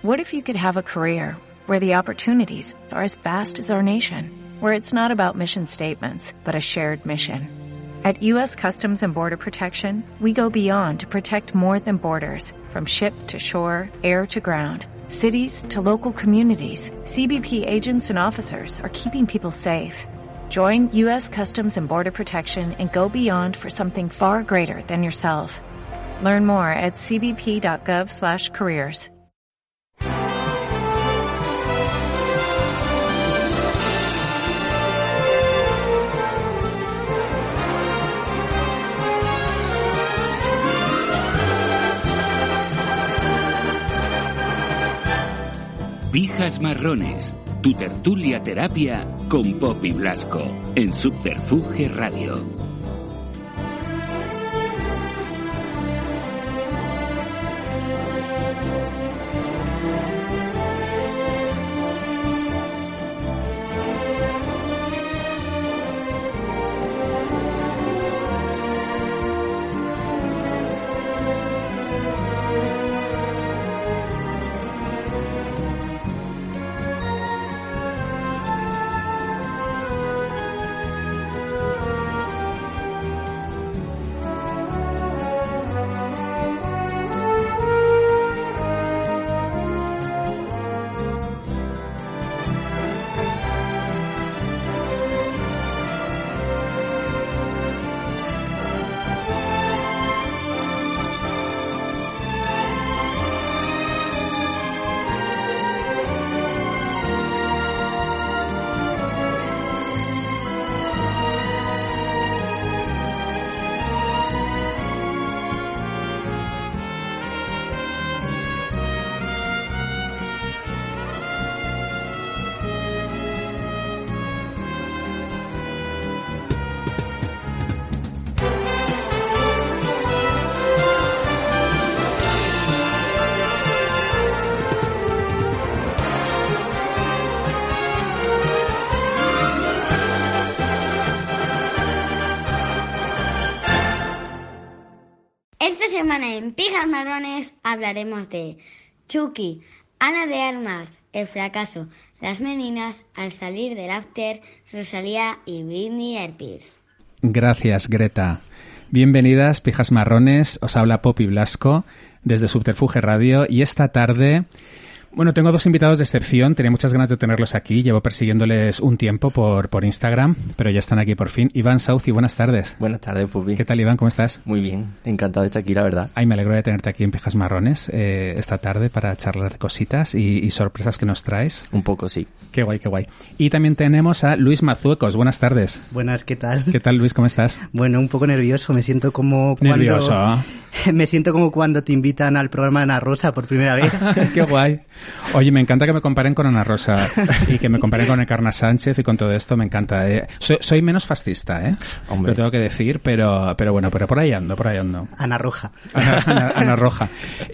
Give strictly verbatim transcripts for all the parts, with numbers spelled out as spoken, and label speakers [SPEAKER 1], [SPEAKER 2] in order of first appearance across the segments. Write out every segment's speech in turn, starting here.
[SPEAKER 1] What if you could have a career where the opportunities are as vast as our nation, where it's not about mission statements, but a shared mission? At U S Customs and Border Protection, we go beyond to protect more than borders, from ship to shore, air to ground, cities to local communities. C B P agents and officers are keeping people safe. Join U S Customs and Border Protection and go beyond for something far greater than yourself. Learn more at c b p dot gov slash careers.
[SPEAKER 2] Pijas Marrones, tu tertulia terapia con Poppy Blasco, en Subterfuge Radio.
[SPEAKER 3] En Pijas Marrones hablaremos de Chucky, Ana de Armas, El fracaso, Las meninas, Al salir del after, Rosalía y Britney Spears.
[SPEAKER 4] Gracias, Greta. Bienvenidas, Pijas Marrones. Os habla Poppy Blasco desde Subterfuge Radio y esta tarde... Bueno, tengo dos invitados de excepción, tenía muchas ganas de tenerlos aquí, llevo persiguiéndoles un tiempo por, por Instagram, pero ya están aquí por fin. Iván Sauci, buenas tardes.
[SPEAKER 5] Buenas tardes, Pupi.
[SPEAKER 4] ¿Qué tal, Iván? ¿Cómo estás?
[SPEAKER 5] Muy bien, encantado de estar aquí, la verdad.
[SPEAKER 4] Ay, me alegro de tenerte aquí en Pijas Marrones eh, esta tarde para charlar de cositas y, y sorpresas que nos traes.
[SPEAKER 5] Un poco, sí.
[SPEAKER 4] Qué guay, qué guay. Y también tenemos a Luis Mazuecos, buenas tardes.
[SPEAKER 6] Buenas, ¿qué tal?
[SPEAKER 4] ¿Qué tal, Luis? ¿Cómo estás?
[SPEAKER 6] Bueno, un poco nervioso, me siento como cuando...
[SPEAKER 4] ¿Nervioso?
[SPEAKER 6] Me siento como cuando te invitan al programa de Ana Rosa por primera vez.
[SPEAKER 4] Qué guay. Oye, me encanta que me comparen con Ana Rosa y que me comparen con Encarna Sánchez y con todo esto, me encanta. ¿eh? Soy, soy menos fascista, ¿eh?
[SPEAKER 5] Hombre.
[SPEAKER 4] Lo tengo que decir, pero pero bueno, pero por ahí ando, por ahí ando.
[SPEAKER 6] Ana Roja.
[SPEAKER 4] Ana, Ana, Ana Roja.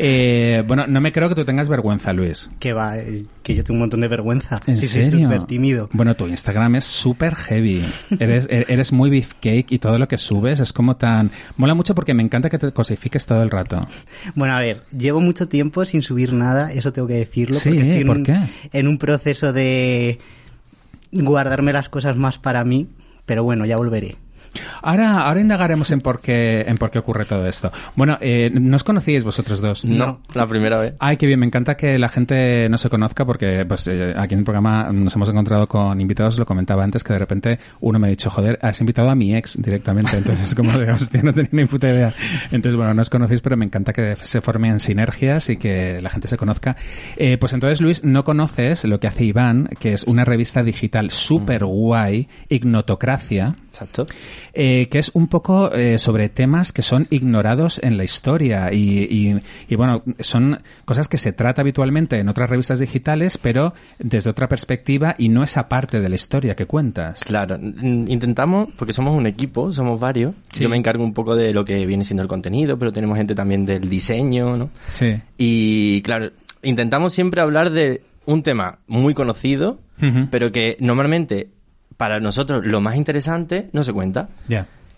[SPEAKER 4] Eh, bueno, no me creo que tú tengas vergüenza, Luis.
[SPEAKER 6] Que va, que yo tengo un montón de vergüenza.
[SPEAKER 4] ¿En
[SPEAKER 6] sí,
[SPEAKER 4] serio?
[SPEAKER 6] Soy súper tímido.
[SPEAKER 4] Bueno, tu Instagram es súper heavy. Eres, eres muy beefcake y todo lo que subes es como tan... Mola mucho porque me encanta que te cosifiques todo el rato.
[SPEAKER 6] Bueno, a ver, llevo mucho tiempo sin subir nada, eso tengo que decirlo.
[SPEAKER 4] Sí,
[SPEAKER 6] porque estoy en,
[SPEAKER 4] ¿por
[SPEAKER 6] un,
[SPEAKER 4] qué?
[SPEAKER 6] en un proceso de guardarme las cosas más para mí, pero bueno, ya volveré.
[SPEAKER 4] Ahora, ahora indagaremos en por qué, en por qué ocurre todo esto. Bueno, eh, ¿no os conocíais vosotros dos?
[SPEAKER 5] No, la primera vez.
[SPEAKER 4] Ay, qué bien, me encanta que la gente no se conozca porque pues eh, aquí en el programa nos hemos encontrado con invitados, lo comentaba antes, que de repente uno me ha dicho, joder, has invitado a mi ex directamente, entonces es como de, hostia, no tenía ni puta idea. Entonces, bueno, no os conocéis, pero me encanta que se formen sinergias y que la gente se conozca. Eh, pues entonces, Luis, no conoces lo que hace Iván, que es una revista digital súper guay, Ignotocracia.
[SPEAKER 5] Exacto.
[SPEAKER 4] Eh, que es un poco eh, sobre temas que son ignorados en la historia y, y, y bueno, son cosas que se trata habitualmente en otras revistas digitales, pero desde otra perspectiva y no esa parte de la historia que cuentas.
[SPEAKER 5] Claro, intentamos, porque somos un equipo, somos varios, sí. Yo me encargo un poco de lo que viene siendo el contenido, pero tenemos gente también del diseño, ¿no?
[SPEAKER 4] Sí.
[SPEAKER 5] Y claro, intentamos siempre hablar de un tema muy conocido, uh-huh. pero que normalmente... para nosotros lo más interesante no se cuenta.
[SPEAKER 4] Ya. Yeah.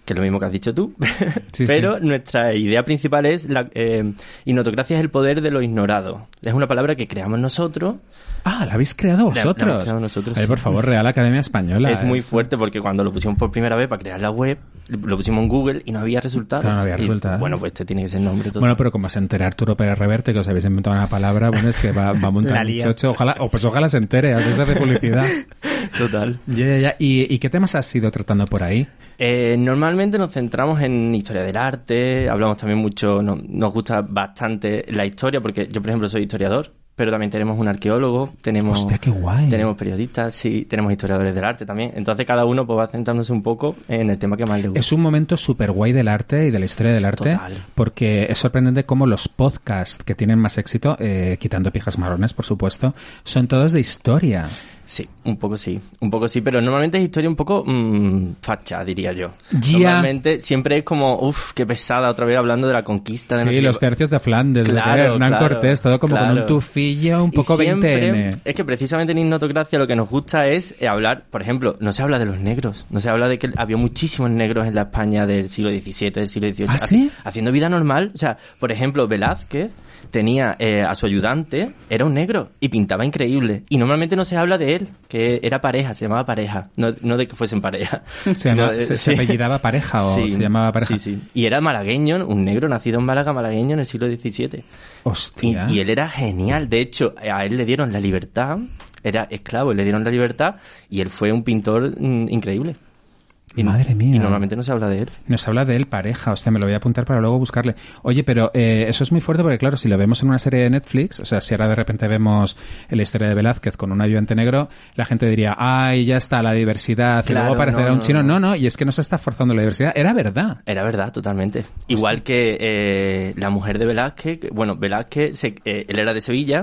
[SPEAKER 5] que es lo mismo que has dicho tú,
[SPEAKER 4] Sí,
[SPEAKER 5] pero
[SPEAKER 4] sí.
[SPEAKER 5] nuestra idea principal es la eh, ignotocracia es el poder de lo ignorado. Es una palabra que creamos nosotros.
[SPEAKER 4] Ah, ¿la habéis creado
[SPEAKER 5] La- la
[SPEAKER 4] vosotros?
[SPEAKER 5] hemos creado nosotros,
[SPEAKER 4] Ay,
[SPEAKER 5] sí.
[SPEAKER 4] por favor, Real Academia Española.
[SPEAKER 5] Es muy
[SPEAKER 4] Esto-
[SPEAKER 5] fuerte porque cuando lo pusimos por primera vez para crear la web, lo pusimos en Google y no había resultados.
[SPEAKER 4] Claro, no había
[SPEAKER 5] Y,
[SPEAKER 4] resultados.
[SPEAKER 5] bueno, pues este tiene que ser el nombre total.
[SPEAKER 4] Bueno, pero como se entera Arturo Pérez Reverte que os habéis inventado una palabra, bueno, es que va, va a montar
[SPEAKER 6] La
[SPEAKER 4] un
[SPEAKER 6] lía.
[SPEAKER 4] chocho. Ojalá, o pues ojalá se entere, así se hace publicidad.
[SPEAKER 5] Total.
[SPEAKER 4] Ya, ya, ya. ¿Y, ¿Y qué temas has ido tratando por ahí?
[SPEAKER 5] Eh, normalmente nos centramos en historia del arte, hablamos también mucho, no- nos gusta bastante la historia, porque yo, por ejemplo, soy historiador, pero también tenemos un arqueólogo, tenemos,
[SPEAKER 4] Hostia, qué guay.
[SPEAKER 5] tenemos periodistas, sí, tenemos historiadores del arte también. Entonces cada uno pues va centrándose un poco en el tema que más le gusta.
[SPEAKER 4] Es un momento súper guay del arte y de la historia del arte,
[SPEAKER 5] Total.
[SPEAKER 4] porque es sorprendente cómo los podcasts que tienen más éxito, eh, quitando Pijas Marrones, por supuesto, son todos de historia.
[SPEAKER 5] Sí, un poco sí, un poco sí, pero normalmente es historia un poco mmm, facha, diría yo.
[SPEAKER 4] Ya.
[SPEAKER 5] Normalmente siempre es como, uff, qué pesada, otra vez hablando de la conquista. De no
[SPEAKER 4] Sí,
[SPEAKER 5] sé
[SPEAKER 4] los
[SPEAKER 5] qué.
[SPEAKER 4] tercios de Flandes, de
[SPEAKER 5] Claro,
[SPEAKER 4] Hernán
[SPEAKER 5] claro,
[SPEAKER 4] Cortés, todo como con
[SPEAKER 5] claro.
[SPEAKER 4] un tufillo un
[SPEAKER 5] Y
[SPEAKER 4] poco
[SPEAKER 5] siempre-
[SPEAKER 4] veinte ene.
[SPEAKER 5] Es que precisamente en Ignotocracia lo que nos gusta es eh, hablar, por ejemplo, no se habla de los negros, no se habla de que había muchísimos negros en la España del siglo diecisiete, del siglo dieciocho,
[SPEAKER 4] ¿Ah, sí?
[SPEAKER 5] haci- haciendo vida normal. O sea, por ejemplo, Velázquez tenía eh, a su ayudante, era un negro y pintaba increíble. Y normalmente no se habla de él, que era pareja, se llamaba pareja, no, no de que fuesen pareja.
[SPEAKER 4] Se,
[SPEAKER 5] sino
[SPEAKER 4] llama-
[SPEAKER 5] de-
[SPEAKER 4] se, se
[SPEAKER 5] sí.
[SPEAKER 4] apellidaba Pareja o
[SPEAKER 5] Sí,
[SPEAKER 4] se llamaba Pareja.
[SPEAKER 5] Sí, sí. Y era malagueño, un negro nacido en Málaga, malagueño en el siglo diecisiete. Y,
[SPEAKER 4] Hostia.
[SPEAKER 5] y él era genial. De hecho, a él le dieron la libertad. Era esclavo, le dieron la libertad. Y él fue un pintor mm, increíble. Y,
[SPEAKER 4] Madre mía.
[SPEAKER 5] Y normalmente no se habla de él.
[SPEAKER 4] Nos habla de él Pareja, hostia, me lo voy a apuntar para luego buscarle. Oye, pero eh, eso es muy fuerte porque, claro, si lo vemos en una serie de Netflix, o sea, si ahora de repente vemos la historia de Velázquez con un ayudante negro, la gente diría, ay, ya está, la diversidad, y
[SPEAKER 5] Claro,
[SPEAKER 4] luego aparecerá
[SPEAKER 5] no,
[SPEAKER 4] un
[SPEAKER 5] no,
[SPEAKER 4] chino. No,
[SPEAKER 5] no.
[SPEAKER 4] no, y es que no se está forzando la diversidad, era verdad.
[SPEAKER 5] Era verdad, totalmente. Igual que eh, la mujer de Velázquez, que- bueno, Velázquez, se- eh, él era de Sevilla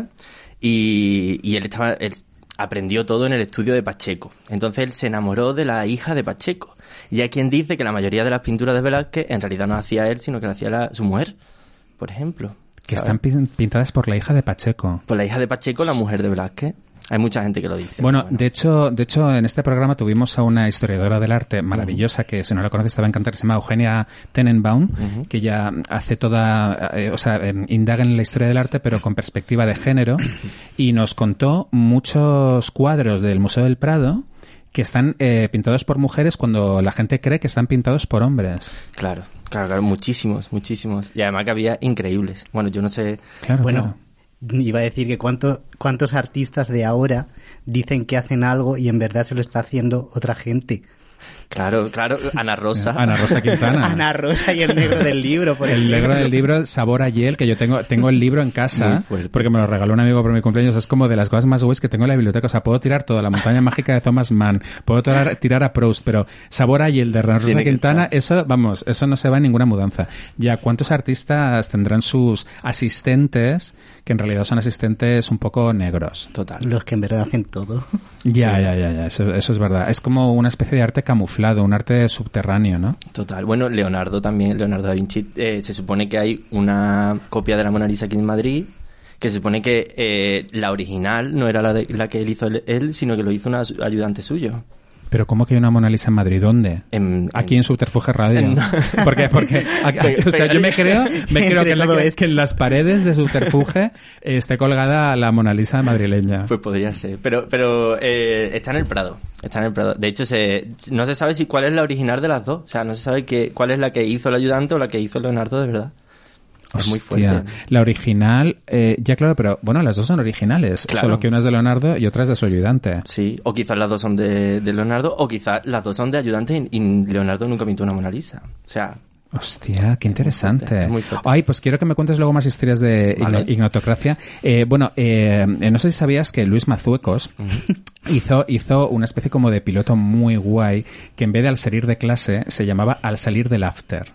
[SPEAKER 5] y, y él estaba, él aprendió todo en el estudio de Pacheco. Entonces él se enamoró de la hija de Pacheco. Y hay quien dice que la mayoría de las pinturas de Velázquez en realidad no hacía él, sino que la hacía la- su mujer, por ejemplo.
[SPEAKER 4] Que
[SPEAKER 5] ¿sabes?
[SPEAKER 4] están pin- pintadas por la hija de Pacheco.
[SPEAKER 5] Pues la hija de Pacheco, la mujer de Velázquez. Hay mucha gente que lo dice.
[SPEAKER 4] Bueno, de hecho, de hecho, en este programa tuvimos a una historiadora del arte maravillosa que, si no la conoces, te va a encantar, se llama Eugenia Tenenbaum,
[SPEAKER 5] Ujú.
[SPEAKER 4] que ya hace toda, eh, o sea, eh, indaga en la historia del arte, pero con perspectiva de género, y nos contó muchos cuadros del Museo del Prado que están eh, pintados por mujeres cuando la gente cree que están pintados por hombres.
[SPEAKER 5] Claro, claro, claro, muchísimos, muchísimos. Y además que había increíbles. Bueno, yo no sé...
[SPEAKER 4] Claro,
[SPEAKER 6] Bueno,
[SPEAKER 4] claro.
[SPEAKER 6] iba a decir que cuánto, cuántos artistas de ahora dicen que hacen algo y en verdad se lo está haciendo otra gente.
[SPEAKER 5] Claro, claro, Ana Rosa.
[SPEAKER 4] Ana Rosa Quintana.
[SPEAKER 6] Ana Rosa y el negro del libro, por
[SPEAKER 4] El
[SPEAKER 6] ejemplo.
[SPEAKER 4] negro del libro Sabor a Hiel, que yo tengo tengo el libro en
[SPEAKER 5] Muy
[SPEAKER 4] casa,
[SPEAKER 5] fuerte.
[SPEAKER 4] porque me lo regaló un amigo por mi cumpleaños. Es como de las cosas más guays que tengo en la biblioteca. O sea, puedo tirar toda la montaña mágica de Thomas Mann, puedo tirar, tirar a Proust, pero Sabor a Hiel de Ana Rosa
[SPEAKER 5] Tiene que
[SPEAKER 4] Quintana,
[SPEAKER 5] estar.
[SPEAKER 4] eso, vamos, eso no se va en ninguna mudanza. Ya, ¿cuántos artistas tendrán sus asistentes, que en realidad son asistentes un poco negros?
[SPEAKER 5] Total.
[SPEAKER 6] Los que en verdad hacen todo.
[SPEAKER 4] Ya, ya, ya, ya, eso, eso es verdad. Es como una especie de arte camuflado, un arte subterráneo, ¿no?
[SPEAKER 5] Total. Bueno, Leonardo también, Leonardo da Vinci, eh, se supone que hay una copia de la Mona Lisa aquí en Madrid, que se supone que eh, la original no era la, de, la que él hizo él, él, sino que lo hizo un asu- ayudante suyo.
[SPEAKER 4] Pero ¿cómo que hay una Mona Lisa en Madrid? ¿Dónde?
[SPEAKER 5] En-
[SPEAKER 4] Aquí
[SPEAKER 5] en-
[SPEAKER 4] en Subterfuge Radio.
[SPEAKER 5] en-
[SPEAKER 4] Porque, porque, aquí- o sea, yo me creo, me creo
[SPEAKER 6] Entre
[SPEAKER 4] que, en la-
[SPEAKER 6] todo
[SPEAKER 4] que-
[SPEAKER 6] esto.
[SPEAKER 4] que en las paredes de Subterfuge eh, esté colgada la Mona Lisa madrileña.
[SPEAKER 5] Pues podría ser. Pero, pero eh, está en el Prado. Está en el Prado. De hecho, se, no se sabe si cuál es la original de las dos. O sea, no se sabe que, cuál es la que hizo el ayudante o la que hizo Leonardo de verdad. Es muy
[SPEAKER 4] Hostia,
[SPEAKER 5] fuerte.
[SPEAKER 4] la original, eh, ya claro, pero bueno, las dos son originales,
[SPEAKER 5] Claro.
[SPEAKER 4] solo que una es de Leonardo y otra es de su ayudante.
[SPEAKER 5] Sí, o quizás las dos son de, de Leonardo, o quizás las dos son de ayudante y, y Leonardo nunca pintó una Mona Lisa. O sea,
[SPEAKER 4] Hostia, qué interesante.
[SPEAKER 5] fuerte, es muy fuerte.
[SPEAKER 4] Ay, pues quiero que me cuentes luego más historias de
[SPEAKER 5] Vale.
[SPEAKER 4] igno- ignotocracia. Eh, bueno, eh, eh, no sé si sabías que Luis Mazuecos hizo, hizo una especie como de piloto muy guay que en vez de al salir de clase se llamaba al salir del after.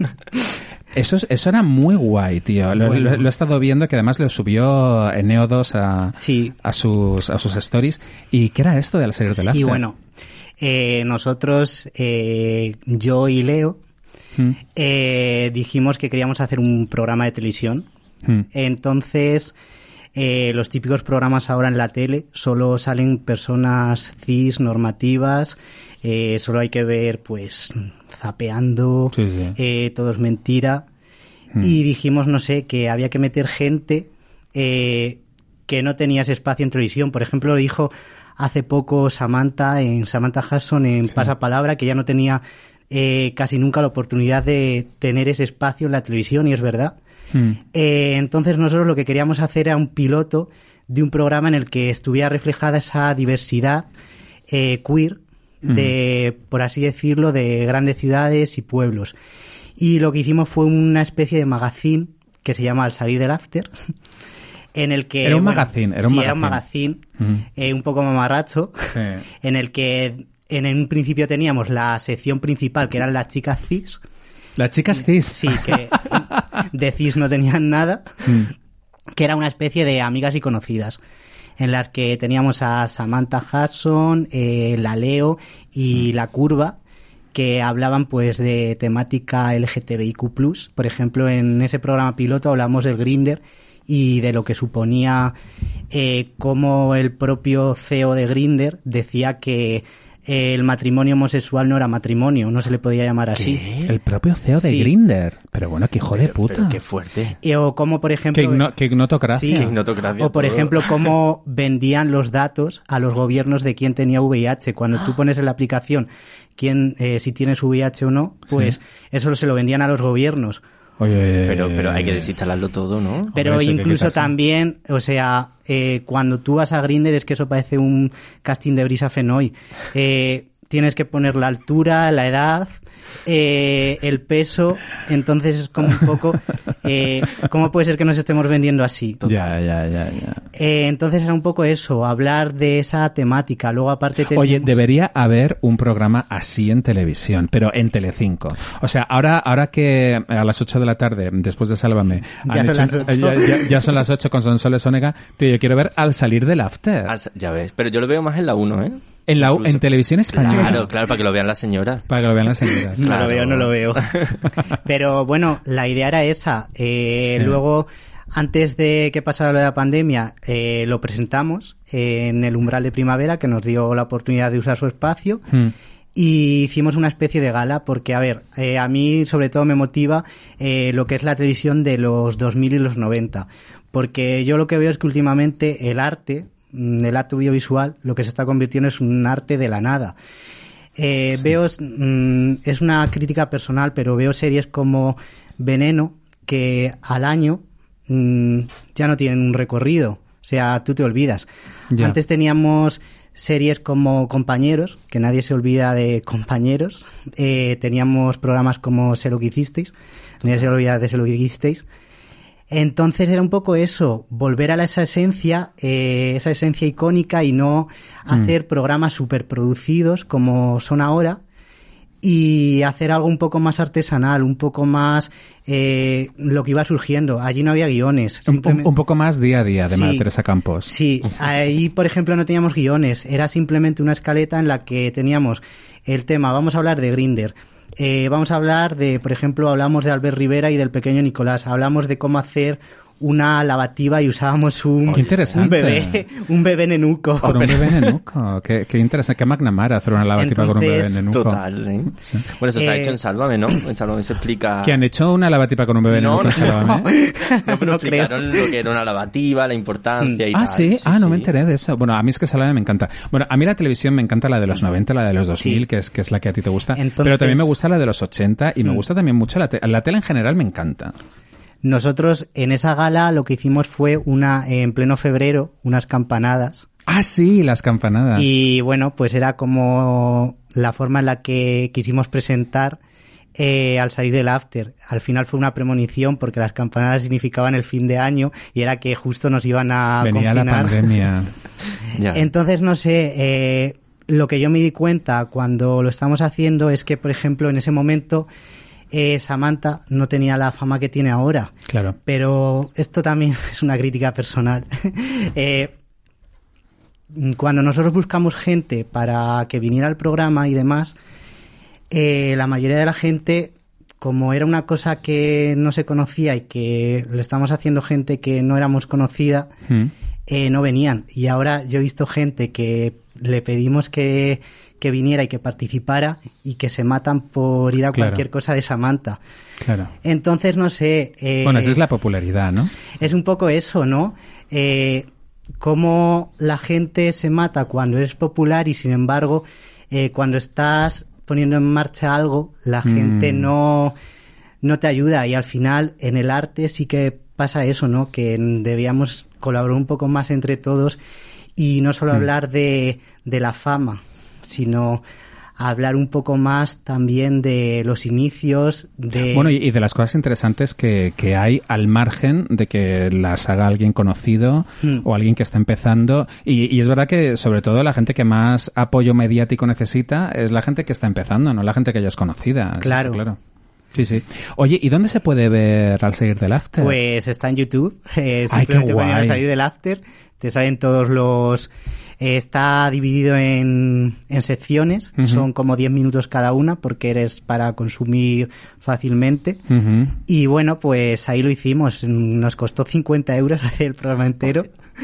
[SPEAKER 4] Eso, es- eso era muy guay, tío. Lo,
[SPEAKER 6] Bueno.
[SPEAKER 4] lo- lo he estado viendo, que además lo subió en Neo dos a,
[SPEAKER 6] Sí.
[SPEAKER 4] a, sus, a sus stories. ¿Y qué era esto de al salir del after?
[SPEAKER 6] Sí, bueno. Eh, nosotros, eh, yo y Leo,
[SPEAKER 4] Mm,
[SPEAKER 6] eh, dijimos que queríamos hacer un programa de televisión.
[SPEAKER 4] mm.
[SPEAKER 6] Entonces, eh, los típicos programas ahora en la tele solo salen personas cis, normativas, eh, solo hay que ver, pues, zapeando,
[SPEAKER 4] Sí, sí.
[SPEAKER 6] Eh, todo es mentira. Mm. Y dijimos, no sé, que había que meter gente eh, que no tenía ese espacio en televisión. Por ejemplo, lo dijo hace poco Samantha, en Samantha Hudson, en
[SPEAKER 4] Sí.
[SPEAKER 6] Pasapalabra, que ya no tenía eh, casi nunca la oportunidad de tener ese espacio en la televisión, y es verdad. Mm. Eh, entonces nosotros lo que queríamos hacer era un piloto de un programa en el que estuviera reflejada esa diversidad eh, queer, de, mm. por así decirlo, de grandes ciudades y pueblos. Y lo que hicimos fue una especie de magazine que se llama Al salir del after, en el que...
[SPEAKER 4] Era un
[SPEAKER 6] bueno,
[SPEAKER 4] magazine, era un
[SPEAKER 6] sí,
[SPEAKER 4] magazine.
[SPEAKER 6] era un magazine, mm. eh, un poco mamarracho, sí. en el que en un principio teníamos la sección principal, que eran las chicas cis.
[SPEAKER 4] ¿Las chicas cis?
[SPEAKER 6] Sí, que de cis no tenían nada, mm. que era una especie de amigas y conocidas, en las que teníamos a Samantha Hudson, eh, la Leo y la Curva, que hablaban pues de temática L G T B I Q plus. Por ejemplo, en ese programa piloto hablamos del Grindr y de lo que suponía eh, cómo el propio C E O de Grindr decía que eh, el matrimonio homosexual no era matrimonio, no se le podía llamar así.
[SPEAKER 4] ¿Qué? El propio C E O de
[SPEAKER 6] sí.
[SPEAKER 4] Grindr. Pero bueno, qué hijo
[SPEAKER 5] pero,
[SPEAKER 4] de puta.
[SPEAKER 5] Pero qué fuerte.
[SPEAKER 6] Y, o como, por ejemplo...
[SPEAKER 4] Qué, igno- qué ignotocracia.
[SPEAKER 6] Sí.
[SPEAKER 5] Qué ignotocracia
[SPEAKER 6] O, por
[SPEAKER 5] todo.
[SPEAKER 6] ejemplo, cómo vendían los datos a los gobiernos de quién tenía V I H. Cuando tú pones en la aplicación quién, eh, si tienes V I H o no, pues sí. eso se lo vendían a los gobiernos.
[SPEAKER 4] Oye,
[SPEAKER 5] pero, pero hay que desinstalarlo todo, ¿no?
[SPEAKER 6] Pero
[SPEAKER 4] Hombre,
[SPEAKER 6] incluso también, o sea, eh, cuando tú vas a Grindr es que eso parece un casting de Brisa Fenoy. Eh, tienes que poner la altura, la edad, eh, el peso, entonces es como un poco, eh, ¿cómo puede ser que nos estemos vendiendo así?
[SPEAKER 4] Ya, ya, ya, ya.
[SPEAKER 6] Eh, entonces era un poco eso, hablar de esa temática. Luego aparte teníamos...
[SPEAKER 4] Oye, debería haber un programa así en televisión, pero en Telecinco. O sea, ahora ahora que a las ocho de la tarde, después de Sálvame,
[SPEAKER 6] ya, son,
[SPEAKER 4] hecho,
[SPEAKER 6] las ocho.
[SPEAKER 4] Ya, ya, ya son las ocho con Sonsoles Onega, tío, yo quiero ver Al salir del after.
[SPEAKER 5] Al, ya ves, pero yo lo veo más en la uno, ¿eh?
[SPEAKER 4] En la en televisión española.
[SPEAKER 5] Claro, claro, para que lo vean las señoras.
[SPEAKER 4] Para que lo vean las señoras.
[SPEAKER 6] No
[SPEAKER 5] claro.
[SPEAKER 6] lo veo, no lo veo. Pero bueno, la idea era esa. Eh, sí. Luego, antes de que pasara lo de la pandemia, eh, lo presentamos eh, en el Umbral de Primavera, que nos dio la oportunidad de usar su espacio. Hmm. Y hicimos una especie de gala porque, a ver, eh, a mí sobre todo me motiva eh, lo que es la televisión de los dos mil y los noventa. Porque yo lo que veo es que últimamente el arte... el arte audiovisual lo que se está convirtiendo es un arte de la nada. Eh, sí. Veo, mm, es una crítica personal, pero veo series como Veneno que al año mm, ya no tienen un recorrido, o sea, tú te olvidas. Ya. Antes teníamos series como Compañeros, que nadie se olvida de Compañeros, eh, teníamos programas como Sé lo que hicisteis, nadie se olvida de Sé lo que hicisteis. Entonces era un poco eso, volver a la, esa esencia, eh, esa esencia icónica y no hacer mm. programas superproducidos como son ahora y hacer algo un poco más artesanal, un poco más eh, lo que iba surgiendo. Allí no había guiones.
[SPEAKER 4] Un, un, un poco más día a día de
[SPEAKER 6] sí,
[SPEAKER 4] María Teresa Campos.
[SPEAKER 6] Sí, ahí por ejemplo no teníamos guiones, era simplemente una escaleta en la que teníamos el tema, vamos a hablar de Grindr. Eh, vamos a hablar de, por ejemplo, hablamos de Albert Rivera y del pequeño Nicolás. Hablamos de cómo hacer una lavativa y usábamos un,
[SPEAKER 4] qué interesante.
[SPEAKER 6] un bebé, un bebé nenuco.
[SPEAKER 4] Por un bebé nenuco. Qué, qué interesante. Qué McNamara hacer una lavativa
[SPEAKER 6] Entonces,
[SPEAKER 4] con un bebé nenuco.
[SPEAKER 5] Total, ¿eh? Sí. Bueno, eso se eh, ha hecho en Sálvame, ¿no? En Sálvame se explica...
[SPEAKER 4] ¿Que han hecho una lavativa con un bebé
[SPEAKER 5] no,
[SPEAKER 4] nenuco en Sálvame?
[SPEAKER 5] No, no, pero no explicaron creo. Lo que era una lavativa, la importancia y
[SPEAKER 4] ah,
[SPEAKER 5] tal.
[SPEAKER 4] ¿sí?
[SPEAKER 5] sí,
[SPEAKER 4] Ah, no
[SPEAKER 5] sí.
[SPEAKER 4] me enteré de eso. Bueno, a mí es que Sálvame me encanta. Bueno, a mí la televisión me encanta la de los noventa, la de los dos mil, sí. que, es, que es la que a ti te gusta. Entonces, pero también me gusta la de los ochenta y me gusta también mucho la, te- la tele en general, me encanta.
[SPEAKER 6] Nosotros en esa gala lo que hicimos fue una en pleno febrero, unas campanadas.
[SPEAKER 4] Ah, sí, las campanadas.
[SPEAKER 6] Y bueno, pues era como la forma en la que quisimos presentar eh, al salir del after. Al final fue una premonición porque las campanadas significaban el fin de año y era que justo nos iban a
[SPEAKER 4] Venía
[SPEAKER 6] confinar.
[SPEAKER 4] la pandemia.
[SPEAKER 6] Entonces, no sé, eh, lo que yo me di cuenta cuando lo estamos haciendo es que, por ejemplo, en ese momento... Eh, Samantha no tenía la fama que tiene ahora.
[SPEAKER 4] Claro.
[SPEAKER 6] Pero esto también es una crítica personal. eh, cuando nosotros buscamos gente para que viniera al programa y demás, eh, la mayoría de la gente, como era una cosa que no se conocía y que lo estamos haciendo gente que no éramos conocida, mm. eh, no venían. Y ahora yo he visto gente que le pedimos que, que viniera y que participara y que se matan por ir a
[SPEAKER 4] Claro.
[SPEAKER 6] cualquier cosa de Samantha.
[SPEAKER 4] Claro.
[SPEAKER 6] Entonces, no sé... Eh,
[SPEAKER 4] Bueno, esa es la popularidad, ¿no?
[SPEAKER 6] Es un poco eso, ¿no? Eh, cómo la gente se mata cuando eres popular y, sin embargo, eh, cuando estás poniendo en marcha algo, la
[SPEAKER 4] Mm.
[SPEAKER 6] gente no, no te ayuda. Y al final, en el arte sí que pasa eso, ¿no? Que debíamos colaborar un poco más entre todos y no solo
[SPEAKER 4] Mm.
[SPEAKER 6] hablar de, de la fama, sino hablar un poco más también de los inicios, de...
[SPEAKER 4] Bueno, y, y de las cosas interesantes que, que hay al margen de que las haga alguien conocido
[SPEAKER 6] Mm.
[SPEAKER 4] o alguien que está empezando. Y, y es verdad que, sobre todo, la gente que más apoyo mediático necesita es la gente que está empezando, no la gente que ya es conocida. Eso
[SPEAKER 6] Claro.
[SPEAKER 4] está claro. Sí, sí. Oye, ¿y dónde se puede ver Al seguir del after?
[SPEAKER 6] Pues está en YouTube. Eh,
[SPEAKER 4] Ay, qué
[SPEAKER 6] simplemente poniendo
[SPEAKER 4] guay.
[SPEAKER 6] Al salir del after, te salen todos los... eh, está dividido en, en secciones,
[SPEAKER 4] Ujú.
[SPEAKER 6] son como diez minutos cada una, porque eres para consumir fácilmente.
[SPEAKER 4] Ujú.
[SPEAKER 6] Y bueno, pues ahí lo hicimos. Nos costó cincuenta euros hacer el programa entero.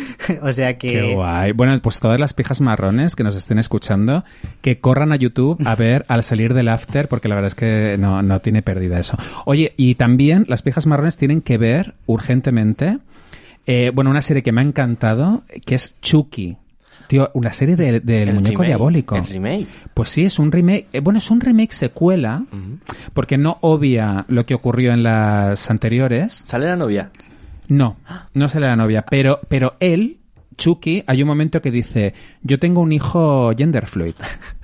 [SPEAKER 6] O sea que...
[SPEAKER 4] Qué guay. Bueno, pues todas las pijas marrones que nos estén escuchando, que corran a YouTube a ver Al salir del after, porque la verdad es que no, no tiene pérdida eso. Oye, y también las pijas marrones tienen que ver urgentemente, eh, bueno, una serie que me ha encantado, que es Chucky. Tío, una serie de- del
[SPEAKER 5] El
[SPEAKER 4] muñeco
[SPEAKER 5] remake,
[SPEAKER 4] diabólico.
[SPEAKER 5] El remake.
[SPEAKER 4] Pues sí, es un remake. eh, Bueno, es un remake secuela,
[SPEAKER 5] Ujú.
[SPEAKER 4] porque no obvia lo que ocurrió en las anteriores.
[SPEAKER 5] ¿Sale la novia?
[SPEAKER 4] No, no sale la novia, pero, pero él, Chucky, hay un momento que dice, yo tengo un hijo genderfluid.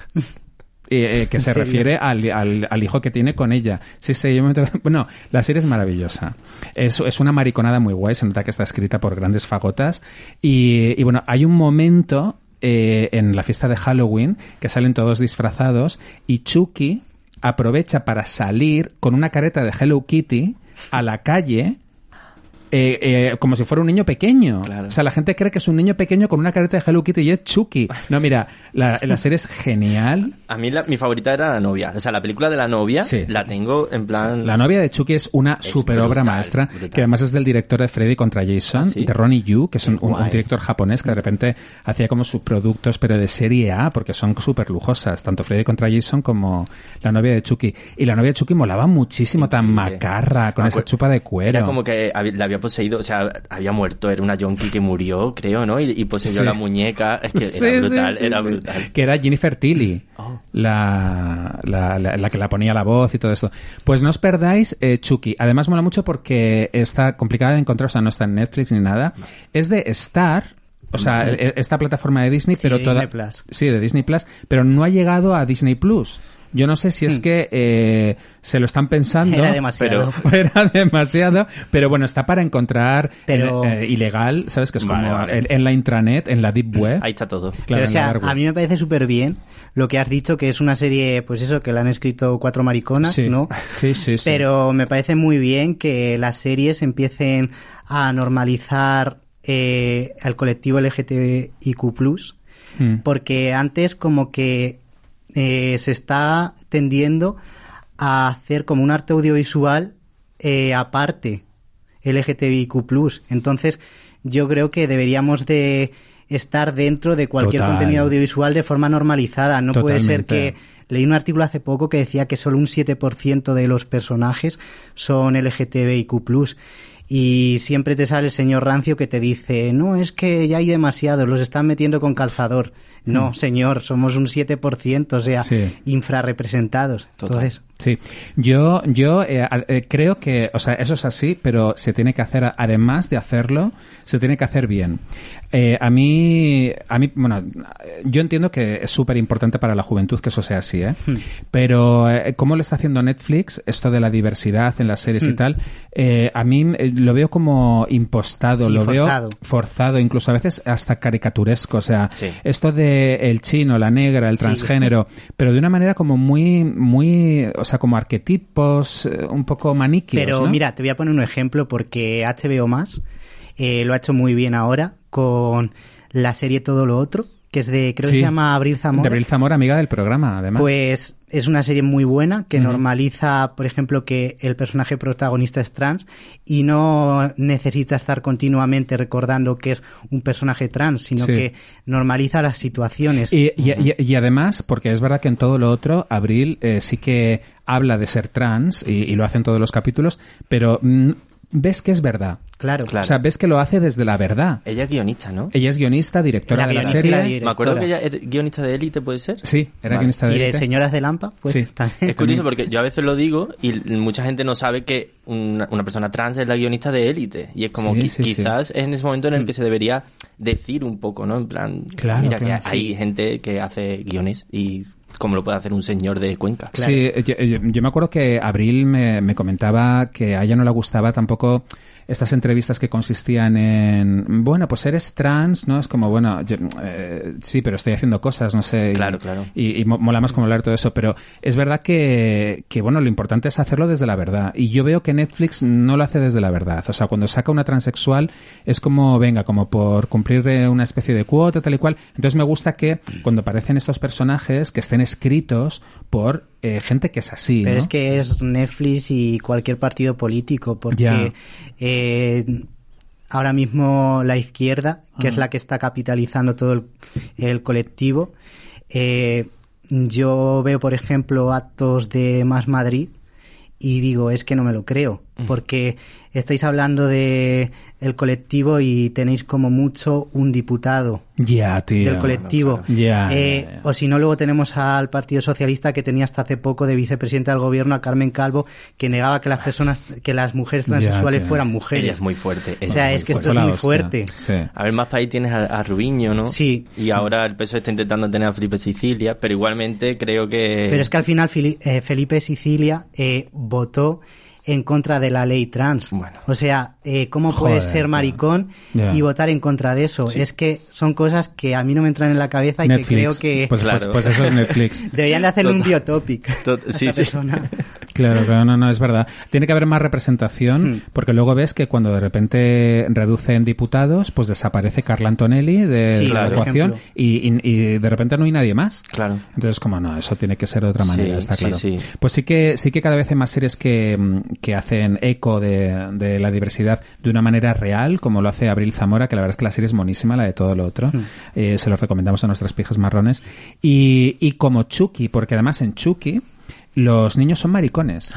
[SPEAKER 4] Eh, eh, que
[SPEAKER 6] ¿En
[SPEAKER 4] se
[SPEAKER 6] serio?
[SPEAKER 4] refiere al, al, al hijo que tiene con ella. Sí, sí, hay un momento que- bueno, la serie es maravillosa. Es, es una mariconada muy guay, se nota que está escrita por grandes fagotas. Y, y bueno, hay un momento eh, en la fiesta de Halloween que salen todos disfrazados y Chucky aprovecha para salir con una careta de Hello Kitty a la calle. Eh, eh, como si fuera un niño pequeño.
[SPEAKER 5] Claro.
[SPEAKER 4] O sea, la gente cree que es un niño pequeño con una careta de Hello Kitty y es Chucky. No, mira, la, la serie es genial.
[SPEAKER 5] A mí la- mi favorita era La novia. O sea, la película de La novia
[SPEAKER 4] Sí.
[SPEAKER 5] la tengo en plan...
[SPEAKER 4] La novia de Chucky es una
[SPEAKER 5] Es
[SPEAKER 4] super obra
[SPEAKER 5] brutal,
[SPEAKER 4] maestra,
[SPEAKER 5] brutal.
[SPEAKER 4] que además es del director de Freddy contra Jason,
[SPEAKER 5] ¿Ah, sí?
[SPEAKER 4] de Ronnie Yu, que es un, un- un
[SPEAKER 5] Guay.
[SPEAKER 4] director japonés que de repente hacía como subproductos, pero de serie A, porque son súper lujosas, tanto Freddy contra Jason como la novia de Chucky. Y la novia de Chucky molaba muchísimo, tan
[SPEAKER 5] Increíble.
[SPEAKER 4] macarra, con
[SPEAKER 5] Me
[SPEAKER 4] esa
[SPEAKER 5] acuer-
[SPEAKER 4] chupa de cuero.
[SPEAKER 5] Era como que había- la había poseído, o sea, había muerto, era una yonki que murió, creo, ¿no? Y, y poseyó
[SPEAKER 4] Sí.
[SPEAKER 5] la muñeca. Es que
[SPEAKER 4] Sí,
[SPEAKER 5] era
[SPEAKER 4] sí,
[SPEAKER 5] brutal,
[SPEAKER 4] sí,
[SPEAKER 5] era
[SPEAKER 4] sí.
[SPEAKER 5] brutal.
[SPEAKER 4] Que era Jennifer Tilly,
[SPEAKER 5] Oh.
[SPEAKER 4] la, la, la, la que la ponía la voz y todo eso. Pues no os perdáis eh, Chucky. Además mola mucho porque está complicada de encontrar, o sea, no está en Netflix ni nada. Es de Star, o sea, e- esta plataforma de Disney,
[SPEAKER 6] Sí,
[SPEAKER 4] pero
[SPEAKER 6] de
[SPEAKER 4] toda...
[SPEAKER 6] Disney Plus.
[SPEAKER 4] Sí, de Disney Plus, pero no ha llegado a Disney Plus. Yo no sé si es
[SPEAKER 6] Hmm.
[SPEAKER 4] que eh, se lo están pensando.
[SPEAKER 6] Era demasiado.
[SPEAKER 4] Pero, era demasiado. Pero bueno, está para encontrar
[SPEAKER 6] Pero-
[SPEAKER 4] eh, ilegal, ¿sabes? Que es
[SPEAKER 5] Vale,
[SPEAKER 4] como
[SPEAKER 5] vale.
[SPEAKER 4] En, en la intranet, en la deep web.
[SPEAKER 5] Ahí está todo.
[SPEAKER 4] Claro,
[SPEAKER 6] Pero, o
[SPEAKER 4] en la
[SPEAKER 6] sea,
[SPEAKER 4] dark web.
[SPEAKER 6] a mí me parece súper bien lo que has dicho, que es una serie, pues eso, que la han escrito cuatro mariconas,
[SPEAKER 4] Sí.
[SPEAKER 6] ¿no?
[SPEAKER 4] Sí, sí, sí.
[SPEAKER 6] Pero me parece muy bien que las series empiecen a normalizar eh, al colectivo L G T B I Q plus,
[SPEAKER 4] Mm.
[SPEAKER 6] porque antes como que eh, se está tendiendo a hacer como un arte audiovisual eh, aparte, L G T B I Q plus. Entonces yo creo que deberíamos de estar dentro de cualquier
[SPEAKER 4] Total.
[SPEAKER 6] contenido audiovisual de forma normalizada. No puede ser
[SPEAKER 4] Totalmente.
[SPEAKER 6] que... Leí un artículo hace poco que decía que solo un siete por ciento de los personajes son L G T B I Q plus. Y siempre te sale el señor rancio que te dice, no, es que ya hay demasiados, los están metiendo con calzador. No, señor, somos un siete por ciento, o sea,
[SPEAKER 4] Sí.
[SPEAKER 6] infrarrepresentados.
[SPEAKER 5] Total.
[SPEAKER 6] Entonces,
[SPEAKER 4] Sí, yo, yo eh, a- eh, creo que, o sea, eso es así, pero se tiene que hacer, además de hacerlo, se tiene que hacer bien. Eh, a mí, a mí, bueno, yo entiendo que es súper importante para la juventud que eso sea así, ¿eh?
[SPEAKER 6] Hmm.
[SPEAKER 4] Pero, eh, ¿cómo lo está haciendo Netflix? Esto de la diversidad en las series y
[SPEAKER 6] Hmm.
[SPEAKER 4] tal, eh, a mí eh, lo veo como impostado,
[SPEAKER 6] Sí,
[SPEAKER 4] lo
[SPEAKER 6] forzado.
[SPEAKER 4] veo forzado, incluso a veces hasta caricaturesco, o sea,
[SPEAKER 5] Sí.
[SPEAKER 4] esto de el chino, la negra, el
[SPEAKER 6] Sí.
[SPEAKER 4] transgénero, pero de una manera como muy, muy, o sea, como arquetipos, eh, un poco maniquios,
[SPEAKER 6] pero
[SPEAKER 4] ¿no?
[SPEAKER 6] mira, te voy a poner un ejemplo porque H B O Más eh, lo ha hecho muy bien ahora con la serie Todo lo Otro, que es de, creo
[SPEAKER 4] Sí.
[SPEAKER 6] que se llama Abril Zamora.
[SPEAKER 4] De Abril Zamora, amiga del programa, además.
[SPEAKER 6] Pues es una serie muy buena que
[SPEAKER 4] Uh-huh.
[SPEAKER 6] normaliza, por ejemplo, que el personaje protagonista es trans y no necesita estar continuamente recordando que es un personaje trans, sino
[SPEAKER 4] Sí.
[SPEAKER 6] que normaliza las situaciones.
[SPEAKER 4] Y, y, y, y además, porque es verdad que en todo lo otro, Abril eh, sí que habla de ser trans y, y lo hace en todos los capítulos, pero mm, ves que es verdad.
[SPEAKER 6] Claro,
[SPEAKER 5] Claro.
[SPEAKER 4] O sea, ves que lo hace desde la verdad.
[SPEAKER 5] Ella es guionista, ¿no?
[SPEAKER 4] Ella es guionista, directora
[SPEAKER 6] La
[SPEAKER 4] de la
[SPEAKER 6] guionista y la
[SPEAKER 4] serie.
[SPEAKER 6] directora.
[SPEAKER 5] Me acuerdo que ella era guionista de Élite, ¿puede ser?
[SPEAKER 4] Sí, era
[SPEAKER 5] Vale.
[SPEAKER 4] guionista de
[SPEAKER 6] Y de
[SPEAKER 4] Élite.
[SPEAKER 6] Señoras de Lampa, pues
[SPEAKER 4] Sí.
[SPEAKER 6] también.
[SPEAKER 5] Es curioso porque yo a veces lo digo y mucha gente no sabe que una, una persona trans es la guionista de Élite. Y es como
[SPEAKER 4] Sí,
[SPEAKER 5] qui-
[SPEAKER 4] sí, sí.
[SPEAKER 5] quizás es en ese momento en el que se debería decir un poco, ¿no? En plan,
[SPEAKER 4] Claro,
[SPEAKER 5] mira
[SPEAKER 4] claro,
[SPEAKER 5] que hay gente que hace guiones y como lo puede hacer un señor de Cuenca.
[SPEAKER 4] Sí, yo, yo- yo me acuerdo que Abril me, me comentaba que a ella no le gustaba tampoco estas entrevistas que consistían en, bueno, pues eres trans, ¿no? Es como, bueno, yo, eh, sí, pero estoy haciendo cosas, no sé. y-
[SPEAKER 5] Claro, claro.
[SPEAKER 4] Y, y mo- mola más como hablar todo eso, pero es verdad que, que, bueno, lo importante es hacerlo desde la verdad. Y yo veo que Netflix no lo hace desde la verdad. O sea, cuando saca una transexual es como, venga, como por cumplir eh, una especie de cuota, tal y cual. Entonces me gusta que cuando aparecen estos personajes que estén escritos por eh, gente que es así,
[SPEAKER 6] Pero
[SPEAKER 4] ¿no?
[SPEAKER 6] es que es Netflix y cualquier partido político, porque
[SPEAKER 4] Ya.
[SPEAKER 6] eh, ahora mismo la izquierda, que
[SPEAKER 4] Ujú.
[SPEAKER 6] es la que está capitalizando todo el, el colectivo, eh, yo veo, por ejemplo, actos de Más Madrid y digo, es que no me lo creo, porque estáis hablando de el colectivo y tenéis como mucho un diputado
[SPEAKER 4] Ya, tío.
[SPEAKER 6] del colectivo.
[SPEAKER 4] Ya,
[SPEAKER 6] Eh,
[SPEAKER 4] ya, ya.
[SPEAKER 6] O si no, luego tenemos al Partido Socialista, que tenía hasta hace poco de vicepresidenta del gobierno a Carmen Calvo, que negaba que las personas, que las mujeres
[SPEAKER 4] Ya,
[SPEAKER 6] transexuales
[SPEAKER 4] tío.
[SPEAKER 6] fueran mujeres.
[SPEAKER 5] Ella es muy fuerte.
[SPEAKER 6] O
[SPEAKER 5] ella
[SPEAKER 6] sea,
[SPEAKER 5] muy
[SPEAKER 6] es que
[SPEAKER 5] fuerte.
[SPEAKER 6] esto es
[SPEAKER 4] La
[SPEAKER 6] muy
[SPEAKER 4] hostia.
[SPEAKER 6] fuerte.
[SPEAKER 4] Sí.
[SPEAKER 5] A ver, más país tienes a, a Rubiño, ¿no?
[SPEAKER 6] Sí.
[SPEAKER 5] Y ahora el P S O E está intentando tener a Felipe Sicilia, pero igualmente creo que...
[SPEAKER 6] Pero es que al final Fili- eh, Felipe Sicilia eh, votó en contra de la ley trans.
[SPEAKER 5] Bueno.
[SPEAKER 6] O sea, eh, ¿cómo
[SPEAKER 4] Joder,
[SPEAKER 6] puedes ser maricón
[SPEAKER 4] ya.
[SPEAKER 6] y votar en contra de eso?
[SPEAKER 5] Sí.
[SPEAKER 6] Es que son cosas que a mí no me entran en la cabeza y
[SPEAKER 4] Netflix.
[SPEAKER 6] que creo que
[SPEAKER 4] Pues, pues-
[SPEAKER 5] Claro.
[SPEAKER 4] pues eso es Netflix.
[SPEAKER 6] deberían de hacerle un
[SPEAKER 5] Total.
[SPEAKER 6] biotopic
[SPEAKER 5] Tot-
[SPEAKER 6] a
[SPEAKER 5] sí,
[SPEAKER 6] esa
[SPEAKER 5] sí.
[SPEAKER 6] persona.
[SPEAKER 4] Claro, claro, no, no, es verdad. Tiene que haber más representación,
[SPEAKER 6] Hmm.
[SPEAKER 4] porque luego ves que cuando de repente reducen diputados, pues desaparece Carla Antonelli de
[SPEAKER 6] Sí,
[SPEAKER 4] la
[SPEAKER 5] claro.
[SPEAKER 4] ecuación
[SPEAKER 6] Por ejemplo.
[SPEAKER 4] y, y- y de repente no hay nadie más.
[SPEAKER 5] Claro.
[SPEAKER 4] Entonces, como no, eso tiene que ser de otra manera,
[SPEAKER 5] Sí,
[SPEAKER 4] está
[SPEAKER 5] sí,
[SPEAKER 4] claro.
[SPEAKER 5] sí.
[SPEAKER 4] Pues sí que sí que cada vez hay más series que, mm, que hacen eco de, de la diversidad de una manera real, como lo hace Abril Zamora, que la verdad es que la serie es monísima, la de todo lo otro.
[SPEAKER 6] Hmm.
[SPEAKER 4] Eh, se lo recomendamos a nuestras pijas marrones. Y, y como Chucky, porque además en Chucky los niños son maricones.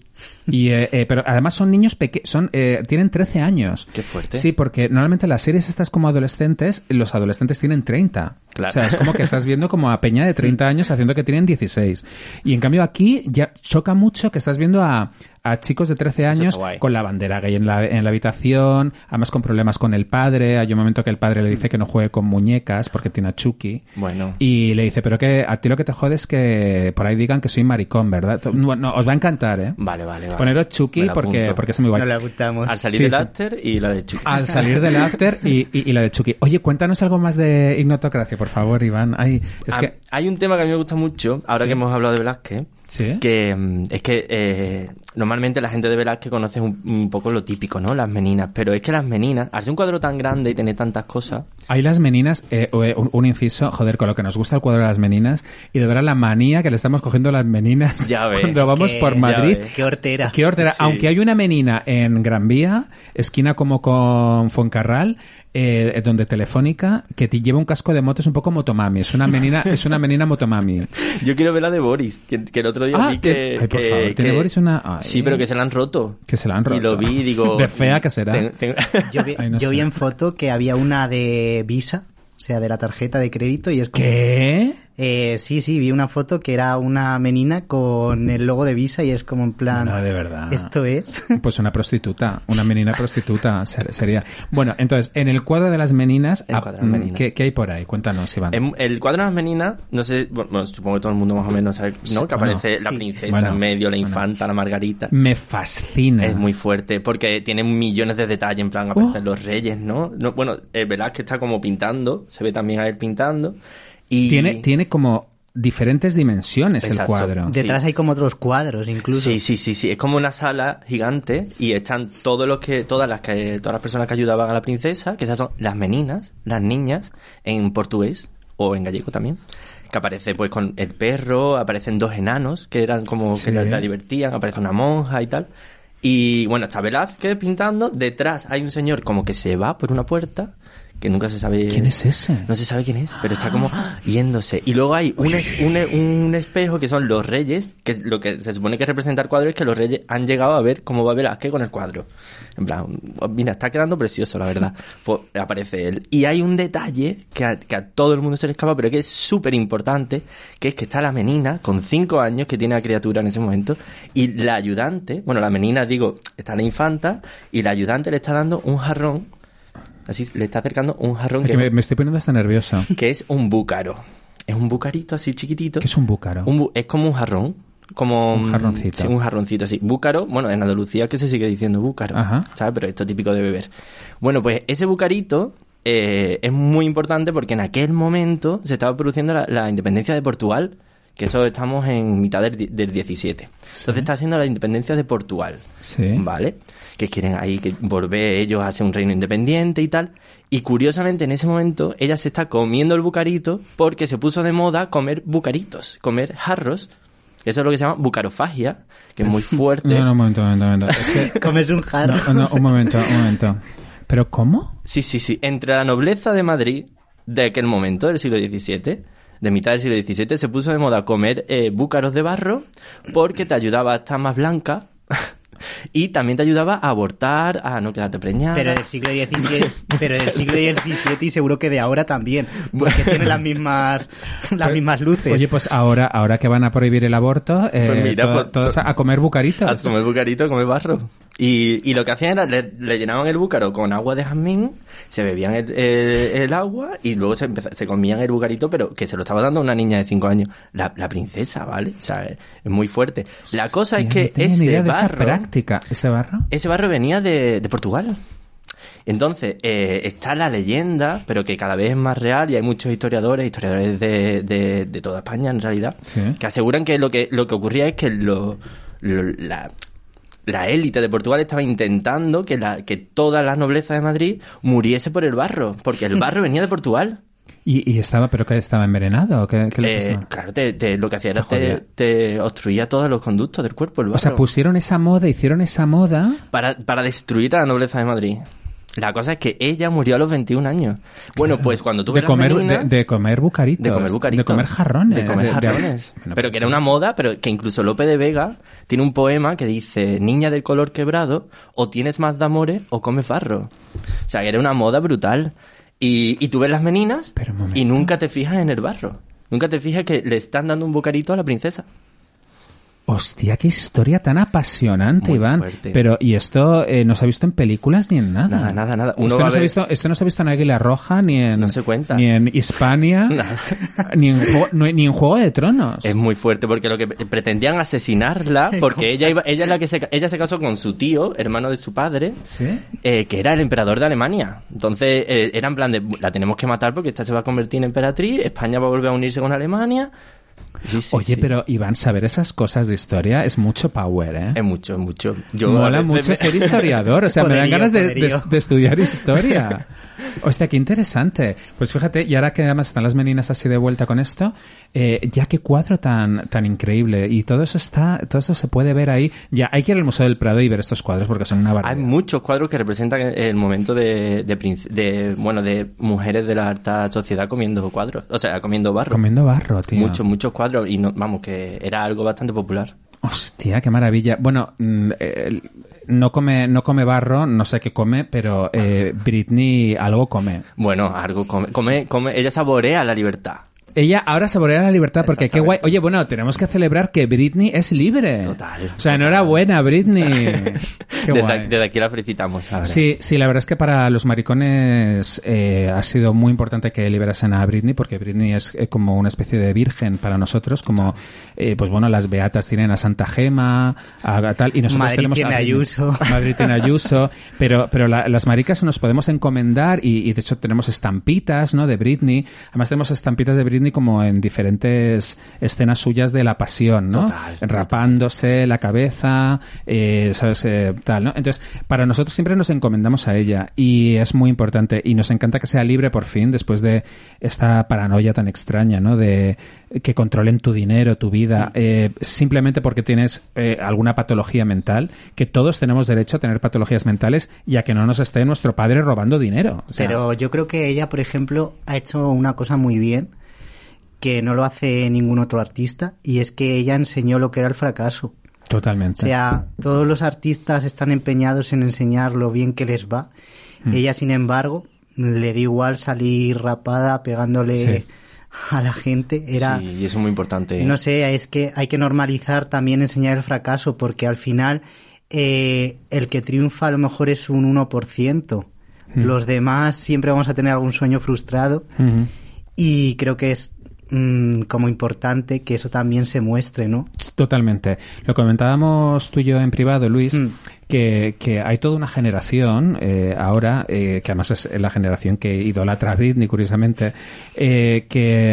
[SPEAKER 4] Y, eh, eh, pero además son niños pequeños, son eh, tienen trece años.
[SPEAKER 5] Qué fuerte.
[SPEAKER 4] Sí, porque normalmente las series estas como adolescentes, los adolescentes tienen treinta.
[SPEAKER 5] Claro.
[SPEAKER 4] O sea, es como que estás viendo como a peña de treinta años haciendo que tienen dieciséis. Y en cambio aquí ya choca mucho que estás viendo a, a chicos de trece
[SPEAKER 5] Eso
[SPEAKER 4] años
[SPEAKER 5] está guay.
[SPEAKER 4] con la bandera gay en la, en la habitación, además con problemas con el padre. Hay un momento que el padre le dice que no juegue con muñecas porque tiene a Chucky.
[SPEAKER 5] Bueno.
[SPEAKER 4] Y le dice, pero que a ti lo que te jode es que por ahí digan que soy maricón, ¿verdad? No, no, os va a encantar, ¿eh?
[SPEAKER 5] Vale, vale, vale.
[SPEAKER 4] Poneros Chucky
[SPEAKER 5] Me la
[SPEAKER 4] porque,
[SPEAKER 5] apunto.
[SPEAKER 4] porque es muy guay.
[SPEAKER 6] No le gustamos.
[SPEAKER 5] Al salir
[SPEAKER 4] Sí,
[SPEAKER 5] del
[SPEAKER 4] sí.
[SPEAKER 5] after y la de Chucky.
[SPEAKER 4] Al salir del after y, y, y la de Chucky. Oye, cuéntanos algo más de Ignotocracia, por favor, Iván. Ay, es
[SPEAKER 5] Ah,
[SPEAKER 4] que...
[SPEAKER 5] Hay un tema que a mí me gusta mucho, ahora
[SPEAKER 4] Sí.
[SPEAKER 5] que hemos hablado de Velázquez,
[SPEAKER 4] Sí.
[SPEAKER 5] que mm, es que eh, normalmente la gente de Velázquez conoce un, un poco lo típico, ¿no? Las meninas, pero es que las meninas, al ser un cuadro tan grande y tener tantas cosas,
[SPEAKER 4] Hay las meninas, eh, eh, un, un inciso, joder, con lo que nos gusta el cuadro de las meninas y de verdad la manía que le estamos cogiendo a las meninas
[SPEAKER 5] Ya ves,
[SPEAKER 4] cuando vamos
[SPEAKER 6] que-
[SPEAKER 4] por
[SPEAKER 6] ya
[SPEAKER 4] Madrid.
[SPEAKER 5] ves.
[SPEAKER 6] Qué hortera.
[SPEAKER 4] Qué hortera.
[SPEAKER 5] Sí.
[SPEAKER 4] Aunque hay una menina en Gran Vía, esquina como con Foncarral, eh, donde Telefónica, que te lleva un casco de moto, es un poco motomami. Es una menina, es una menina motomami.
[SPEAKER 5] yo quiero ver la de Boris, que, que el otro día
[SPEAKER 4] Ah,
[SPEAKER 5] vi que...
[SPEAKER 4] que- ay, por
[SPEAKER 5] que-
[SPEAKER 4] favor, ¿tiene
[SPEAKER 5] que-
[SPEAKER 4] Boris una...? Ay.
[SPEAKER 5] Sí, pero que se la han roto.
[SPEAKER 4] Que se la han roto.
[SPEAKER 5] Y lo vi y digo...
[SPEAKER 4] De fea que será.
[SPEAKER 5] ten- ten-
[SPEAKER 6] Yo vi,
[SPEAKER 4] Ay, no
[SPEAKER 6] yo
[SPEAKER 4] sé.
[SPEAKER 6] vi en foto que había una de Visa, o sea, de la tarjeta de crédito, y es como...
[SPEAKER 4] ¿Qué?
[SPEAKER 6] Eh, sí, sí, vi una foto que era una menina con el logo de Visa y es como en plan...
[SPEAKER 4] No, de verdad.
[SPEAKER 6] ¿Esto es?
[SPEAKER 4] Pues una prostituta, una menina prostituta ser- sería. Bueno, entonces, en el cuadro de las meninas,
[SPEAKER 5] El
[SPEAKER 4] ah,
[SPEAKER 5] cuadro de las
[SPEAKER 4] mm,
[SPEAKER 5] meninas.
[SPEAKER 4] ¿qué, qué hay por ahí? Cuéntanos, Iván.
[SPEAKER 5] En- el cuadro de las meninas, no sé, bueno, supongo que todo el mundo más o menos sabe, ¿no?
[SPEAKER 4] Sí,
[SPEAKER 5] Que
[SPEAKER 4] bueno,
[SPEAKER 5] aparece la
[SPEAKER 6] sí.
[SPEAKER 5] princesa
[SPEAKER 4] Bueno,
[SPEAKER 5] en medio, la
[SPEAKER 4] bueno.
[SPEAKER 5] infanta, la margarita.
[SPEAKER 4] Me fascina.
[SPEAKER 5] Es muy fuerte porque tiene millones de detalles, en plan aparecen
[SPEAKER 4] Oh.
[SPEAKER 5] los reyes, ¿no? no bueno, el Velázquez está como pintando, se ve también a él pintando y
[SPEAKER 4] Tiene, tiene como diferentes dimensiones el
[SPEAKER 5] Exacto.
[SPEAKER 4] cuadro.
[SPEAKER 5] De-
[SPEAKER 6] Detrás hay como otros cuadros incluso.
[SPEAKER 5] Sí, sí, sí, sí, es como una sala gigante y están todos los que todas las que todas las personas que ayudaban a la princesa, que esas son las meninas, las niñas en portugués o en gallego también, que aparece pues con el perro, aparecen dos enanos que eran como
[SPEAKER 4] Sí.
[SPEAKER 5] que la, la divertían, aparece una monja y tal. Y bueno, está Velázquez pintando, detrás hay un señor como que se va por una puerta, que nunca se sabe...
[SPEAKER 4] ¿Quién es ese?
[SPEAKER 5] No se sabe quién es, pero está como yéndose. Y luego hay un, es- un, un espejo que son los reyes, que es lo que se supone que representa el cuadro es que los reyes han llegado a ver cómo va Velázquez con el cuadro. En plan, mira, está quedando precioso, la verdad. Pues aparece él. Y hay un detalle que a, que a todo el mundo se le escapa, pero que es súper importante, que es que está la menina con cinco años, que tiene la criatura en ese momento, y la ayudante, bueno, la menina, digo, está la infanta, y la ayudante le está dando un jarrón. Así le está acercando un jarrón
[SPEAKER 4] Es
[SPEAKER 5] que,
[SPEAKER 4] que me, me estoy poniendo hasta nervioso.
[SPEAKER 5] que es un búcaro. Es un bucarito así chiquitito.
[SPEAKER 4] ¿Qué es un búcaro?
[SPEAKER 5] Un bu- es como un jarrón. Como
[SPEAKER 4] Un jarroncito.
[SPEAKER 5] Sí, un jarroncito así. Búcaro, bueno, en Andalucía que se sigue diciendo búcaro.
[SPEAKER 4] Ajá.
[SPEAKER 5] ¿Sabes? Pero esto es típico de beber. Bueno, pues ese bucarito eh, es muy importante porque en aquel momento se estaba produciendo la, la independencia de Portugal. Que eso estamos en mitad del, di- del diecisiete. Entonces está haciendo la independencia de Portugal.
[SPEAKER 4] Sí.
[SPEAKER 5] ¿Vale? Que quieren ahí que volver ellos a ser un reino independiente y tal. Y curiosamente en ese momento ella se está comiendo el bucarito porque se puso de moda comer bucaritos, comer jarros. Eso es lo que se llama bucarofagia, que es muy fuerte.
[SPEAKER 4] No, no, un momento, un momento, un momento. Es que...
[SPEAKER 6] Comes un jarro.
[SPEAKER 4] No, no, un momento, un momento. ¿Pero cómo?
[SPEAKER 5] Sí, sí, sí. Entre la nobleza de Madrid de aquel momento, del siglo diecisiete, de mitad del siglo diecisiete, se puso de moda comer eh, búcaros de barro porque te ayudaba a estar más blanca y también te ayudaba a abortar, a no quedarte preñada.
[SPEAKER 6] Pero del siglo diecisiete, pero del siglo diecisiete y seguro que de ahora también, porque tiene las mismas las mismas luces.
[SPEAKER 4] Oye, pues ahora, ahora que van a prohibir el aborto, eh,
[SPEAKER 5] Pues mira,
[SPEAKER 4] to-
[SPEAKER 5] pues-
[SPEAKER 4] todos a a comer bucaritos.
[SPEAKER 5] A comer bucarito, a comer barro. Y, y lo que hacían era, le, le llenaban el búcaro con agua de jazmín, se bebían el, el- el agua y luego se, empeza- se comían el bucarito, pero que se lo estaba dando una niña de cinco años. La, la princesa, ¿vale? O sea, es, es muy fuerte. La cosa es
[SPEAKER 4] Hostia,
[SPEAKER 5] que
[SPEAKER 4] no tenía ni
[SPEAKER 5] ese
[SPEAKER 4] idea de esa
[SPEAKER 5] barro,
[SPEAKER 4] práctica. ¿Ese barro?
[SPEAKER 5] ese barro venía de, de Portugal. Entonces, eh, está la leyenda, pero que cada vez es más real y hay muchos historiadores, historiadores de, de, de toda España en realidad,
[SPEAKER 4] Sí.
[SPEAKER 5] que aseguran que lo que lo que ocurría es que lo, lo- la, la élite de Portugal estaba intentando que, la, que toda la nobleza de Madrid muriese por el barro, porque el barro venía de Portugal.
[SPEAKER 4] ¿Y, y estaba, pero que estaba envenenado? ¿O ¿Qué, qué le
[SPEAKER 5] Eh,
[SPEAKER 4] pasó?
[SPEAKER 5] claro, te, te- lo que hacía era
[SPEAKER 4] Te jodía.
[SPEAKER 5] te, te obstruía todos los conductos del cuerpo, el barro.
[SPEAKER 4] O sea, pusieron esa moda, hicieron esa moda...
[SPEAKER 5] para, para destruir a la nobleza de Madrid. La cosa es que ella murió a los veintiún años. Bueno, pues cuando tuve
[SPEAKER 4] de comer, de, de comer bucaritos.
[SPEAKER 5] de comer bucaritos.
[SPEAKER 4] De comer jarrones.
[SPEAKER 5] De comer
[SPEAKER 4] de- de-
[SPEAKER 5] jarrones.
[SPEAKER 4] Bueno,
[SPEAKER 5] pero que era una moda, pero que incluso Lope de Vega tiene un poema que dice: niña del color quebrado, o tienes más de amores o comes barro. O sea, que era una moda brutal. Y, y tú ves las meninas
[SPEAKER 4] Pero un momento.
[SPEAKER 5] y nunca te fijas en el barro. Nunca te fijas que le están dando un bucarito a la princesa.
[SPEAKER 4] Hostia, qué historia tan apasionante,
[SPEAKER 5] Muy
[SPEAKER 4] Iván.
[SPEAKER 5] fuerte.
[SPEAKER 4] Pero, ¿y esto eh, no se ha visto en películas ni en nada?
[SPEAKER 5] Nada, nada, nada. Uno
[SPEAKER 4] Esto
[SPEAKER 5] va
[SPEAKER 4] no,
[SPEAKER 5] a
[SPEAKER 4] se ha
[SPEAKER 5] ver-
[SPEAKER 4] visto, esto no se ha visto en Águila Roja, ni en...
[SPEAKER 5] No se cuenta.
[SPEAKER 4] Ni en Hispania,
[SPEAKER 5] Nada.
[SPEAKER 4] ni, en juego, no- ni en Juego de Tronos.
[SPEAKER 5] Es muy fuerte porque lo que pretendían asesinarla porque ella iba, ella es la que se, ella se casó con su tío, hermano de su padre,
[SPEAKER 4] ¿Sí?
[SPEAKER 5] eh, que era el emperador de Alemania. Entonces eh, era en plan de la tenemos que matar porque esta se va a convertir en emperatriz, España va a volver a unirse con Alemania. Sí, sí,
[SPEAKER 4] Oye,
[SPEAKER 5] sí.
[SPEAKER 4] pero Iván, saber esas cosas de historia es mucho power, ¿eh?
[SPEAKER 5] Es mucho, es mucho. Yo a
[SPEAKER 4] Mola
[SPEAKER 5] veces
[SPEAKER 4] mucho
[SPEAKER 5] me-
[SPEAKER 4] ser historiador, o sea, me dan
[SPEAKER 6] Poderío,
[SPEAKER 4] ganas de, de,
[SPEAKER 6] poderío.
[SPEAKER 4] de estudiar historia. Hostia, qué interesante. Pues fíjate, y ahora que además están las meninas así de vuelta con esto, eh, ya qué cuadro tan tan increíble. Y todo eso está, todo eso se puede ver ahí. Ya hay que ir al Museo del Prado y ver estos cuadros porque son una
[SPEAKER 5] Hay
[SPEAKER 4] barbaridad.
[SPEAKER 5] muchos cuadros que representan el momento de, de, princ- de, bueno, de mujeres de la alta sociedad comiendo cuadros, o sea, comiendo barro.
[SPEAKER 4] Comiendo barro, tío.
[SPEAKER 5] Muchos, muchos cuadros y no, vamos, que era algo bastante popular.
[SPEAKER 4] Hostia, qué maravilla. Bueno, mm, eh, no come no come barro, no sé qué come, pero eh, Britney algo come.
[SPEAKER 5] Bueno, algo come, come, come, ella saborea la libertad.
[SPEAKER 4] Ella ahora saborea la libertad porque qué guay.
[SPEAKER 5] Exactamente.
[SPEAKER 4] Oye, bueno, tenemos que celebrar que Britney es libre.
[SPEAKER 5] Total.
[SPEAKER 4] O sea, enhorabuena, Britney. Qué
[SPEAKER 5] Desde,
[SPEAKER 4] guay.
[SPEAKER 5] desde aquí la felicitamos. la verdad.
[SPEAKER 4] Sí, sí, la verdad es que para los maricones eh, ha sido muy importante que liberasen a Britney porque Britney es eh, como una especie de virgen para nosotros, como, eh, pues bueno, las beatas tienen a Santa Gema, a, a tal, y nosotros
[SPEAKER 6] Madrid
[SPEAKER 4] tenemos
[SPEAKER 6] tiene a
[SPEAKER 4] Britney.
[SPEAKER 6] Ayuso.
[SPEAKER 4] Madrid tiene a Ayuso, pero, pero la- las maricas nos podemos encomendar y, y de hecho tenemos estampitas, ¿no?, de Britney. Además tenemos estampitas de Britney Britney como en diferentes escenas suyas de la pasión, ¿no?
[SPEAKER 5] Total,
[SPEAKER 4] rapándose la cabeza, eh, ¿sabes? Eh, tal, ¿no? Entonces, para nosotros siempre nos encomendamos a ella y es muy importante y nos encanta que sea libre por fin después de esta paranoia tan extraña, ¿no? De que controlen tu dinero, tu vida, eh, simplemente porque tienes eh, alguna patología mental, que todos tenemos derecho a tener patologías mentales y a que no nos esté nuestro padre robando dinero. O sea,
[SPEAKER 6] pero yo creo que ella, por ejemplo, ha hecho una cosa muy bien que no lo hace ningún otro artista, y es que ella enseñó lo que era el fracaso.
[SPEAKER 4] totalmente.
[SPEAKER 6] O sea, todos los artistas están empeñados en enseñar lo bien que les va. Mm. Ella, sin embargo, le da igual salir rapada pegándole sí. a la gente. Era,
[SPEAKER 5] sí, y eso es muy importante.
[SPEAKER 6] No sé, es que hay que normalizar también enseñar el fracaso, porque al final eh, el que triunfa a lo mejor es un uno por ciento. Mm. Los demás siempre vamos a tener algún sueño frustrado. Mm-hmm. Y creo que es como importante que eso también se muestre, ¿no? Totalmente. Lo comentábamos tú y yo en privado, Luis, mm. que, que hay toda una generación eh, ahora, eh, que además es la generación que idolatra a Britney, curiosamente, eh,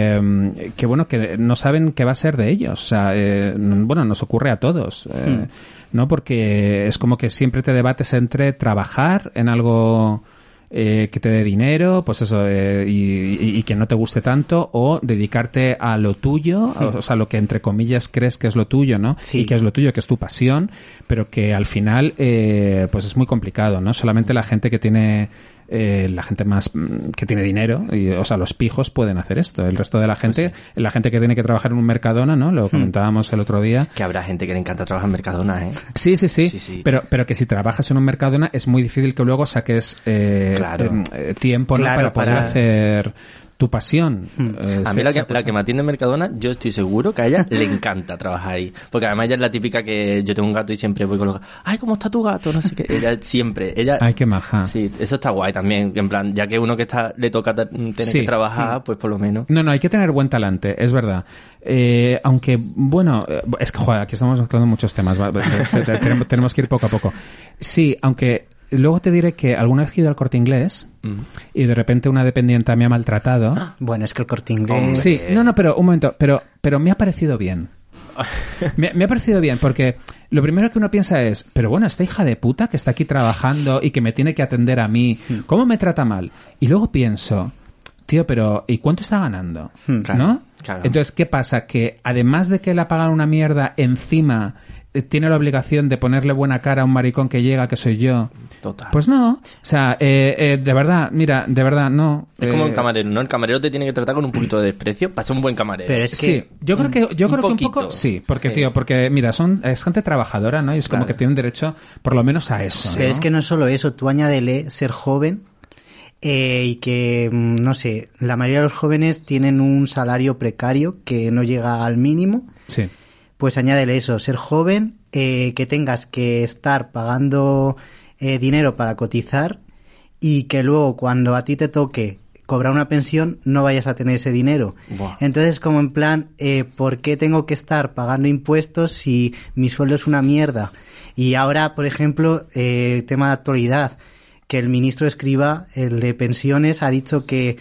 [SPEAKER 6] que, que, bueno, que no saben qué va a ser de ellos. O sea, eh, bueno, nos ocurre a todos, eh, mm. ¿no? Porque es como que siempre te debates entre trabajar en algo Eh, que te dé dinero, pues eso, eh, y, y, y que no te guste tanto, o dedicarte a lo tuyo, sí. o sea, lo que entre comillas crees que es lo tuyo, ¿no? Sí. Y que es lo tuyo, que es tu pasión, pero que al final, eh, pues es muy complicado, ¿no? Solamente la gente que tiene eh, la gente más que tiene dinero, y, o sea, los pijos pueden hacer esto. El resto de la gente, pues sí. la gente que tiene que trabajar en un Mercadona, ¿no? Lo comentábamos el otro día.
[SPEAKER 5] Que habrá gente que le encanta trabajar en Mercadona, ¿eh?
[SPEAKER 4] Sí, sí, sí. sí, sí. Pero, pero que si trabajas en un Mercadona es muy difícil que luego saques eh,
[SPEAKER 5] claro.
[SPEAKER 4] eh, tiempo, ¿no? Claro, para poder para... hacer tu pasión.
[SPEAKER 5] Hmm. Eh, a mí la que, la que me atiende en Mercadona, yo estoy seguro que a ella le encanta trabajar ahí. Porque además ella es la típica que yo tengo un gato y siempre voy con los gatos. Ay, ¿cómo está tu gato? No sé qué. Ella siempre, ella...
[SPEAKER 4] Ay, qué maja.
[SPEAKER 5] Sí, eso está guay también. En plan, ya que uno que está le toca tener sí. que trabajar, hmm. pues por lo menos.
[SPEAKER 4] No, no, hay que tener buen talante, es verdad. Eh, aunque, bueno, es que, joder, aquí estamos mezclando muchos temas. tenemos, tenemos que ir poco a poco. Sí, aunque... Luego te diré que alguna vez he ido al Corte Inglés mm. y de repente una dependienta me ha maltratado.
[SPEAKER 6] Bueno, es que el Corte Inglés...
[SPEAKER 4] Sí, no, no, pero un momento, pero, pero me ha parecido bien. me, me ha parecido bien porque lo primero que uno piensa es, pero bueno, esta hija de puta que está aquí trabajando y que me tiene que atender a mí, ¿cómo me trata mal? Y luego pienso, tío, pero ¿y cuánto está ganando? Claro, ¿no? Claro. Entonces, ¿qué pasa? Que además de que le pagan una mierda, encima tiene la obligación de ponerle buena cara a un maricón que llega, que soy yo.
[SPEAKER 5] Total.
[SPEAKER 4] Pues no. O sea, eh, eh, de verdad, mira, de verdad, no.
[SPEAKER 5] Es
[SPEAKER 4] eh,
[SPEAKER 5] como el camarero, ¿no? El camarero te tiene que tratar con un poquito de desprecio para ser un buen camarero.
[SPEAKER 4] Pero es que... Sí, yo creo que, yo un creo que un poco... Sí, porque, sí. tío, porque, mira, son es gente trabajadora, ¿no? Y es claro. como que tienen derecho, por lo menos, a eso,
[SPEAKER 6] Pero
[SPEAKER 4] ¿no?
[SPEAKER 6] es que no es solo eso. Tú añádele ser joven eh, y que, no sé, la mayoría de los jóvenes tienen un salario precario que no llega al mínimo.
[SPEAKER 4] Sí.
[SPEAKER 6] Pues añádele eso, ser joven, eh, que tengas que estar pagando eh, dinero para cotizar y que luego cuando a ti te toque cobrar una pensión no vayas a tener ese dinero. Buah. Entonces, como en plan, eh, ¿por qué tengo que estar pagando impuestos si mi sueldo es una mierda? Y ahora, por ejemplo, eh, tema de actualidad, que el ministro Escrivá, el de pensiones, ha dicho que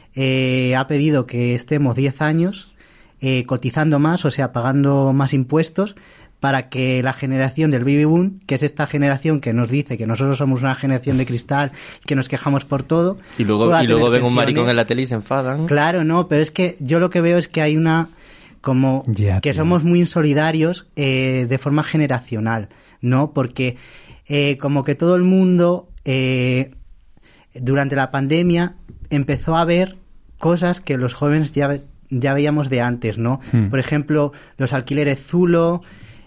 [SPEAKER 6] eh, ha pedido que estemos diez años Eh, cotizando más, o sea, pagando más impuestos para que la generación del baby boom, que es esta generación que nos dice que nosotros somos una generación de cristal, que nos quejamos por todo,
[SPEAKER 5] y luego y luego ven un maricón en la tele y se enfadan.
[SPEAKER 6] Claro, no, pero es que yo lo que veo es que hay una como yeah, que tío. somos muy insolidarios eh, de forma generacional, ¿no? Porque eh, como que todo el mundo eh, durante la pandemia empezó a ver cosas que los jóvenes ya ya veíamos de antes, ¿no? Hmm. Por ejemplo, los alquileres zulo,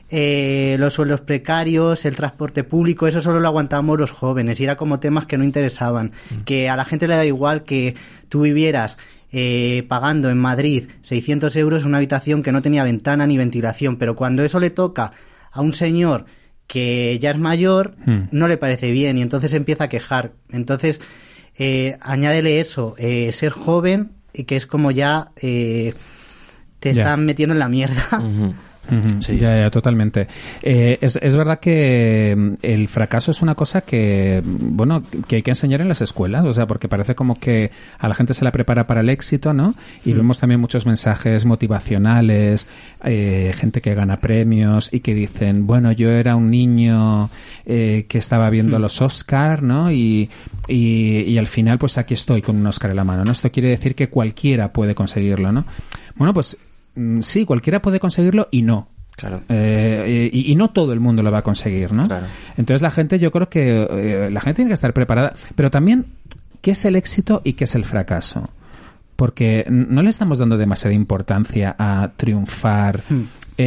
[SPEAKER 6] eh, los sueldos precarios, el transporte público, eso solo lo aguantábamos los jóvenes y era como temas que no interesaban. Hmm. Que a la gente le da igual que tú vivieras eh, pagando en Madrid seiscientos euros una habitación que no tenía ventana ni ventilación, pero cuando eso le toca a un señor que ya es mayor, hmm. no le parece bien y entonces empieza a quejar. Entonces, eh, añádele eso, eh, ser joven y que es como ya eh, te yeah. están metiendo en la mierda.
[SPEAKER 4] Uh-huh. Uh-huh.
[SPEAKER 5] Sí.
[SPEAKER 4] Ya, ya, totalmente. Eh, es, es verdad que el fracaso es una cosa que, bueno, que hay que enseñar en las escuelas, o sea, porque parece como que a la gente se la prepara para el éxito, ¿no? Y mm. vemos también muchos mensajes motivacionales, eh, gente que gana premios y que dicen, bueno, yo era un niño eh, que estaba viendo mm. los Oscar, ¿no? Y, y, y al final, pues aquí estoy con un Oscar en la mano, ¿no? Esto quiere decir que cualquiera puede conseguirlo, ¿no? Bueno, pues sí, cualquiera puede conseguirlo y no.
[SPEAKER 5] Claro.
[SPEAKER 4] Eh, y, y no todo el mundo lo va a conseguir, ¿no?
[SPEAKER 5] Claro.
[SPEAKER 4] Entonces la gente, yo creo que eh, la gente tiene que estar preparada. Pero también, ¿qué es el éxito y qué es el fracaso? Porque no le estamos dando demasiada importancia a triunfar hmm.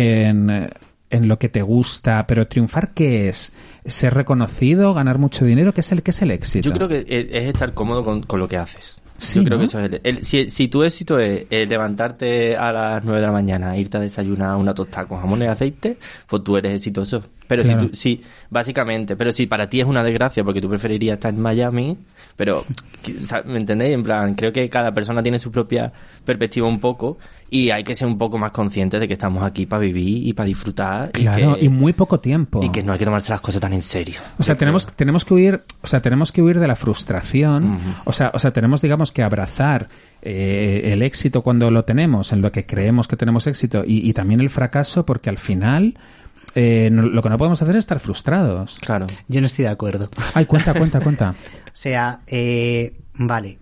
[SPEAKER 4] en, en lo que te gusta. Pero triunfar, ¿qué es? ¿Ser reconocido? ¿Ganar mucho dinero? ¿Qué es el, qué es el éxito?
[SPEAKER 5] Yo creo que es estar cómodo con, con lo que haces.
[SPEAKER 4] Sí,
[SPEAKER 5] Yo creo
[SPEAKER 4] ¿no?
[SPEAKER 5] que eso es el, el, si, si tu éxito es el levantarte a las nueve de la mañana, irte a desayunar una tostada con jamón y aceite, pues tú eres exitoso. Pero claro. si tú, si, básicamente, pero si para ti es una desgracia porque tú preferirías estar en Miami, pero, ¿me entendéis? En plan, creo que cada persona tiene su propia perspectiva un poco y hay que ser un poco más conscientes de que estamos aquí para vivir y para disfrutar.
[SPEAKER 4] Claro,
[SPEAKER 5] y, que,
[SPEAKER 4] y muy poco tiempo.
[SPEAKER 5] Y que no hay que tomarse las cosas tan en serio.
[SPEAKER 4] O sea, tenemos, tenemos que huir, o sea, tenemos que huir de la frustración, uh-huh. o sea, o sea, tenemos, digamos, que abrazar eh, el éxito cuando lo tenemos, en lo que creemos que tenemos éxito, y, y también el fracaso, porque al final eh, no, lo que no podemos hacer es estar frustrados.
[SPEAKER 5] Claro.
[SPEAKER 6] Yo no estoy de acuerdo.
[SPEAKER 4] Ay, cuenta, cuenta, cuenta.
[SPEAKER 6] O sea, eh, vale,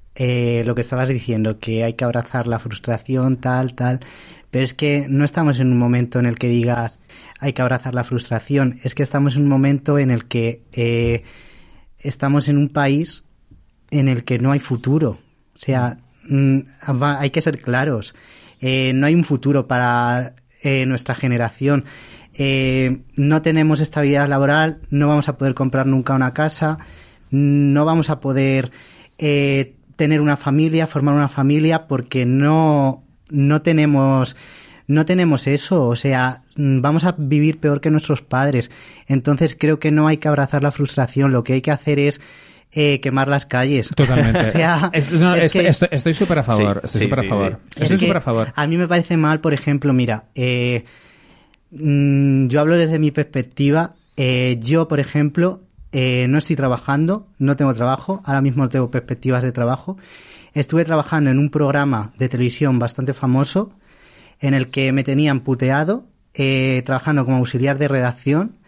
[SPEAKER 6] eh, lo que estabas diciendo, que hay que abrazar la frustración, tal, tal, pero es que no estamos en un momento en el que digas hay que abrazar la frustración, es que estamos en un momento en el que eh, estamos en un país en el que no hay futuro. O sea, mm, hay que ser claros. Eh, no hay un futuro para eh, nuestra generación. Eh, no tenemos estabilidad laboral, no vamos a poder comprar nunca una casa, no vamos a poder eh, tener una familia, formar una familia, porque no, no tenemos, no tenemos eso. O sea, vamos a vivir peor que nuestros padres. Entonces creo que no hay que abrazar la frustración. Lo que hay que hacer es Eh, quemar las calles.
[SPEAKER 4] Totalmente.
[SPEAKER 6] O sea,
[SPEAKER 4] es, no,
[SPEAKER 6] es
[SPEAKER 4] estoy,
[SPEAKER 6] que,
[SPEAKER 4] estoy, estoy súper a favor.
[SPEAKER 5] Sí,
[SPEAKER 4] estoy
[SPEAKER 5] sí,
[SPEAKER 4] súper
[SPEAKER 5] sí,
[SPEAKER 4] a favor.
[SPEAKER 5] sí.
[SPEAKER 4] Estoy súper a favor.
[SPEAKER 6] A mí me parece mal, por ejemplo, mira, eh, mmm, yo hablo desde mi perspectiva. Eh, yo, por ejemplo, eh, no estoy trabajando, no tengo trabajo. Ahora mismo no tengo perspectivas de trabajo. Estuve trabajando en un programa de televisión bastante famoso en el que me tenían puteado, eh, trabajando como auxiliar de redacción.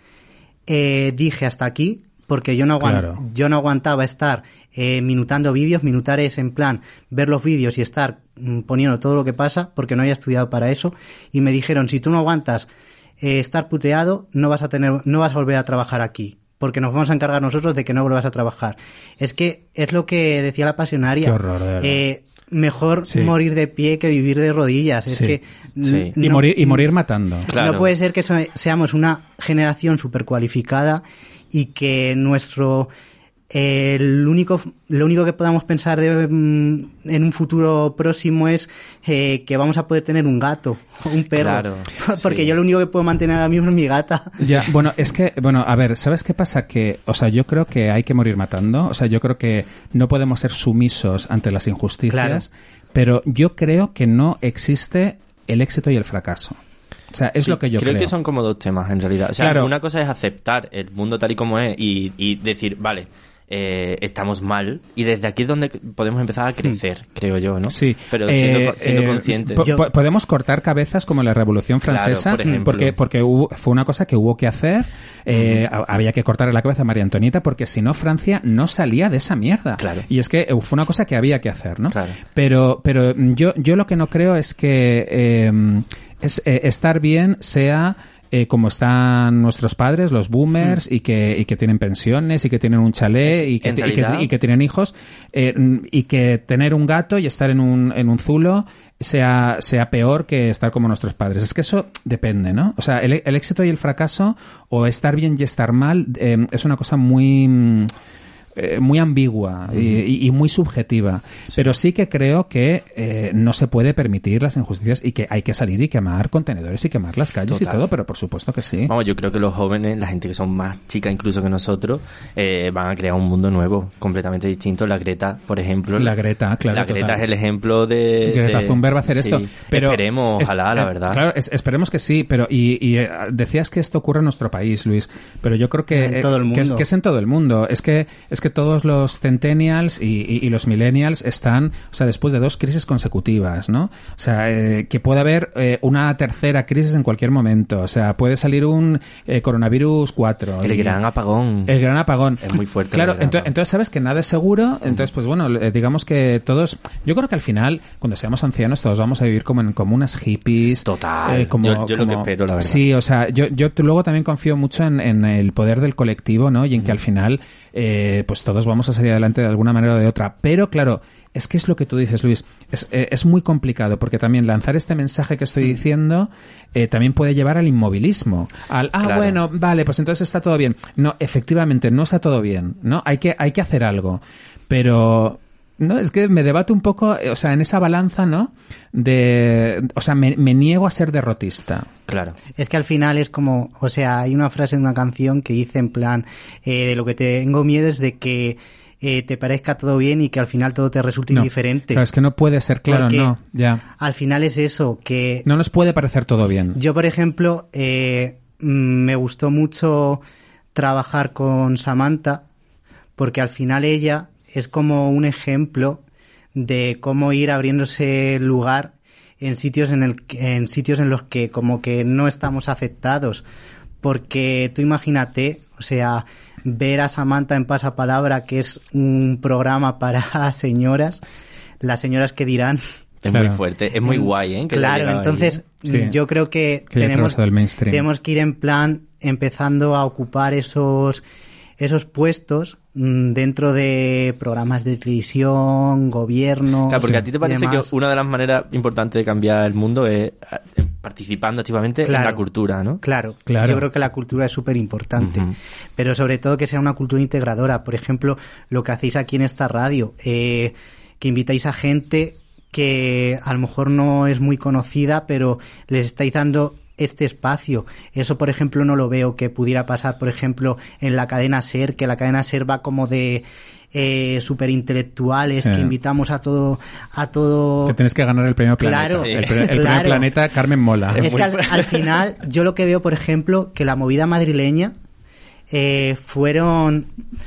[SPEAKER 6] Eh, dije hasta aquí, porque yo no, aguant-
[SPEAKER 4] claro.
[SPEAKER 6] yo no aguantaba estar eh, minutando vídeos. Minutar es en plan ver los vídeos y estar mm, poniendo todo lo que pasa, porque no había estudiado para eso. Y me dijeron, si tú no aguantas eh, estar puteado, no vas a tener, no vas a volver a trabajar aquí, porque nos vamos a encargar nosotros de que no vuelvas a trabajar. Es que es lo que decía la pasionaria.
[SPEAKER 4] Qué horror, de verdad.
[SPEAKER 6] Eh, mejor
[SPEAKER 4] sí.
[SPEAKER 6] morir de pie que vivir de rodillas. Es
[SPEAKER 4] sí.
[SPEAKER 6] que
[SPEAKER 5] Sí.
[SPEAKER 6] no,
[SPEAKER 4] y, morir, y morir matando.
[SPEAKER 5] Claro.
[SPEAKER 6] no puede ser que so- seamos una generación súper cualificada y que nuestro eh, el único lo único que podamos pensar de, mm, en un futuro próximo es eh, que vamos a poder tener un gato o un perro.
[SPEAKER 5] Claro,
[SPEAKER 6] porque
[SPEAKER 5] sí.
[SPEAKER 6] yo lo único que puedo mantener ahora mismo es mi gata.
[SPEAKER 4] Ya, bueno, es que, bueno, a ver, ¿sabes qué pasa? Que, o sea, yo creo que hay que morir matando. O sea, yo creo que no podemos ser sumisos ante las injusticias, claro. Pero yo creo que no existe el éxito y el fracaso. O sea, es
[SPEAKER 5] sí,
[SPEAKER 4] lo que yo creo.
[SPEAKER 5] Creo que son como dos temas, en realidad. O sea,
[SPEAKER 4] claro.
[SPEAKER 5] Una cosa es aceptar el mundo tal y como es y, y decir, vale, eh, estamos mal, y desde aquí es donde podemos empezar a crecer, mm. creo yo, ¿no?
[SPEAKER 4] Sí.
[SPEAKER 5] Pero siendo,
[SPEAKER 4] eh,
[SPEAKER 5] siendo
[SPEAKER 4] eh,
[SPEAKER 5] conscientes.
[SPEAKER 4] Po-
[SPEAKER 6] Yo...
[SPEAKER 4] podemos cortar cabezas como la Revolución Francesa,
[SPEAKER 5] claro, por ejemplo.
[SPEAKER 4] porque porque hubo, fue una cosa que hubo que hacer. Eh, uh-huh. Había que cortarle la cabeza a María Antonieta, porque si no Francia no salía de esa mierda.
[SPEAKER 5] Claro.
[SPEAKER 4] Y es que fue una cosa que había que hacer, ¿no?
[SPEAKER 5] Claro.
[SPEAKER 4] Pero pero yo yo lo que no creo es que eh, es eh, estar bien sea Eh, como están nuestros padres, los boomers, mm. y que y que tienen pensiones y que tienen un chalet y que, y que, y que tienen hijos, eh, y que tener un gato y estar en un en un zulo sea sea peor que estar como nuestros padres. Es que eso depende, ¿no? O sea, el, el éxito y el fracaso, o estar bien y estar mal, eh, es una cosa muy eh, muy ambigua uh-huh. y, y muy subjetiva. Sí. Pero sí que creo que eh, no se puede permitir las injusticias y que hay que salir y quemar contenedores y quemar las calles Total. y todo, pero por supuesto que sí.
[SPEAKER 5] Vamos, yo creo que los jóvenes, la gente que son más chicas incluso que nosotros, eh, van a crear un mundo nuevo, completamente distinto. La Greta, por ejemplo.
[SPEAKER 4] La Greta, claro.
[SPEAKER 5] La Greta
[SPEAKER 4] total.
[SPEAKER 5] es el ejemplo de...
[SPEAKER 4] Greta
[SPEAKER 5] de,
[SPEAKER 4] Thunberg va a hacer
[SPEAKER 5] sí,
[SPEAKER 4] esto. Pero
[SPEAKER 5] esperemos,
[SPEAKER 4] es,
[SPEAKER 5] ojalá, la
[SPEAKER 4] eh,
[SPEAKER 5] verdad.
[SPEAKER 4] Claro, es, esperemos que sí, pero y, y eh, decías que esto ocurre en nuestro país, Luis, pero yo creo que,
[SPEAKER 6] en
[SPEAKER 4] eh,
[SPEAKER 6] todo el mundo.
[SPEAKER 4] que, es, que es en todo el mundo. Es que es que todos los centennials y, y, y los millennials están, o sea, después de dos crisis consecutivas, ¿no? O sea, eh, que puede haber eh, una tercera crisis en cualquier momento. O sea, puede salir un eh, coronavirus cuatro.
[SPEAKER 5] El
[SPEAKER 4] y,
[SPEAKER 5] gran apagón.
[SPEAKER 4] El gran apagón.
[SPEAKER 5] Es muy fuerte.
[SPEAKER 4] Claro, entonces, entonces sabes que nada es seguro. Entonces, pues bueno, digamos que todos... Yo creo que al final, cuando seamos ancianos, todos vamos a vivir como en comunas hippies.
[SPEAKER 5] Total.
[SPEAKER 4] Eh, como,
[SPEAKER 5] yo yo
[SPEAKER 4] como,
[SPEAKER 5] lo que espero, la verdad.
[SPEAKER 4] Sí, o sea, yo, yo luego también confío mucho en, en el poder del colectivo, ¿no? Y en que al final, eh, pues todos vamos a salir adelante de alguna manera o de otra. Pero claro, es que es lo que tú dices, Luis. Es, eh, es muy complicado porque también lanzar este mensaje que estoy diciendo eh, también puede llevar al inmovilismo. Al, ah,
[SPEAKER 5] claro.
[SPEAKER 4] bueno, vale, pues entonces está todo bien. No, efectivamente, no está todo bien, ¿no? Hay que, hay que hacer algo. Pero... No, es que me debato un poco, o sea, en esa balanza, ¿no? De, o sea, me, me niego a ser derrotista.
[SPEAKER 5] Claro.
[SPEAKER 6] Es que al final es como, o sea, hay una frase en una canción que dice en plan, eh, de lo que tengo miedo es de que eh, te parezca todo bien y que al final todo te resulte
[SPEAKER 4] no,
[SPEAKER 6] indiferente.
[SPEAKER 4] Claro, es que no puede ser, claro,
[SPEAKER 6] Porque
[SPEAKER 4] no, ya.
[SPEAKER 6] Al final es eso, que...
[SPEAKER 4] No nos puede parecer todo bien.
[SPEAKER 6] Yo, por ejemplo, eh, me gustó mucho trabajar con Samantha, porque al final ella... es como un ejemplo de cómo ir abriéndose lugar en sitios en el en sitios en los que como que no estamos aceptados, porque tú imagínate, o sea, ver a Samantha en Pasapalabra, que es un programa para señoras, las señoras que dirán.
[SPEAKER 5] Es claro. muy fuerte, es muy guay, ¿eh? Que
[SPEAKER 6] claro, entonces
[SPEAKER 4] sí.
[SPEAKER 6] yo creo que,
[SPEAKER 4] que
[SPEAKER 6] tenemos
[SPEAKER 4] tenemos
[SPEAKER 6] que ir en plan empezando a ocupar esos esos puestos dentro de programas de televisión, gobierno...
[SPEAKER 5] Claro, porque a ti te parece que una de las maneras importantes de cambiar el mundo es participando activamente claro, en la cultura, ¿no?
[SPEAKER 6] Claro,
[SPEAKER 4] claro.
[SPEAKER 6] Yo creo que la cultura es súper importante, uh-huh. pero sobre todo que sea una cultura integradora. Por ejemplo, lo que hacéis aquí en esta radio, eh, que invitáis a gente que a lo mejor no es muy conocida, pero les estáis dando... este espacio. Eso, por ejemplo, no lo veo que pudiera pasar, por ejemplo, en la cadena SER, que la cadena SER va como de eh, superintelectuales, sí. que invitamos a todo... a todo
[SPEAKER 4] que tienes que ganar el premio Planeta.
[SPEAKER 6] Claro,
[SPEAKER 4] el, el claro.
[SPEAKER 6] premio
[SPEAKER 4] Planeta, Carmen Mola.
[SPEAKER 6] Es, es que al, al final, yo lo que veo, por ejemplo, que la movida madrileña eh, fueron...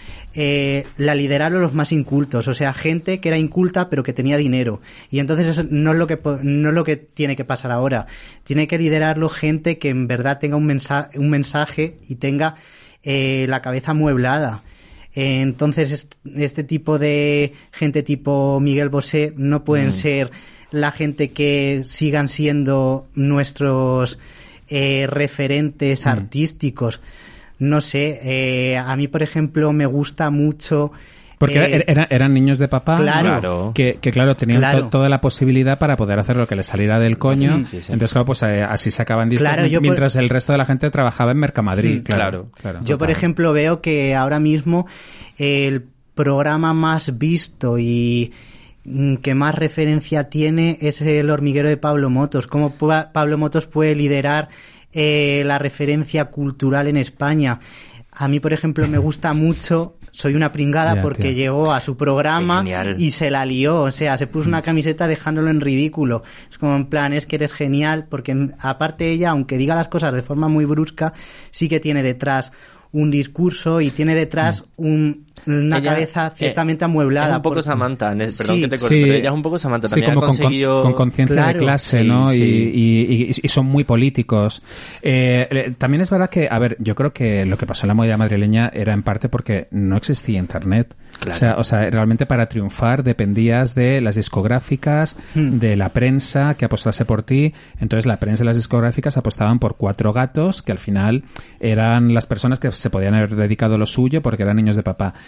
[SPEAKER 6] Eh, la lideraron los más incultos, o sea, gente que era inculta pero que tenía dinero, y entonces eso no es lo que no es lo que tiene que pasar ahora. Tiene que liderarlo gente que en verdad tenga un mensaje, un mensaje y tenga eh, la cabeza amueblada. Eh, entonces este, este tipo de gente tipo Miguel Bosé no pueden mm. ser la gente que sigan siendo nuestros eh, referentes mm. artísticos. No sé, eh, a mí, por ejemplo, me gusta mucho...
[SPEAKER 4] Porque eh, era, eran niños de papá,
[SPEAKER 6] claro,
[SPEAKER 4] que, que claro, tenían claro. To, toda la posibilidad para poder hacer lo que les saliera del coño. Sí, sí, sí. Entonces, claro, pues eh, así sacaban discos, claro, mientras por... el resto de la gente trabajaba en Mercamadrid. Mm, claro, claro.
[SPEAKER 6] Yo, por ejemplo, veo que ahora mismo el programa más visto y que más referencia tiene es El hormiguero de Pablo Motos. Cómo Pablo Motos puede liderar eh, la referencia cultural en España. A mí, por ejemplo, me gusta mucho... Soy una pringada yeah, porque tío. llegó a su programa genial. Y se la lió, o sea, se puso una camiseta dejándolo en ridículo. Es como en plan, es que eres genial, porque aparte ella, aunque diga las cosas de forma muy brusca, sí que tiene detrás un discurso y tiene detrás un, una ella, cabeza ciertamente eh, amueblada.
[SPEAKER 5] Es un poco
[SPEAKER 6] por...
[SPEAKER 5] Samantha, perdón
[SPEAKER 6] sí,
[SPEAKER 5] que te corte,
[SPEAKER 4] sí,
[SPEAKER 5] pero ella es un poco Samantha.
[SPEAKER 4] Sí,
[SPEAKER 5] también
[SPEAKER 4] como
[SPEAKER 5] ha conseguido...
[SPEAKER 4] con, con conciencia claro, de clase, sí, ¿no? Sí. Y, y, y, y son muy políticos. Eh, también es verdad que, a ver, yo creo que lo que pasó en la movida madrileña era en parte porque no existía Internet. Claro. O sea, o sea, realmente para triunfar dependías de las discográficas, hmm. de la prensa que apostase por ti. Entonces la prensa y las discográficas apostaban por cuatro gatos que al final eran las personas que se podían haber dedicado a lo suyo porque eran niños de papá.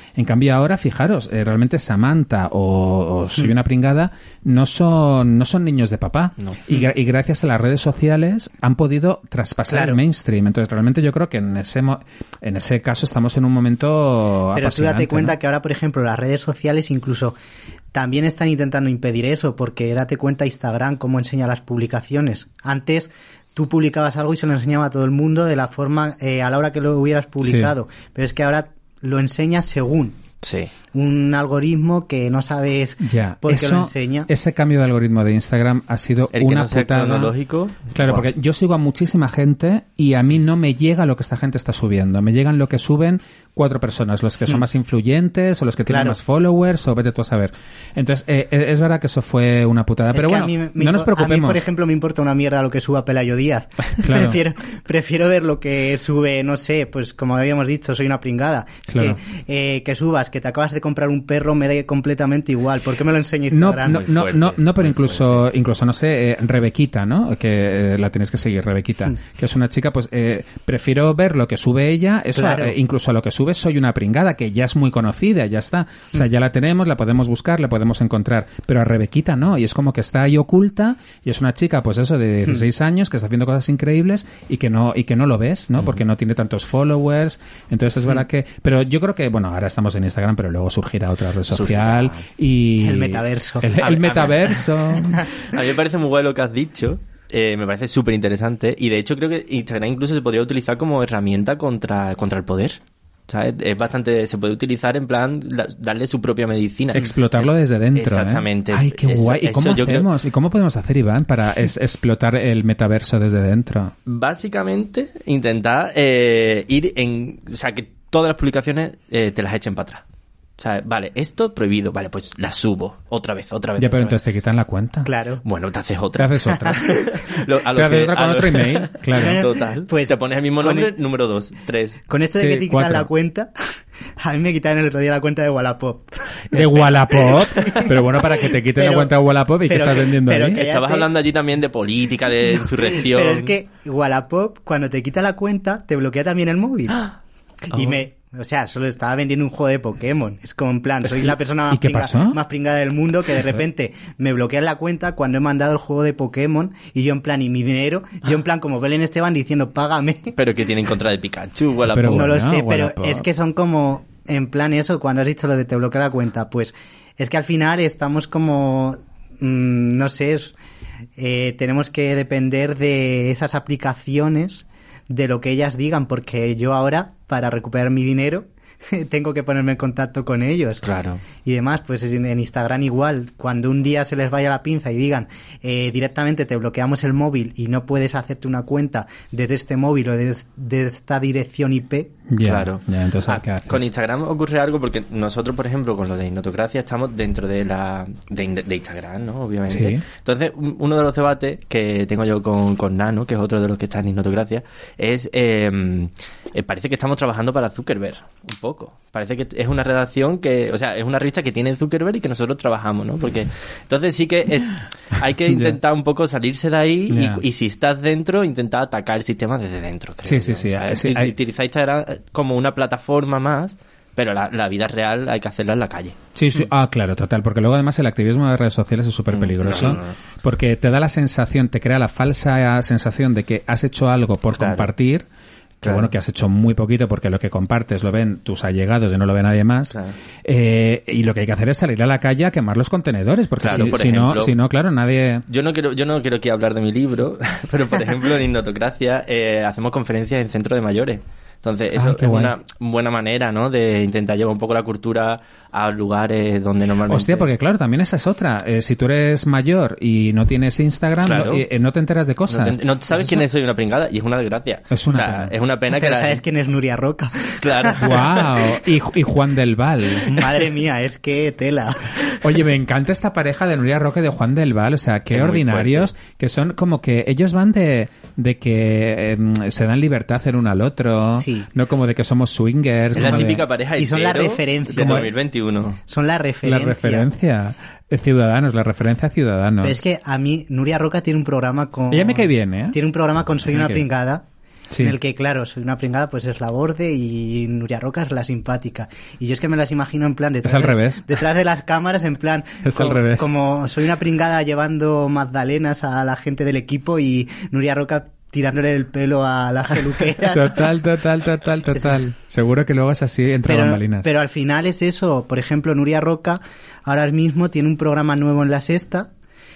[SPEAKER 4] En cambio ahora, fijaros, eh, realmente Samantha o, o Soy una pringada no son no son niños de papá.
[SPEAKER 5] No.
[SPEAKER 4] Y, gra- y gracias a las redes sociales han podido traspasar
[SPEAKER 6] Claro.
[SPEAKER 4] el mainstream. Entonces realmente yo creo que en ese mo- en ese caso estamos en un momento
[SPEAKER 6] Pero tú
[SPEAKER 4] apasionante,
[SPEAKER 6] date cuenta
[SPEAKER 4] ¿no?
[SPEAKER 6] que ahora, por ejemplo, las redes sociales incluso también están intentando impedir eso, porque date cuenta Instagram cómo enseña las publicaciones. Antes tú publicabas algo y se lo enseñaba a todo el mundo de la forma, eh, a la hora que lo hubieras publicado. Sí. Pero es que ahora lo enseña según.
[SPEAKER 5] Sí.
[SPEAKER 6] Un algoritmo que no sabes
[SPEAKER 4] ya,
[SPEAKER 6] por qué
[SPEAKER 4] eso,
[SPEAKER 6] lo enseña.
[SPEAKER 4] Ese cambio de algoritmo de Instagram ha sido
[SPEAKER 5] el que
[SPEAKER 4] una
[SPEAKER 5] no sea
[SPEAKER 4] putada.
[SPEAKER 5] Cronológico.
[SPEAKER 4] Claro,
[SPEAKER 5] Wow.
[SPEAKER 4] porque yo sigo a muchísima gente y a mí no me llega lo que esta gente está subiendo. Me llegan lo que suben cuatro personas, los que son más influyentes o los que tienen
[SPEAKER 6] Claro.
[SPEAKER 4] más followers o vete tú a saber. Entonces, eh, es verdad que eso fue una putada.
[SPEAKER 6] Es
[SPEAKER 4] Pero
[SPEAKER 6] que
[SPEAKER 4] bueno,
[SPEAKER 6] a mí me-
[SPEAKER 4] no nos
[SPEAKER 6] A
[SPEAKER 4] preocupemos.
[SPEAKER 6] mí, por ejemplo, me importa una mierda lo que suba Pelayo Díaz.
[SPEAKER 4] Claro.
[SPEAKER 6] prefiero, prefiero ver lo que sube, no sé, pues como habíamos dicho, soy una pringada. Es
[SPEAKER 4] Claro.
[SPEAKER 6] que, eh, que subas, que te acabas de comprar un perro, me da completamente igual. ¿Por qué me lo enseña
[SPEAKER 4] No,
[SPEAKER 6] Instagram?
[SPEAKER 4] no,
[SPEAKER 5] Muy
[SPEAKER 4] no,
[SPEAKER 5] fuerte,
[SPEAKER 4] no, no, pero
[SPEAKER 5] muy
[SPEAKER 4] incluso, incluso no sé, eh, Rebequita, ¿no? Que eh, la tienes que seguir, Rebequita,
[SPEAKER 6] Mm.
[SPEAKER 4] que es una chica, pues eh, prefiero ver lo que sube ella, eso,
[SPEAKER 6] Claro.
[SPEAKER 4] eh, incluso a lo que sube Soy una pringada, que ya es muy conocida, ya está. O sea, ya la tenemos, la podemos buscar, la podemos encontrar, pero a Rebequita no, y es como que está ahí oculta, y es una chica, pues eso, de dieciséis años, que está haciendo cosas increíbles y que no, y que no lo ves, ¿no? Porque no tiene tantos followers, entonces es verdad que, pero yo creo que, bueno, ahora estamos en Instagram, pero luego surgirá otra red social y...
[SPEAKER 6] El metaverso.
[SPEAKER 4] El,
[SPEAKER 5] A ver, a
[SPEAKER 4] el
[SPEAKER 5] ver.
[SPEAKER 4] metaverso.
[SPEAKER 5] A mí me parece muy guay lo que has dicho. Eh, me parece súper interesante. Y de hecho creo que Instagram incluso se podría utilizar como herramienta contra, contra el poder. ¿Sabes? Es bastante... Se puede utilizar en plan... la- darle su propia medicina.
[SPEAKER 4] Explotarlo desde dentro.
[SPEAKER 5] Exactamente.
[SPEAKER 4] ¿eh? Ay, qué
[SPEAKER 5] Eso-
[SPEAKER 4] guay. ¿Y
[SPEAKER 5] eso
[SPEAKER 4] cómo
[SPEAKER 5] yo creo-
[SPEAKER 4] hacemos? ¿Y cómo podemos hacer, Iván, para es- explotar el metaverso desde dentro?
[SPEAKER 5] Básicamente, intentar eh, ir en... O sea, que todas las publicaciones eh, te las echen para atrás. O sea, vale, esto prohibido. Vale, pues la subo. Otra vez, otra vez.
[SPEAKER 4] Ya,
[SPEAKER 5] otra
[SPEAKER 4] pero
[SPEAKER 5] vez.
[SPEAKER 4] entonces te quitan la cuenta.
[SPEAKER 6] Claro.
[SPEAKER 5] Bueno, te haces
[SPEAKER 4] Te
[SPEAKER 5] otra.
[SPEAKER 4] haces otra.
[SPEAKER 5] Lo- a lo
[SPEAKER 4] Te haces
[SPEAKER 5] que-
[SPEAKER 4] otra con
[SPEAKER 5] a lo-
[SPEAKER 4] otro email. Claro.
[SPEAKER 5] Total.
[SPEAKER 6] Pues,
[SPEAKER 5] te pones el mismo
[SPEAKER 6] con
[SPEAKER 5] nombre,
[SPEAKER 6] el-
[SPEAKER 5] número dos, tres.
[SPEAKER 6] Con eso de
[SPEAKER 4] Sí,
[SPEAKER 6] que te quitan
[SPEAKER 4] cuatro.
[SPEAKER 6] la cuenta, a mí me quitaron el otro día la cuenta de Wallapop.
[SPEAKER 4] De Wallapop. Pero bueno, para que te quiten
[SPEAKER 6] Pero-
[SPEAKER 4] la cuenta de Wallapop y que
[SPEAKER 6] pero
[SPEAKER 4] estás
[SPEAKER 6] que-
[SPEAKER 4] vendiendo
[SPEAKER 6] pero
[SPEAKER 4] ahí.
[SPEAKER 6] que-
[SPEAKER 5] Estabas
[SPEAKER 6] Cállate.
[SPEAKER 5] hablando allí también de política, de insurrección.
[SPEAKER 6] Pero es que Wallapop, cuando te quita la cuenta, te bloquea también el móvil. Y
[SPEAKER 5] Oh.
[SPEAKER 6] me... O sea, solo estaba vendiendo un juego de Pokémon. Es como en plan, soy la persona más,
[SPEAKER 4] ¿Y qué
[SPEAKER 6] pringa-
[SPEAKER 4] pasó?
[SPEAKER 6] más pringada del mundo que de repente me bloquean la cuenta cuando he mandado el juego de Pokémon y yo en plan, y mi dinero, yo en plan como Belén Esteban diciendo, págame.
[SPEAKER 5] Pero que tiene en contra de Pikachu, Wallapop.
[SPEAKER 4] Pero
[SPEAKER 6] No
[SPEAKER 4] bueno,
[SPEAKER 6] lo sé, pero
[SPEAKER 4] Wallapop.
[SPEAKER 6] es que son como, en plan eso, cuando has dicho lo de te bloquea la cuenta, pues es que al final estamos como, mm, no sé, es- eh, tenemos que depender de esas aplicaciones, de lo que ellas digan, porque yo ahora, para recuperar mi dinero, tengo que ponerme en contacto con ellos.
[SPEAKER 5] Claro.
[SPEAKER 6] Y demás, pues en en Instagram igual, cuando un día se les vaya la pinza y digan eh, directamente te bloqueamos el móvil y no puedes hacerte una cuenta desde este móvil o desde, desde esta dirección I P,
[SPEAKER 4] Ya,
[SPEAKER 5] Claro.
[SPEAKER 4] ya, entonces,
[SPEAKER 5] Ah,
[SPEAKER 4] ¿qué haces?
[SPEAKER 5] con Instagram ocurre algo porque nosotros, por ejemplo, con lo de Innotocracia estamos dentro de la de, in- de Instagram, ¿no? Obviamente.
[SPEAKER 4] Sí.
[SPEAKER 5] Entonces, un- uno de los debates que tengo yo con, con Nano, que es otro de los que está en Innotocracia, es eh, eh, parece que estamos trabajando para Zuckerberg, un poco. Parece que es una redacción que, o sea, es una revista que tiene Zuckerberg y que nosotros trabajamos, ¿no? Porque entonces sí que eh, hay que
[SPEAKER 4] Ya.
[SPEAKER 5] intentar un poco salirse de ahí y-
[SPEAKER 4] Ya.
[SPEAKER 5] y, si estás dentro, intentar atacar el sistema desde dentro, creo
[SPEAKER 4] Sí, sí,
[SPEAKER 5] yo,
[SPEAKER 4] sí,
[SPEAKER 5] ¿sabes?
[SPEAKER 4] sí, hay-
[SPEAKER 5] Utilizar Instagram como una plataforma más, pero la, la vida real hay que hacerla en la calle.
[SPEAKER 4] Sí, sí, ah, claro, total, porque luego además el activismo de redes sociales es súper peligroso,
[SPEAKER 5] no, no, no.
[SPEAKER 4] porque te da la sensación, te crea la falsa sensación de que has hecho algo por
[SPEAKER 5] Claro.
[SPEAKER 4] compartir, que
[SPEAKER 5] Claro.
[SPEAKER 4] bueno, que has hecho muy poquito porque lo que compartes lo ven tus allegados y no lo ve nadie más,
[SPEAKER 5] Claro.
[SPEAKER 4] eh, y lo que hay que hacer es salir a la calle a quemar los contenedores, porque
[SPEAKER 5] Claro,
[SPEAKER 4] si,
[SPEAKER 5] por
[SPEAKER 4] si no,
[SPEAKER 5] ejemplo.
[SPEAKER 4] si no, claro, nadie...
[SPEAKER 5] Yo no quiero, yo no quiero aquí hablar de mi libro, pero por ejemplo en Innotocracia eh, hacemos conferencias en centros de mayores. Entonces, eso
[SPEAKER 4] Ah, qué
[SPEAKER 5] es
[SPEAKER 4] guay.
[SPEAKER 5] una buena manera, ¿no? De intentar llevar un poco la cultura a lugares donde normalmente...
[SPEAKER 4] Hostia, porque claro, también esa es otra. Eh, si tú eres mayor y no tienes Instagram,
[SPEAKER 5] Claro.
[SPEAKER 4] no, eh, no te enteras de
[SPEAKER 5] No,
[SPEAKER 4] cosas.
[SPEAKER 5] te- no sabes quién es Soy una pringada y es una desgracia.
[SPEAKER 4] Es una
[SPEAKER 5] o sea,
[SPEAKER 4] pena.
[SPEAKER 5] es una pena que
[SPEAKER 6] pero
[SPEAKER 5] la
[SPEAKER 6] sabes quién es Nuria Roca.
[SPEAKER 5] Claro.
[SPEAKER 4] ¡Wow! Y, y Juan del Val.
[SPEAKER 6] Madre mía, es que tela.
[SPEAKER 4] Oye, me encanta esta pareja de Nuria Roca y de Juan del Val. O sea, qué
[SPEAKER 5] Es muy
[SPEAKER 4] ordinarios, que son como que ellos van de, de que em, se dan libertad el uno al otro,
[SPEAKER 6] Sí.
[SPEAKER 4] no como de que somos swingers.
[SPEAKER 5] Es la
[SPEAKER 4] como de-
[SPEAKER 5] típica pareja
[SPEAKER 6] Y son la
[SPEAKER 5] hetero
[SPEAKER 6] referencia.
[SPEAKER 5] de
[SPEAKER 6] Como-
[SPEAKER 5] dos mil veintiuno.
[SPEAKER 6] Son la
[SPEAKER 4] La
[SPEAKER 6] referencia.
[SPEAKER 4] referencia. Eh, Ciudadanos, la referencia a Ciudadanos.
[SPEAKER 6] Pero es que a mí, Nuria Roca tiene un programa con...
[SPEAKER 4] Ella me cae bien, ¿eh?
[SPEAKER 6] Tiene un programa con Soy
[SPEAKER 4] Me
[SPEAKER 6] una
[SPEAKER 4] cae bien.
[SPEAKER 6] pringada
[SPEAKER 4] Sí.
[SPEAKER 6] en el que, claro, soy una pringada, pues es la borde y Nuria Roca es la simpática. Y yo es que me las imagino en plan detrás,
[SPEAKER 4] Es al
[SPEAKER 6] de,
[SPEAKER 4] revés.
[SPEAKER 6] detrás de las cámaras, en plan...
[SPEAKER 4] Es al
[SPEAKER 6] co-
[SPEAKER 4] revés.
[SPEAKER 6] Como soy una pringada llevando magdalenas a la gente del equipo y Nuria Roca tirándole el pelo a las peluqueras.
[SPEAKER 4] Total, total, total, total. Seguro que luego es así entre
[SPEAKER 6] Pero,
[SPEAKER 4] bambalinas.
[SPEAKER 6] pero al final es eso. Por ejemplo, Nuria Roca ahora mismo tiene un programa nuevo en La Sexta.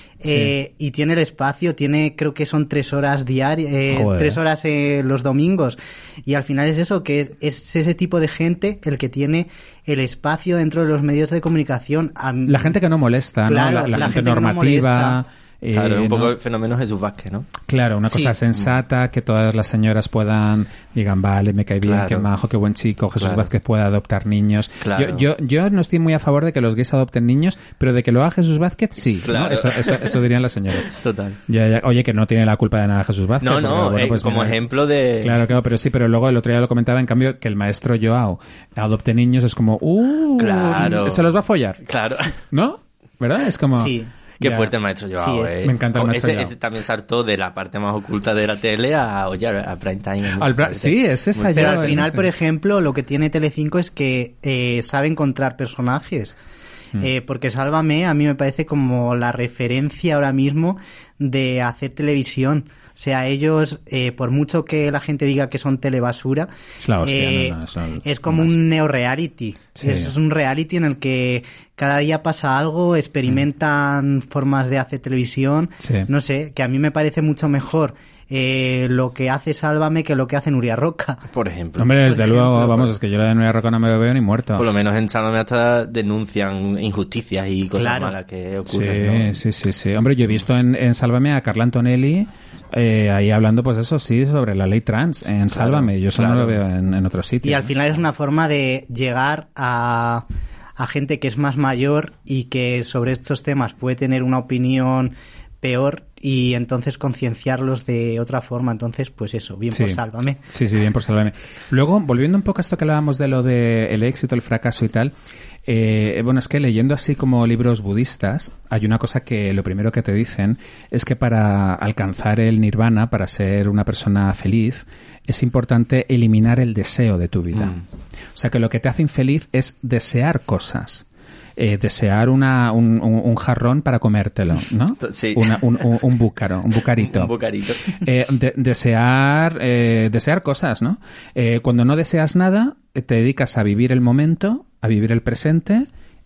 [SPEAKER 6] Eh, y tiene el espacio, tiene, creo que son tres horas diarias, eh,
[SPEAKER 4] Joder.
[SPEAKER 6] tres horas eh, los domingos. Y al final es eso, que es, es ese tipo de gente el que tiene el espacio dentro de los medios de comunicación. A-
[SPEAKER 4] La gente que no molesta,
[SPEAKER 6] Claro,
[SPEAKER 4] ¿no? La, la
[SPEAKER 6] la
[SPEAKER 4] gente,
[SPEAKER 6] gente que no
[SPEAKER 4] normativa.
[SPEAKER 6] molesta.
[SPEAKER 4] eh,
[SPEAKER 5] Claro, es un poco
[SPEAKER 4] ¿no?
[SPEAKER 5] el fenómeno Jesús Vázquez, ¿no?
[SPEAKER 4] Claro, una
[SPEAKER 6] Sí.
[SPEAKER 4] cosa sensata, que todas las señoras puedan, digan, vale, me cae bien,
[SPEAKER 5] Claro.
[SPEAKER 4] qué majo, qué buen chico, Jesús
[SPEAKER 5] Claro.
[SPEAKER 4] Vázquez pueda adoptar niños.
[SPEAKER 5] Claro.
[SPEAKER 4] Yo, yo, yo no estoy muy a favor de que los gays adopten niños, pero de que lo haga Jesús Vázquez, sí. ¿no?
[SPEAKER 5] Claro.
[SPEAKER 4] Eso, eso, eso dirían las señoras.
[SPEAKER 5] Total.
[SPEAKER 4] Ya, ya, oye, que no tiene la culpa de nada Jesús Vázquez.
[SPEAKER 5] No,
[SPEAKER 4] porque,
[SPEAKER 5] no,
[SPEAKER 4] bueno,
[SPEAKER 5] eh,
[SPEAKER 4] pues
[SPEAKER 5] como
[SPEAKER 4] mira,
[SPEAKER 5] ejemplo de...
[SPEAKER 4] Claro, claro, pero sí, pero luego el otro día lo comentaba, en cambio, que el maestro Joao adopte niños es como, uh,
[SPEAKER 5] Claro.
[SPEAKER 4] se los va a follar,
[SPEAKER 5] Claro.
[SPEAKER 4] ¿no? ¿Verdad? Es como...
[SPEAKER 6] Sí.
[SPEAKER 5] Qué
[SPEAKER 4] ya.
[SPEAKER 5] fuerte el maestro Joao,
[SPEAKER 6] Sí, es-
[SPEAKER 5] eh.
[SPEAKER 4] me encanta el
[SPEAKER 5] Como
[SPEAKER 4] maestro
[SPEAKER 5] ese,
[SPEAKER 4] Joao.
[SPEAKER 5] ese también saltó de la parte más oculta de la tele a, oye, a prime time. es muy
[SPEAKER 4] Al bra-
[SPEAKER 5] fuerte.
[SPEAKER 4] sí, ese está
[SPEAKER 5] Muy
[SPEAKER 6] Pero
[SPEAKER 4] yo,
[SPEAKER 6] al
[SPEAKER 4] eh,
[SPEAKER 6] final,
[SPEAKER 4] no sé.
[SPEAKER 6] por ejemplo, lo que tiene Telecinco es que eh, sabe encontrar personajes.
[SPEAKER 4] Hmm.
[SPEAKER 6] Eh, porque Sálvame a mí me parece como la referencia ahora mismo de hacer televisión. O sea, ellos, eh, por mucho que la gente diga que son telebasura,
[SPEAKER 4] Es la hostia,
[SPEAKER 6] eh,
[SPEAKER 4] no, no, son-
[SPEAKER 6] es como un neo-reality.
[SPEAKER 4] Sí.
[SPEAKER 6] Es, es un reality en el que cada día pasa algo, experimentan formas de hacer televisión.
[SPEAKER 4] Sí.
[SPEAKER 6] No sé, que a mí me parece mucho mejor eh, lo que hace Sálvame que lo que hace Nuria Roca.
[SPEAKER 5] Por ejemplo.
[SPEAKER 4] Hombre, desde
[SPEAKER 6] por
[SPEAKER 4] luego,
[SPEAKER 6] ejemplo,
[SPEAKER 4] vamos,
[SPEAKER 6] pues-
[SPEAKER 4] es que yo la de Nuria Roca no me veo ni muerto.
[SPEAKER 5] Por lo menos en Sálvame hasta denuncian injusticias y cosas
[SPEAKER 6] Claro.
[SPEAKER 5] malas que
[SPEAKER 4] Sí,
[SPEAKER 5] ocurren, ¿no?
[SPEAKER 4] sí, sí, sí. Hombre, yo he visto en, en Sálvame a Carla Antonelli eh, ahí hablando, pues eso sí, sobre la ley trans en Sálvame. Yo eso no
[SPEAKER 5] claro.
[SPEAKER 4] lo veo en, en otro sitio.
[SPEAKER 6] Y al
[SPEAKER 4] ¿no?
[SPEAKER 6] final es una forma de llegar a, a gente que es más mayor y que sobre estos temas puede tener una opinión peor y entonces concienciarlos de otra forma. Entonces, pues eso, bien
[SPEAKER 4] Sí.
[SPEAKER 6] por Sálvame.
[SPEAKER 4] Sí, sí, bien por Sálvame. Luego, volviendo un poco a esto que hablábamos de lo de el éxito, el fracaso y tal, eh, bueno, es que leyendo así como libros budistas, hay una cosa que lo primero que te dicen es que para alcanzar el nirvana, para ser una persona feliz, es importante eliminar el deseo de tu vida.
[SPEAKER 5] Mm.
[SPEAKER 4] O sea, que lo que te hace infeliz es desear cosas. Eh, desear una, un, un, un jarrón para comértelo, ¿no?
[SPEAKER 5] Sí.
[SPEAKER 4] Una, un, un, un búcaro, un bucarito.
[SPEAKER 5] Un bocarito.
[SPEAKER 4] Eh, de- desear eh, desear cosas, ¿no? Eh, cuando no deseas nada, eh, te dedicas a vivir el momento, a vivir el presente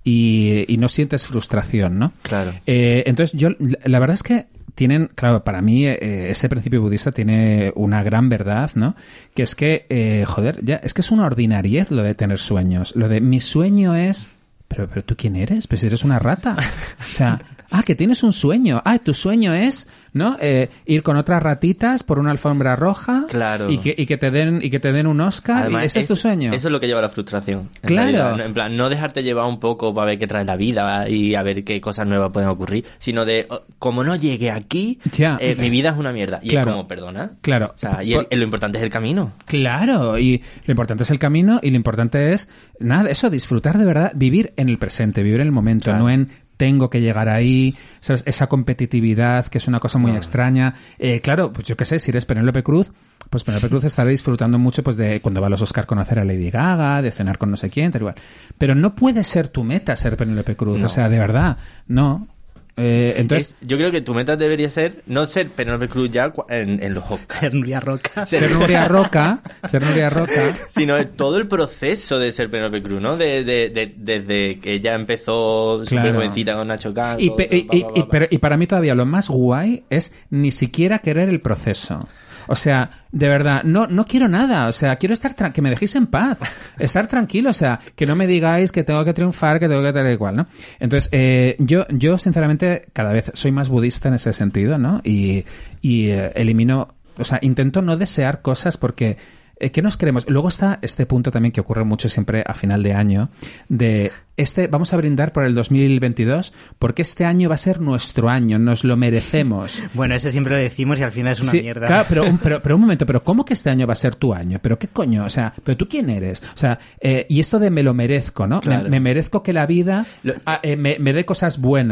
[SPEAKER 4] y, y no sientes frustración, ¿no?
[SPEAKER 5] Claro.
[SPEAKER 4] Eh, entonces, yo, la la verdad es que tienen, claro, para mí eh, ese principio budista tiene una gran verdad, ¿no? Que es que, eh, joder, ya, es que es una ordinariez lo de tener sueños. Lo de mi sueño es... Pero, pero tú quién eres, pues eres una rata. O sea, ah, que tienes un sueño. Ah, tu sueño es, ¿no? Eh, ir con otras ratitas por una alfombra roja.
[SPEAKER 5] Claro.
[SPEAKER 4] Y que, y que te den, y que te den un Oscar.
[SPEAKER 5] Además,
[SPEAKER 4] y ese es, tu sueño.
[SPEAKER 5] Eso es lo que lleva a la frustración. en
[SPEAKER 4] Claro.
[SPEAKER 5] realidad, ¿no? En plan, no dejarte llevar un poco para ver qué trae la vida y a ver qué cosas nuevas pueden ocurrir, sino de, oh, como no llegue aquí,
[SPEAKER 4] Ya.
[SPEAKER 5] eh, mi vida es una mierda. Y
[SPEAKER 4] Claro.
[SPEAKER 5] es como, perdona.
[SPEAKER 4] Claro.
[SPEAKER 5] O sea, y el- lo importante es el camino.
[SPEAKER 4] Claro, y lo importante es el camino y lo importante es, nada, eso, disfrutar de verdad, vivir en el presente, vivir en el momento,
[SPEAKER 5] Claro.
[SPEAKER 4] no en tengo que llegar ahí, ¿sabes? Esa competitividad que es una cosa muy
[SPEAKER 5] No.
[SPEAKER 4] extraña. Eh, claro, pues yo qué sé, si eres Penélope Cruz, pues Penélope Cruz estará disfrutando mucho pues de cuando va a los Oscar conocer a Lady Gaga, de cenar con no sé quién, tal igual. Pero no puede ser tu meta ser Penélope Cruz,
[SPEAKER 5] No.
[SPEAKER 4] o sea, de verdad, no. Eh, entonces,
[SPEAKER 5] Es- yo creo que tu meta debería ser no ser Penélope Cruz ya cua- en, en los Oscars,
[SPEAKER 6] Ser Nuria Roca.
[SPEAKER 4] ser Nuria Roca, ser Nuria Roca...
[SPEAKER 5] sino el- todo el proceso de ser Penélope Cruz, ¿no? De, de, de- desde que ella empezó súper
[SPEAKER 4] Claro.
[SPEAKER 5] jovencita con Nacho Cano.
[SPEAKER 4] Y,
[SPEAKER 5] todo,
[SPEAKER 4] pe-
[SPEAKER 5] todo,
[SPEAKER 4] y-
[SPEAKER 5] pa,
[SPEAKER 4] y-
[SPEAKER 5] pa,
[SPEAKER 4] y-
[SPEAKER 5] pa, pa.
[SPEAKER 4] pero- y para mí todavía lo más guay es ni siquiera querer el proceso. O sea, de verdad, no, no quiero nada. O sea, quiero estar tran- que me dejéis en paz. Estar tranquilo. O sea, que no me digáis que tengo que triunfar, que tengo que tal y cual, ¿no? Entonces, eh, yo, yo sinceramente cada vez soy más budista en ese sentido, ¿no? Y, y eh, elimino, o sea, intento no desear cosas porque eh, ¿qué nos queremos? Luego está este punto también que ocurre mucho siempre a final de año, de este, vamos a brindar por el dos mil veintidós porque este año va a ser nuestro año, nos lo merecemos.
[SPEAKER 6] Bueno, eso siempre lo decimos y al final es una
[SPEAKER 4] Sí,
[SPEAKER 6] mierda.
[SPEAKER 4] claro, pero un, pero, pero un momento, pero ¿cómo que este año va a ser tu año? ¿Pero qué coño? O sea, ¿pero tú quién eres? O sea, eh, y esto de me lo merezco, ¿no?
[SPEAKER 5] Claro.
[SPEAKER 4] Me, me merezco que la vida
[SPEAKER 5] Lo-
[SPEAKER 4] ah, eh, me, me dé cosas buenas.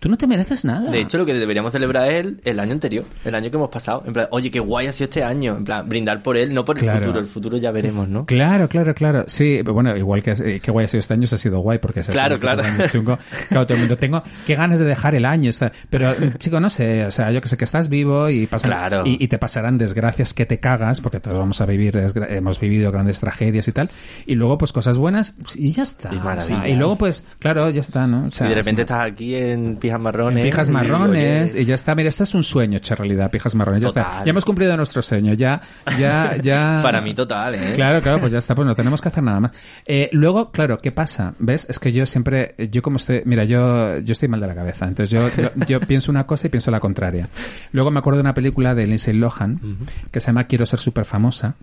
[SPEAKER 4] tú no te mereces nada.
[SPEAKER 5] De hecho, lo que deberíamos celebrar es el, el año anterior, el año que hemos pasado. En plan, oye, qué guay ha sido este año. En plan, brindar por él, no por el
[SPEAKER 4] Claro.
[SPEAKER 5] futuro. El futuro ya veremos, ¿no?
[SPEAKER 4] Claro, claro, claro. Sí, bueno, igual que eh, qué guay ha sido este año, se ha sido guay porque se ha
[SPEAKER 5] Claro,
[SPEAKER 4] sido
[SPEAKER 5] claro.
[SPEAKER 4] todo muy chungo. Claro, todo el mundo, tengo qué ganas de dejar el año. Está... Pero, chico, no sé, o sea, yo que sé que estás vivo y pasan,
[SPEAKER 5] Claro.
[SPEAKER 4] y, y te pasarán desgracias que te cagas, porque todos vamos a vivir, desgra- hemos vivido grandes tragedias y tal, y luego pues cosas buenas y ya está.
[SPEAKER 5] Y
[SPEAKER 4] O sea,
[SPEAKER 5] maravilla.
[SPEAKER 4] y luego pues, claro, ya está, ¿no? O sea,
[SPEAKER 5] y de repente
[SPEAKER 4] o sea,
[SPEAKER 5] estás aquí en pijas marrones.
[SPEAKER 4] en pijas
[SPEAKER 5] y,
[SPEAKER 4] marrones
[SPEAKER 5] oye,
[SPEAKER 4] y ya está. Mira, este es un sueño hecho realidad, pijas marrones. Ya
[SPEAKER 5] Total.
[SPEAKER 4] está. Ya hemos cumplido nuestro sueño. Ya, ya, ya.
[SPEAKER 5] Para mí total, ¿eh?
[SPEAKER 4] Claro, claro, pues ya está, pues no tenemos que hacer nada más. Eh, luego, claro, ¿qué pasa? ¿Ves? Es que yo siempre, yo como estoy, mira, yo, yo estoy mal de la cabeza, entonces yo, yo, yo pienso una cosa y pienso la contraria. Luego me acuerdo de una película de Lindsay Lohan que se llama Quiero ser súper famosa,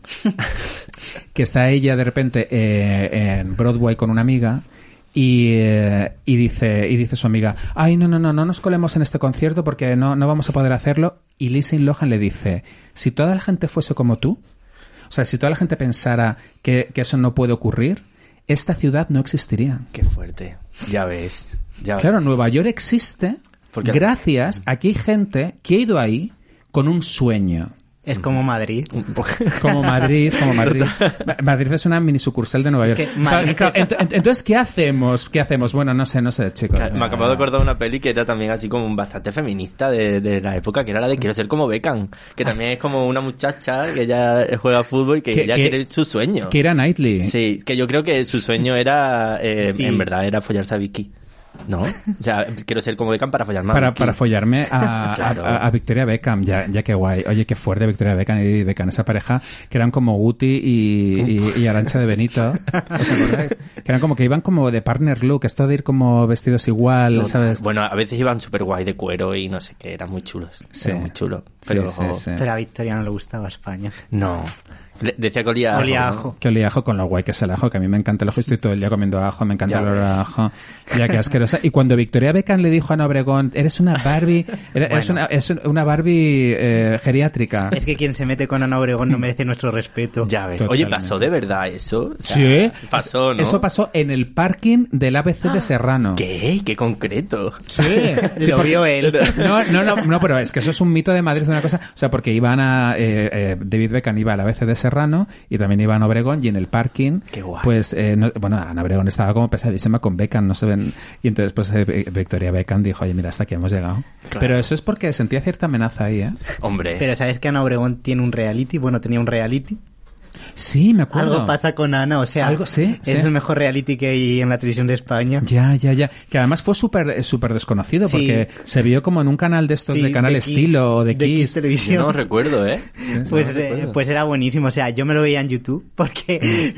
[SPEAKER 4] que está ella de repente eh, en Broadway con una amiga. Y, eh, y dice y dice su amiga, ay, no, no, no, no nos colemos en este concierto porque no, no vamos a poder hacerlo. Y Lindsay Lohan le dice, si toda la gente fuese como tú, o sea, si toda la gente pensara que, que eso no puede ocurrir, esta ciudad no existiría.
[SPEAKER 5] Qué fuerte. Ya ves. Ya
[SPEAKER 4] Claro,
[SPEAKER 5] ves.
[SPEAKER 4] Nueva York existe
[SPEAKER 5] Porque-
[SPEAKER 4] gracias a que hay gente que ha ido ahí con un sueño.
[SPEAKER 6] Es como Madrid.
[SPEAKER 4] Como Madrid, como Madrid. Ma- Madrid es una mini sucursal de Nueva York.
[SPEAKER 6] Es que Madrid
[SPEAKER 4] Claro, ent- ent- entonces, ¿qué hacemos? ¿Qué hacemos? Bueno, no sé, no sé, chicos.
[SPEAKER 5] Me acabo de acordar de una peli que era también así como bastante feminista de, de la época, que era la de Quiero ser como Beckham, que también es como una muchacha que ella juega fútbol y que
[SPEAKER 4] Que-
[SPEAKER 5] ella
[SPEAKER 4] que-
[SPEAKER 5] quiere su sueño.
[SPEAKER 4] Keira Knightley.
[SPEAKER 5] Sí, que yo creo que su sueño era, eh,
[SPEAKER 6] Sí.
[SPEAKER 5] en verdad, era follarse a Vicky. ¿No? O sea, quiero ser como Beckham para follarme a
[SPEAKER 4] Para,
[SPEAKER 5] Vicky.
[SPEAKER 4] para follarme a,
[SPEAKER 5] Claro.
[SPEAKER 4] a, a Victoria Beckham, ya, ya qué guay. Oye, qué fuerte Victoria Beckham y David Beckham, esa pareja que eran como Guti y, y, y Arantxa de Benito. ¿Os acordáis? Que eran como que iban como de partner look, esto de ir como vestidos igual,
[SPEAKER 5] Total.
[SPEAKER 4] ¿sabes?
[SPEAKER 5] Bueno, a veces iban súper guay de cuero y no sé qué, eran muy chulos.
[SPEAKER 4] Sí.
[SPEAKER 5] Eran muy chulos.
[SPEAKER 4] Sí,
[SPEAKER 5] Pero,
[SPEAKER 4] sí, sí.
[SPEAKER 6] Pero a Victoria no le gustaba España.
[SPEAKER 5] no. Le- decía que olía a ajo,
[SPEAKER 6] Olía a
[SPEAKER 5] ¿no?
[SPEAKER 6] ajo.
[SPEAKER 4] Que olía a ajo con lo guay que es el ajo, que a mí me encanta el ajo, estoy todo el día comiendo ajo, me encanta
[SPEAKER 5] Ya
[SPEAKER 4] el olor
[SPEAKER 5] ves.
[SPEAKER 4] a ajo, ya que asquerosa. Y cuando Victoria Beckham le dijo a Ana Obregón, eres una Barbie, eres, eres una, es una Barbie eh, geriátrica.
[SPEAKER 6] Es que quien se mete con Ana Obregón no merece nuestro respeto.
[SPEAKER 5] Ya ves.
[SPEAKER 4] Totalmente.
[SPEAKER 5] Oye, ¿pasó de verdad eso? O sea,
[SPEAKER 4] Sí,
[SPEAKER 5] Pasó, ¿no?
[SPEAKER 4] Eso pasó en el parking del A B C de Serrano.
[SPEAKER 5] ¿Qué? ¿Qué concreto?
[SPEAKER 4] Sí, sí,
[SPEAKER 6] Lo
[SPEAKER 4] porque-
[SPEAKER 6] vio él.
[SPEAKER 4] No, no, no, no, pero es que eso es un mito de Madrid, una cosa. O sea, porque iban a. Eh, eh, David Beckham iba al A B C de Serrano y también iba a Ana Obregón y en el parking.
[SPEAKER 5] Qué guay.
[SPEAKER 4] Pues, eh, no- bueno, Ana Obregón estaba como pesadísima con Beckham, no se ven. Y entonces, pues eh, Victoria Beckham dijo, oye, mira, hasta aquí hemos llegado.
[SPEAKER 5] Claro.
[SPEAKER 4] Pero eso es porque sentía cierta amenaza ahí, ¿eh?
[SPEAKER 5] Hombre.
[SPEAKER 6] Pero ¿sabes que Ana Obregón tiene un reality? Bueno, tenía un reality.
[SPEAKER 4] Sí, me acuerdo.
[SPEAKER 6] Algo pasa con Ana, o sea,
[SPEAKER 4] Algo, sí,
[SPEAKER 6] es
[SPEAKER 4] sí.
[SPEAKER 6] el mejor reality que hay en la televisión de España.
[SPEAKER 4] Ya, ya, ya. Que además fue súper eh, súper desconocido
[SPEAKER 6] Sí.
[SPEAKER 4] porque se vio como en un canal de estos
[SPEAKER 6] Sí,
[SPEAKER 4] de canal
[SPEAKER 6] de Kiss,
[SPEAKER 4] estilo o de,
[SPEAKER 6] de
[SPEAKER 4] Kiss.
[SPEAKER 6] Kiss Televisión.
[SPEAKER 5] Yo no recuerdo, ¿eh?
[SPEAKER 6] Pues,
[SPEAKER 5] No
[SPEAKER 6] eh,
[SPEAKER 5] recuerdo.
[SPEAKER 6] pues era buenísimo, o sea, yo me lo veía en YouTube porque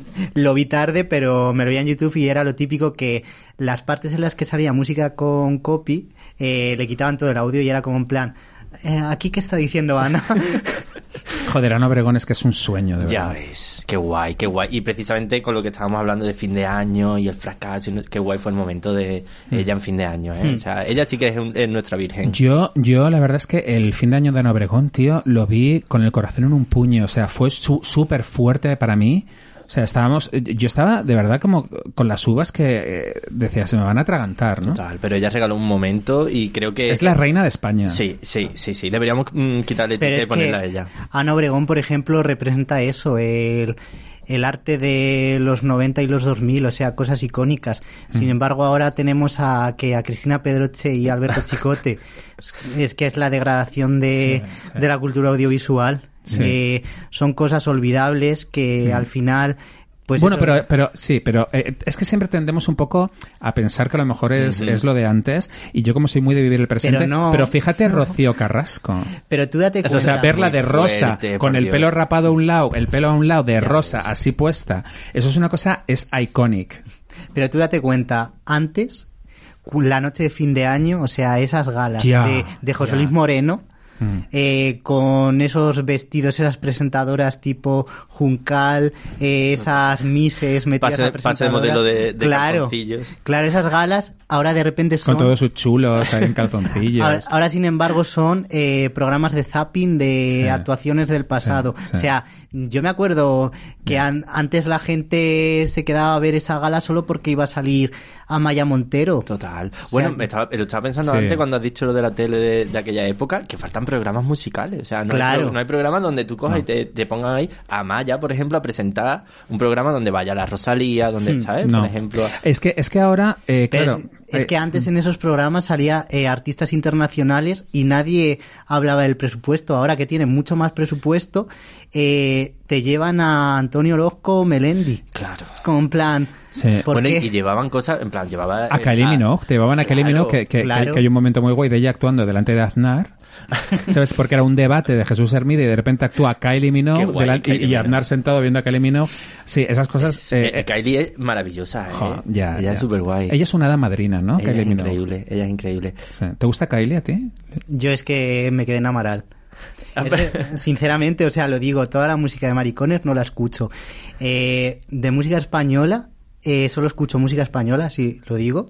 [SPEAKER 6] lo vi tarde, pero me lo veía en YouTube y era lo típico que las partes en las que salía música con copy eh, le quitaban todo el audio y era como en plan, eh, ¿aquí qué está diciendo Ana?
[SPEAKER 4] Joder, Ana Obregón es que es un sueño, de
[SPEAKER 5] Ya
[SPEAKER 4] verdad.
[SPEAKER 5] ves, qué guay, qué guay. Y precisamente con lo que estábamos hablando de fin de año y el fracaso, y no- qué guay fue el momento de ella en fin de año, ¿eh?
[SPEAKER 6] Mm.
[SPEAKER 5] O sea, ella sí que es, un- es nuestra virgen.
[SPEAKER 4] Yo, yo, la verdad es que el fin de año de Ana Obregón, tío, lo vi con el corazón en un puño. O sea, fue su- súper fuerte para mí. O sea, estábamos, yo estaba de verdad como con las uvas que eh, decía, se me van a atragantar, ¿no?
[SPEAKER 5] Total, pero ella regaló un momento y creo que...
[SPEAKER 4] Es la reina de España.
[SPEAKER 5] Sí, sí, sí, sí. Deberíamos mm, quitarle
[SPEAKER 6] Pero
[SPEAKER 5] etiqueta y
[SPEAKER 6] es
[SPEAKER 5] ponerla a
[SPEAKER 6] que
[SPEAKER 5] ella.
[SPEAKER 6] Ana Obregón, por ejemplo, representa eso, el, el arte de los noventa y los dos mil, o sea, cosas icónicas. Sin embargo, ahora tenemos a que a Cristina Pedroche y Alberto Chicote. Es, es que es la degradación de,
[SPEAKER 4] Sí, sí.
[SPEAKER 6] de la cultura audiovisual.
[SPEAKER 4] Sí.
[SPEAKER 6] Eh, son cosas olvidables que al final... Pues
[SPEAKER 4] bueno,
[SPEAKER 6] eso-
[SPEAKER 4] pero, pero sí, pero eh, es que siempre tendemos un poco a pensar que a lo mejor es,
[SPEAKER 5] Ujú.
[SPEAKER 4] es lo de antes y yo como soy muy de vivir el presente,
[SPEAKER 6] Pero
[SPEAKER 4] pero,
[SPEAKER 6] no.
[SPEAKER 4] fíjate Rocío Carrasco.
[SPEAKER 6] Pero tú date cuenta...
[SPEAKER 4] O sea, verla de
[SPEAKER 5] Muy
[SPEAKER 4] rosa,
[SPEAKER 5] fuerte,
[SPEAKER 4] con
[SPEAKER 5] por
[SPEAKER 4] el
[SPEAKER 5] Dios.
[SPEAKER 4] pelo rapado a un lado, el pelo a un lado de rosa, así puesta, eso es una cosa, es iconic.
[SPEAKER 6] Pero tú date cuenta, antes, la noche de fin de año, o sea, esas galas
[SPEAKER 4] Ya,
[SPEAKER 6] de, de José
[SPEAKER 4] ya.
[SPEAKER 6] Luis Moreno, mm. eh, con esos vestidos, esas presentadoras tipo Juncal, eh, esas mises metidas
[SPEAKER 5] pase,
[SPEAKER 6] a presentadoras.
[SPEAKER 5] Pase de modelo de, de
[SPEAKER 6] claro,
[SPEAKER 5] calzoncillos.
[SPEAKER 6] Claro, esas galas ahora de repente son...
[SPEAKER 4] Con todos sus chulos ahí en calzoncillos.
[SPEAKER 6] Ahora, ahora, sin embargo, son eh, programas de zapping de sí. actuaciones del pasado. Sí, sí. O sea, yo me acuerdo que an- antes la gente se quedaba a ver esa gala solo porque iba a salir Amaya Montero.
[SPEAKER 5] Total.
[SPEAKER 6] O sea,
[SPEAKER 5] bueno, me estaba, lo estaba pensando sí. antes cuando has dicho lo de la tele de, de aquella época, que faltan programas musicales. O sea, no,
[SPEAKER 6] claro.
[SPEAKER 5] hay, pro, no hay programas donde tú cojas no. y te, te pongan ahí a Amaya, por ejemplo, a presentar un programa donde vaya la Rosalía, donde, hmm. ¿sabes?
[SPEAKER 4] No.
[SPEAKER 5] Por ejemplo.
[SPEAKER 4] Es que, es que ahora, eh, claro...
[SPEAKER 6] Es, es que antes en esos programas salía eh, artistas internacionales y nadie hablaba del presupuesto. Ahora que tienen mucho más presupuesto, eh, te llevan a Antonio Orozco o Melendi.
[SPEAKER 5] Claro.
[SPEAKER 6] Como en plan...
[SPEAKER 5] Sí. Bueno, y llevaban cosas, en plan, llevaba...
[SPEAKER 4] A Kylie Minogue, te llevaban a
[SPEAKER 5] claro,
[SPEAKER 4] Kylie Minogue, que, que,
[SPEAKER 6] claro.
[SPEAKER 4] que, que hay un momento muy guay de ella actuando delante de Aznar. ¿Sabes? Porque era un debate de Jesús Hermida y de repente actúa Kylie Minogue guay, delante, Kylie y, y Aznar sentado viendo a Kylie Minogue. Sí, esas cosas...
[SPEAKER 5] Es,
[SPEAKER 4] eh,
[SPEAKER 5] eh, Kylie es maravillosa, ¿eh?
[SPEAKER 4] Jo, ya,
[SPEAKER 5] ella
[SPEAKER 4] ya.
[SPEAKER 5] es súper guay.
[SPEAKER 4] Ella es una hada madrina, ¿no?
[SPEAKER 5] Ella
[SPEAKER 4] Kylie
[SPEAKER 5] es
[SPEAKER 4] Minogue.
[SPEAKER 5] increíble, ella es increíble.
[SPEAKER 4] Sí. ¿Te gusta Kylie a ti?
[SPEAKER 6] Yo es que me quedé en Amaral. Es, sinceramente, o sea, lo digo, toda la música de Maricones no la escucho. Eh, de música española... Eh, solo escucho música española, sí, lo digo.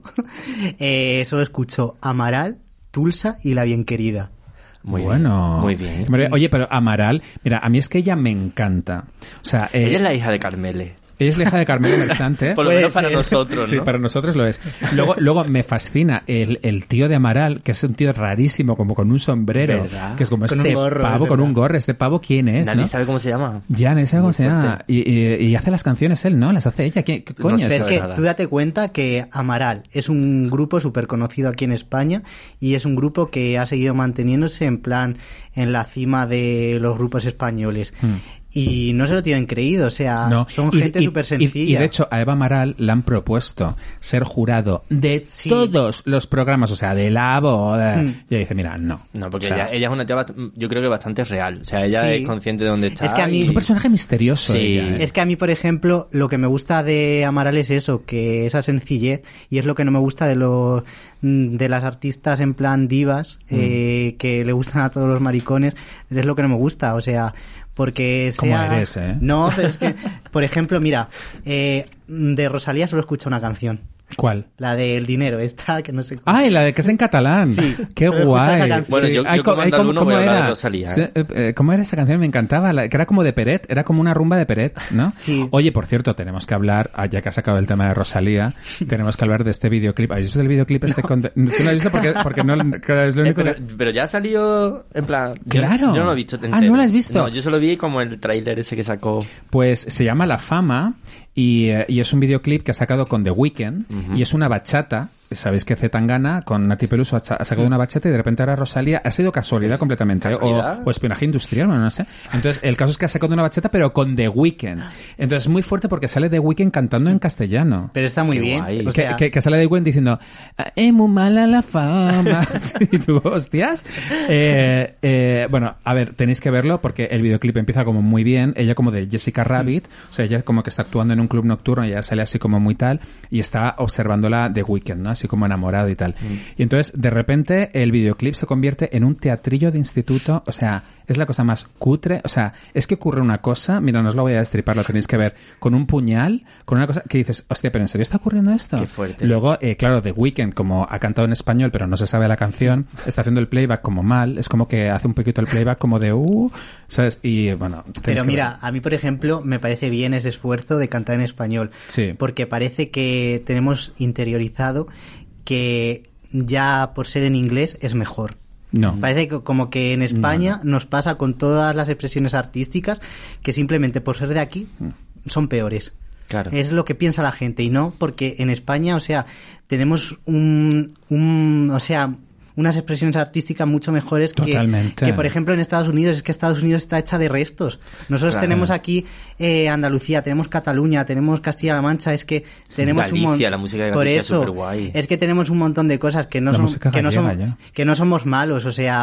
[SPEAKER 6] eh, solo escucho Amaral, Tulsa y La Bien Querida.
[SPEAKER 4] Muy bueno.
[SPEAKER 5] Muy bien.
[SPEAKER 4] Oye, pero Amaral, mira, a mí es que ella me encanta. O sea, eh,
[SPEAKER 5] ella es la hija de Carmele.
[SPEAKER 4] Ella es la hija de Carmelo Merchante.
[SPEAKER 5] Por lo menos para nosotros, ¿no?
[SPEAKER 4] Sí, para nosotros lo es. Luego, luego me fascina el, el tío de Amaral, que es un tío rarísimo, como con un sombrero.
[SPEAKER 5] ¿Verdad?
[SPEAKER 4] Que es como
[SPEAKER 6] con
[SPEAKER 4] este
[SPEAKER 6] gorro,
[SPEAKER 4] pavo con un gorro. Este pavo, ¿quién es?
[SPEAKER 5] Nadie
[SPEAKER 4] ¿no?
[SPEAKER 5] sabe cómo se llama.
[SPEAKER 4] Ya, nadie sabe
[SPEAKER 5] Muy
[SPEAKER 4] cómo se
[SPEAKER 5] fuerte.
[SPEAKER 4] llama. Y, y, y hace las canciones él, ¿no? Las hace ella. ¿Qué, qué coño
[SPEAKER 5] No sé,
[SPEAKER 4] es
[SPEAKER 6] Es
[SPEAKER 4] eso?
[SPEAKER 6] que
[SPEAKER 5] nada.
[SPEAKER 6] tú date cuenta que Amaral es un grupo súper conocido aquí en España y es un grupo que ha seguido manteniéndose en plan en la cima de los grupos españoles. Hmm. Y no se lo tienen creído, o sea,
[SPEAKER 4] no.
[SPEAKER 6] son
[SPEAKER 4] y,
[SPEAKER 6] gente súper sencilla.
[SPEAKER 4] Y, y de hecho a Eva Amaral le han propuesto ser jurado de sí. todos los programas, o sea, de la boda. Mm. Y ella dice, mira, no.
[SPEAKER 5] No, porque
[SPEAKER 4] o sea,
[SPEAKER 5] ella, ella es una tía, yo creo que bastante real. O sea, ella sí. es consciente de dónde está.
[SPEAKER 6] Es que a mí...
[SPEAKER 4] Es un personaje misterioso.
[SPEAKER 5] Sí.
[SPEAKER 4] Ella, ¿eh?
[SPEAKER 6] Es que a mí, por ejemplo, lo que me gusta de Amaral es eso, que esa sencillez, y es lo que no me gusta de los de las artistas en plan divas, mm. eh, que le gustan a todos los maricones, es lo que no me gusta, o sea... Porque sea...
[SPEAKER 4] ¿Cómo eres, eh?
[SPEAKER 6] No, pero es que, por ejemplo, mira, eh, de Rosalía solo escucho una canción.
[SPEAKER 4] ¿Cuál?
[SPEAKER 6] La del dinero, esta que no sé
[SPEAKER 4] cómo. Ah, y la de que es en catalán.
[SPEAKER 6] Sí.
[SPEAKER 4] Qué guay.
[SPEAKER 5] Bueno, yo, yo como andaluno voy a hablar de Rosalía.
[SPEAKER 4] ¿eh? Sí, eh, ¿Cómo era esa canción? Me encantaba. La, que era como de Peret. Era como una rumba de Peret, ¿no?
[SPEAKER 6] Sí.
[SPEAKER 4] Oye, por cierto, tenemos que hablar, ya que has sacado el tema de Rosalía, tenemos que hablar de este videoclip. ¿Has visto el videoclip este? No. Con, ¿tú lo has visto? Porque, porque no es lo único
[SPEAKER 5] eh, pero,
[SPEAKER 4] que...
[SPEAKER 5] pero ya ha salido en plan...
[SPEAKER 4] Claro.
[SPEAKER 5] Yo, yo no lo he visto entero.
[SPEAKER 4] Ah, ¿no lo has visto?
[SPEAKER 5] No, yo solo vi como el tráiler ese que sacó.
[SPEAKER 4] Pues se llama La Fama y, y es un videoclip que ha sacado con The Weeknd uh-huh. y es una bachata. Sabéis que C. Tangana con Nati Peluso ha sacado una bachata y de repente ahora Rosalía ha sido casualidad completamente. ¿Casualidad? O, o espionaje industrial, bueno, no sé. Entonces, el caso es que ha sacado una bachata pero con The Weeknd. Entonces, es muy fuerte porque sale The Weeknd cantando en castellano.
[SPEAKER 6] Pero está muy
[SPEAKER 5] Qué
[SPEAKER 6] bien.
[SPEAKER 5] Guay.
[SPEAKER 6] O sea...
[SPEAKER 4] que, que, que sale The Weeknd diciendo es muy mala la fama. Y tú, hostias. Eh, eh, bueno, a ver, tenéis que verlo porque el videoclip empieza como muy bien. Ella como de Jessica Rabbit. O sea, ella como que está actuando en un club nocturno y ella sale así como muy tal y está observándola The Weeknd, ¿no? Así como enamorado y tal. Mm. Y entonces, de repente, el videoclip se convierte en un teatrillo de instituto. O sea, es la cosa más cutre. O sea, es que ocurre una cosa, mira, no os lo voy a destripar, lo tenéis que ver, con un puñal, con una cosa que dices, hostia, pero ¿en serio está ocurriendo esto?
[SPEAKER 5] Qué fuerte.
[SPEAKER 4] Luego, eh, claro, The Weeknd, como ha cantado en español, pero no se sabe la canción, está haciendo el playback como mal, es como que hace un poquito el playback como de, uh, ¿sabes? Y bueno...
[SPEAKER 6] Pero mira, ver. A mí, por ejemplo, me parece bien ese esfuerzo de cantar en español.
[SPEAKER 4] Sí.
[SPEAKER 6] Porque parece que tenemos interiorizado que ya por ser en inglés es mejor.
[SPEAKER 4] No.
[SPEAKER 6] Parece que como que en España
[SPEAKER 4] no, no.
[SPEAKER 6] nos pasa con todas las expresiones artísticas que simplemente por ser de aquí son peores.
[SPEAKER 5] Claro.
[SPEAKER 6] Es lo que piensa la gente y no porque en España, o sea, tenemos un, un o sea, unas expresiones artísticas mucho mejores que, que, por ejemplo, en Estados Unidos. Es que Estados Unidos está hecha de restos. Nosotros claro. tenemos aquí eh, Andalucía, tenemos Cataluña, tenemos Castilla-La Mancha, es que tenemos
[SPEAKER 5] Galicia,
[SPEAKER 6] un montón...
[SPEAKER 5] la música de Galicia
[SPEAKER 6] por eso,
[SPEAKER 5] es superguay.
[SPEAKER 6] Es que tenemos un montón de cosas que no, son, que, no son, que no somos malos, o sea...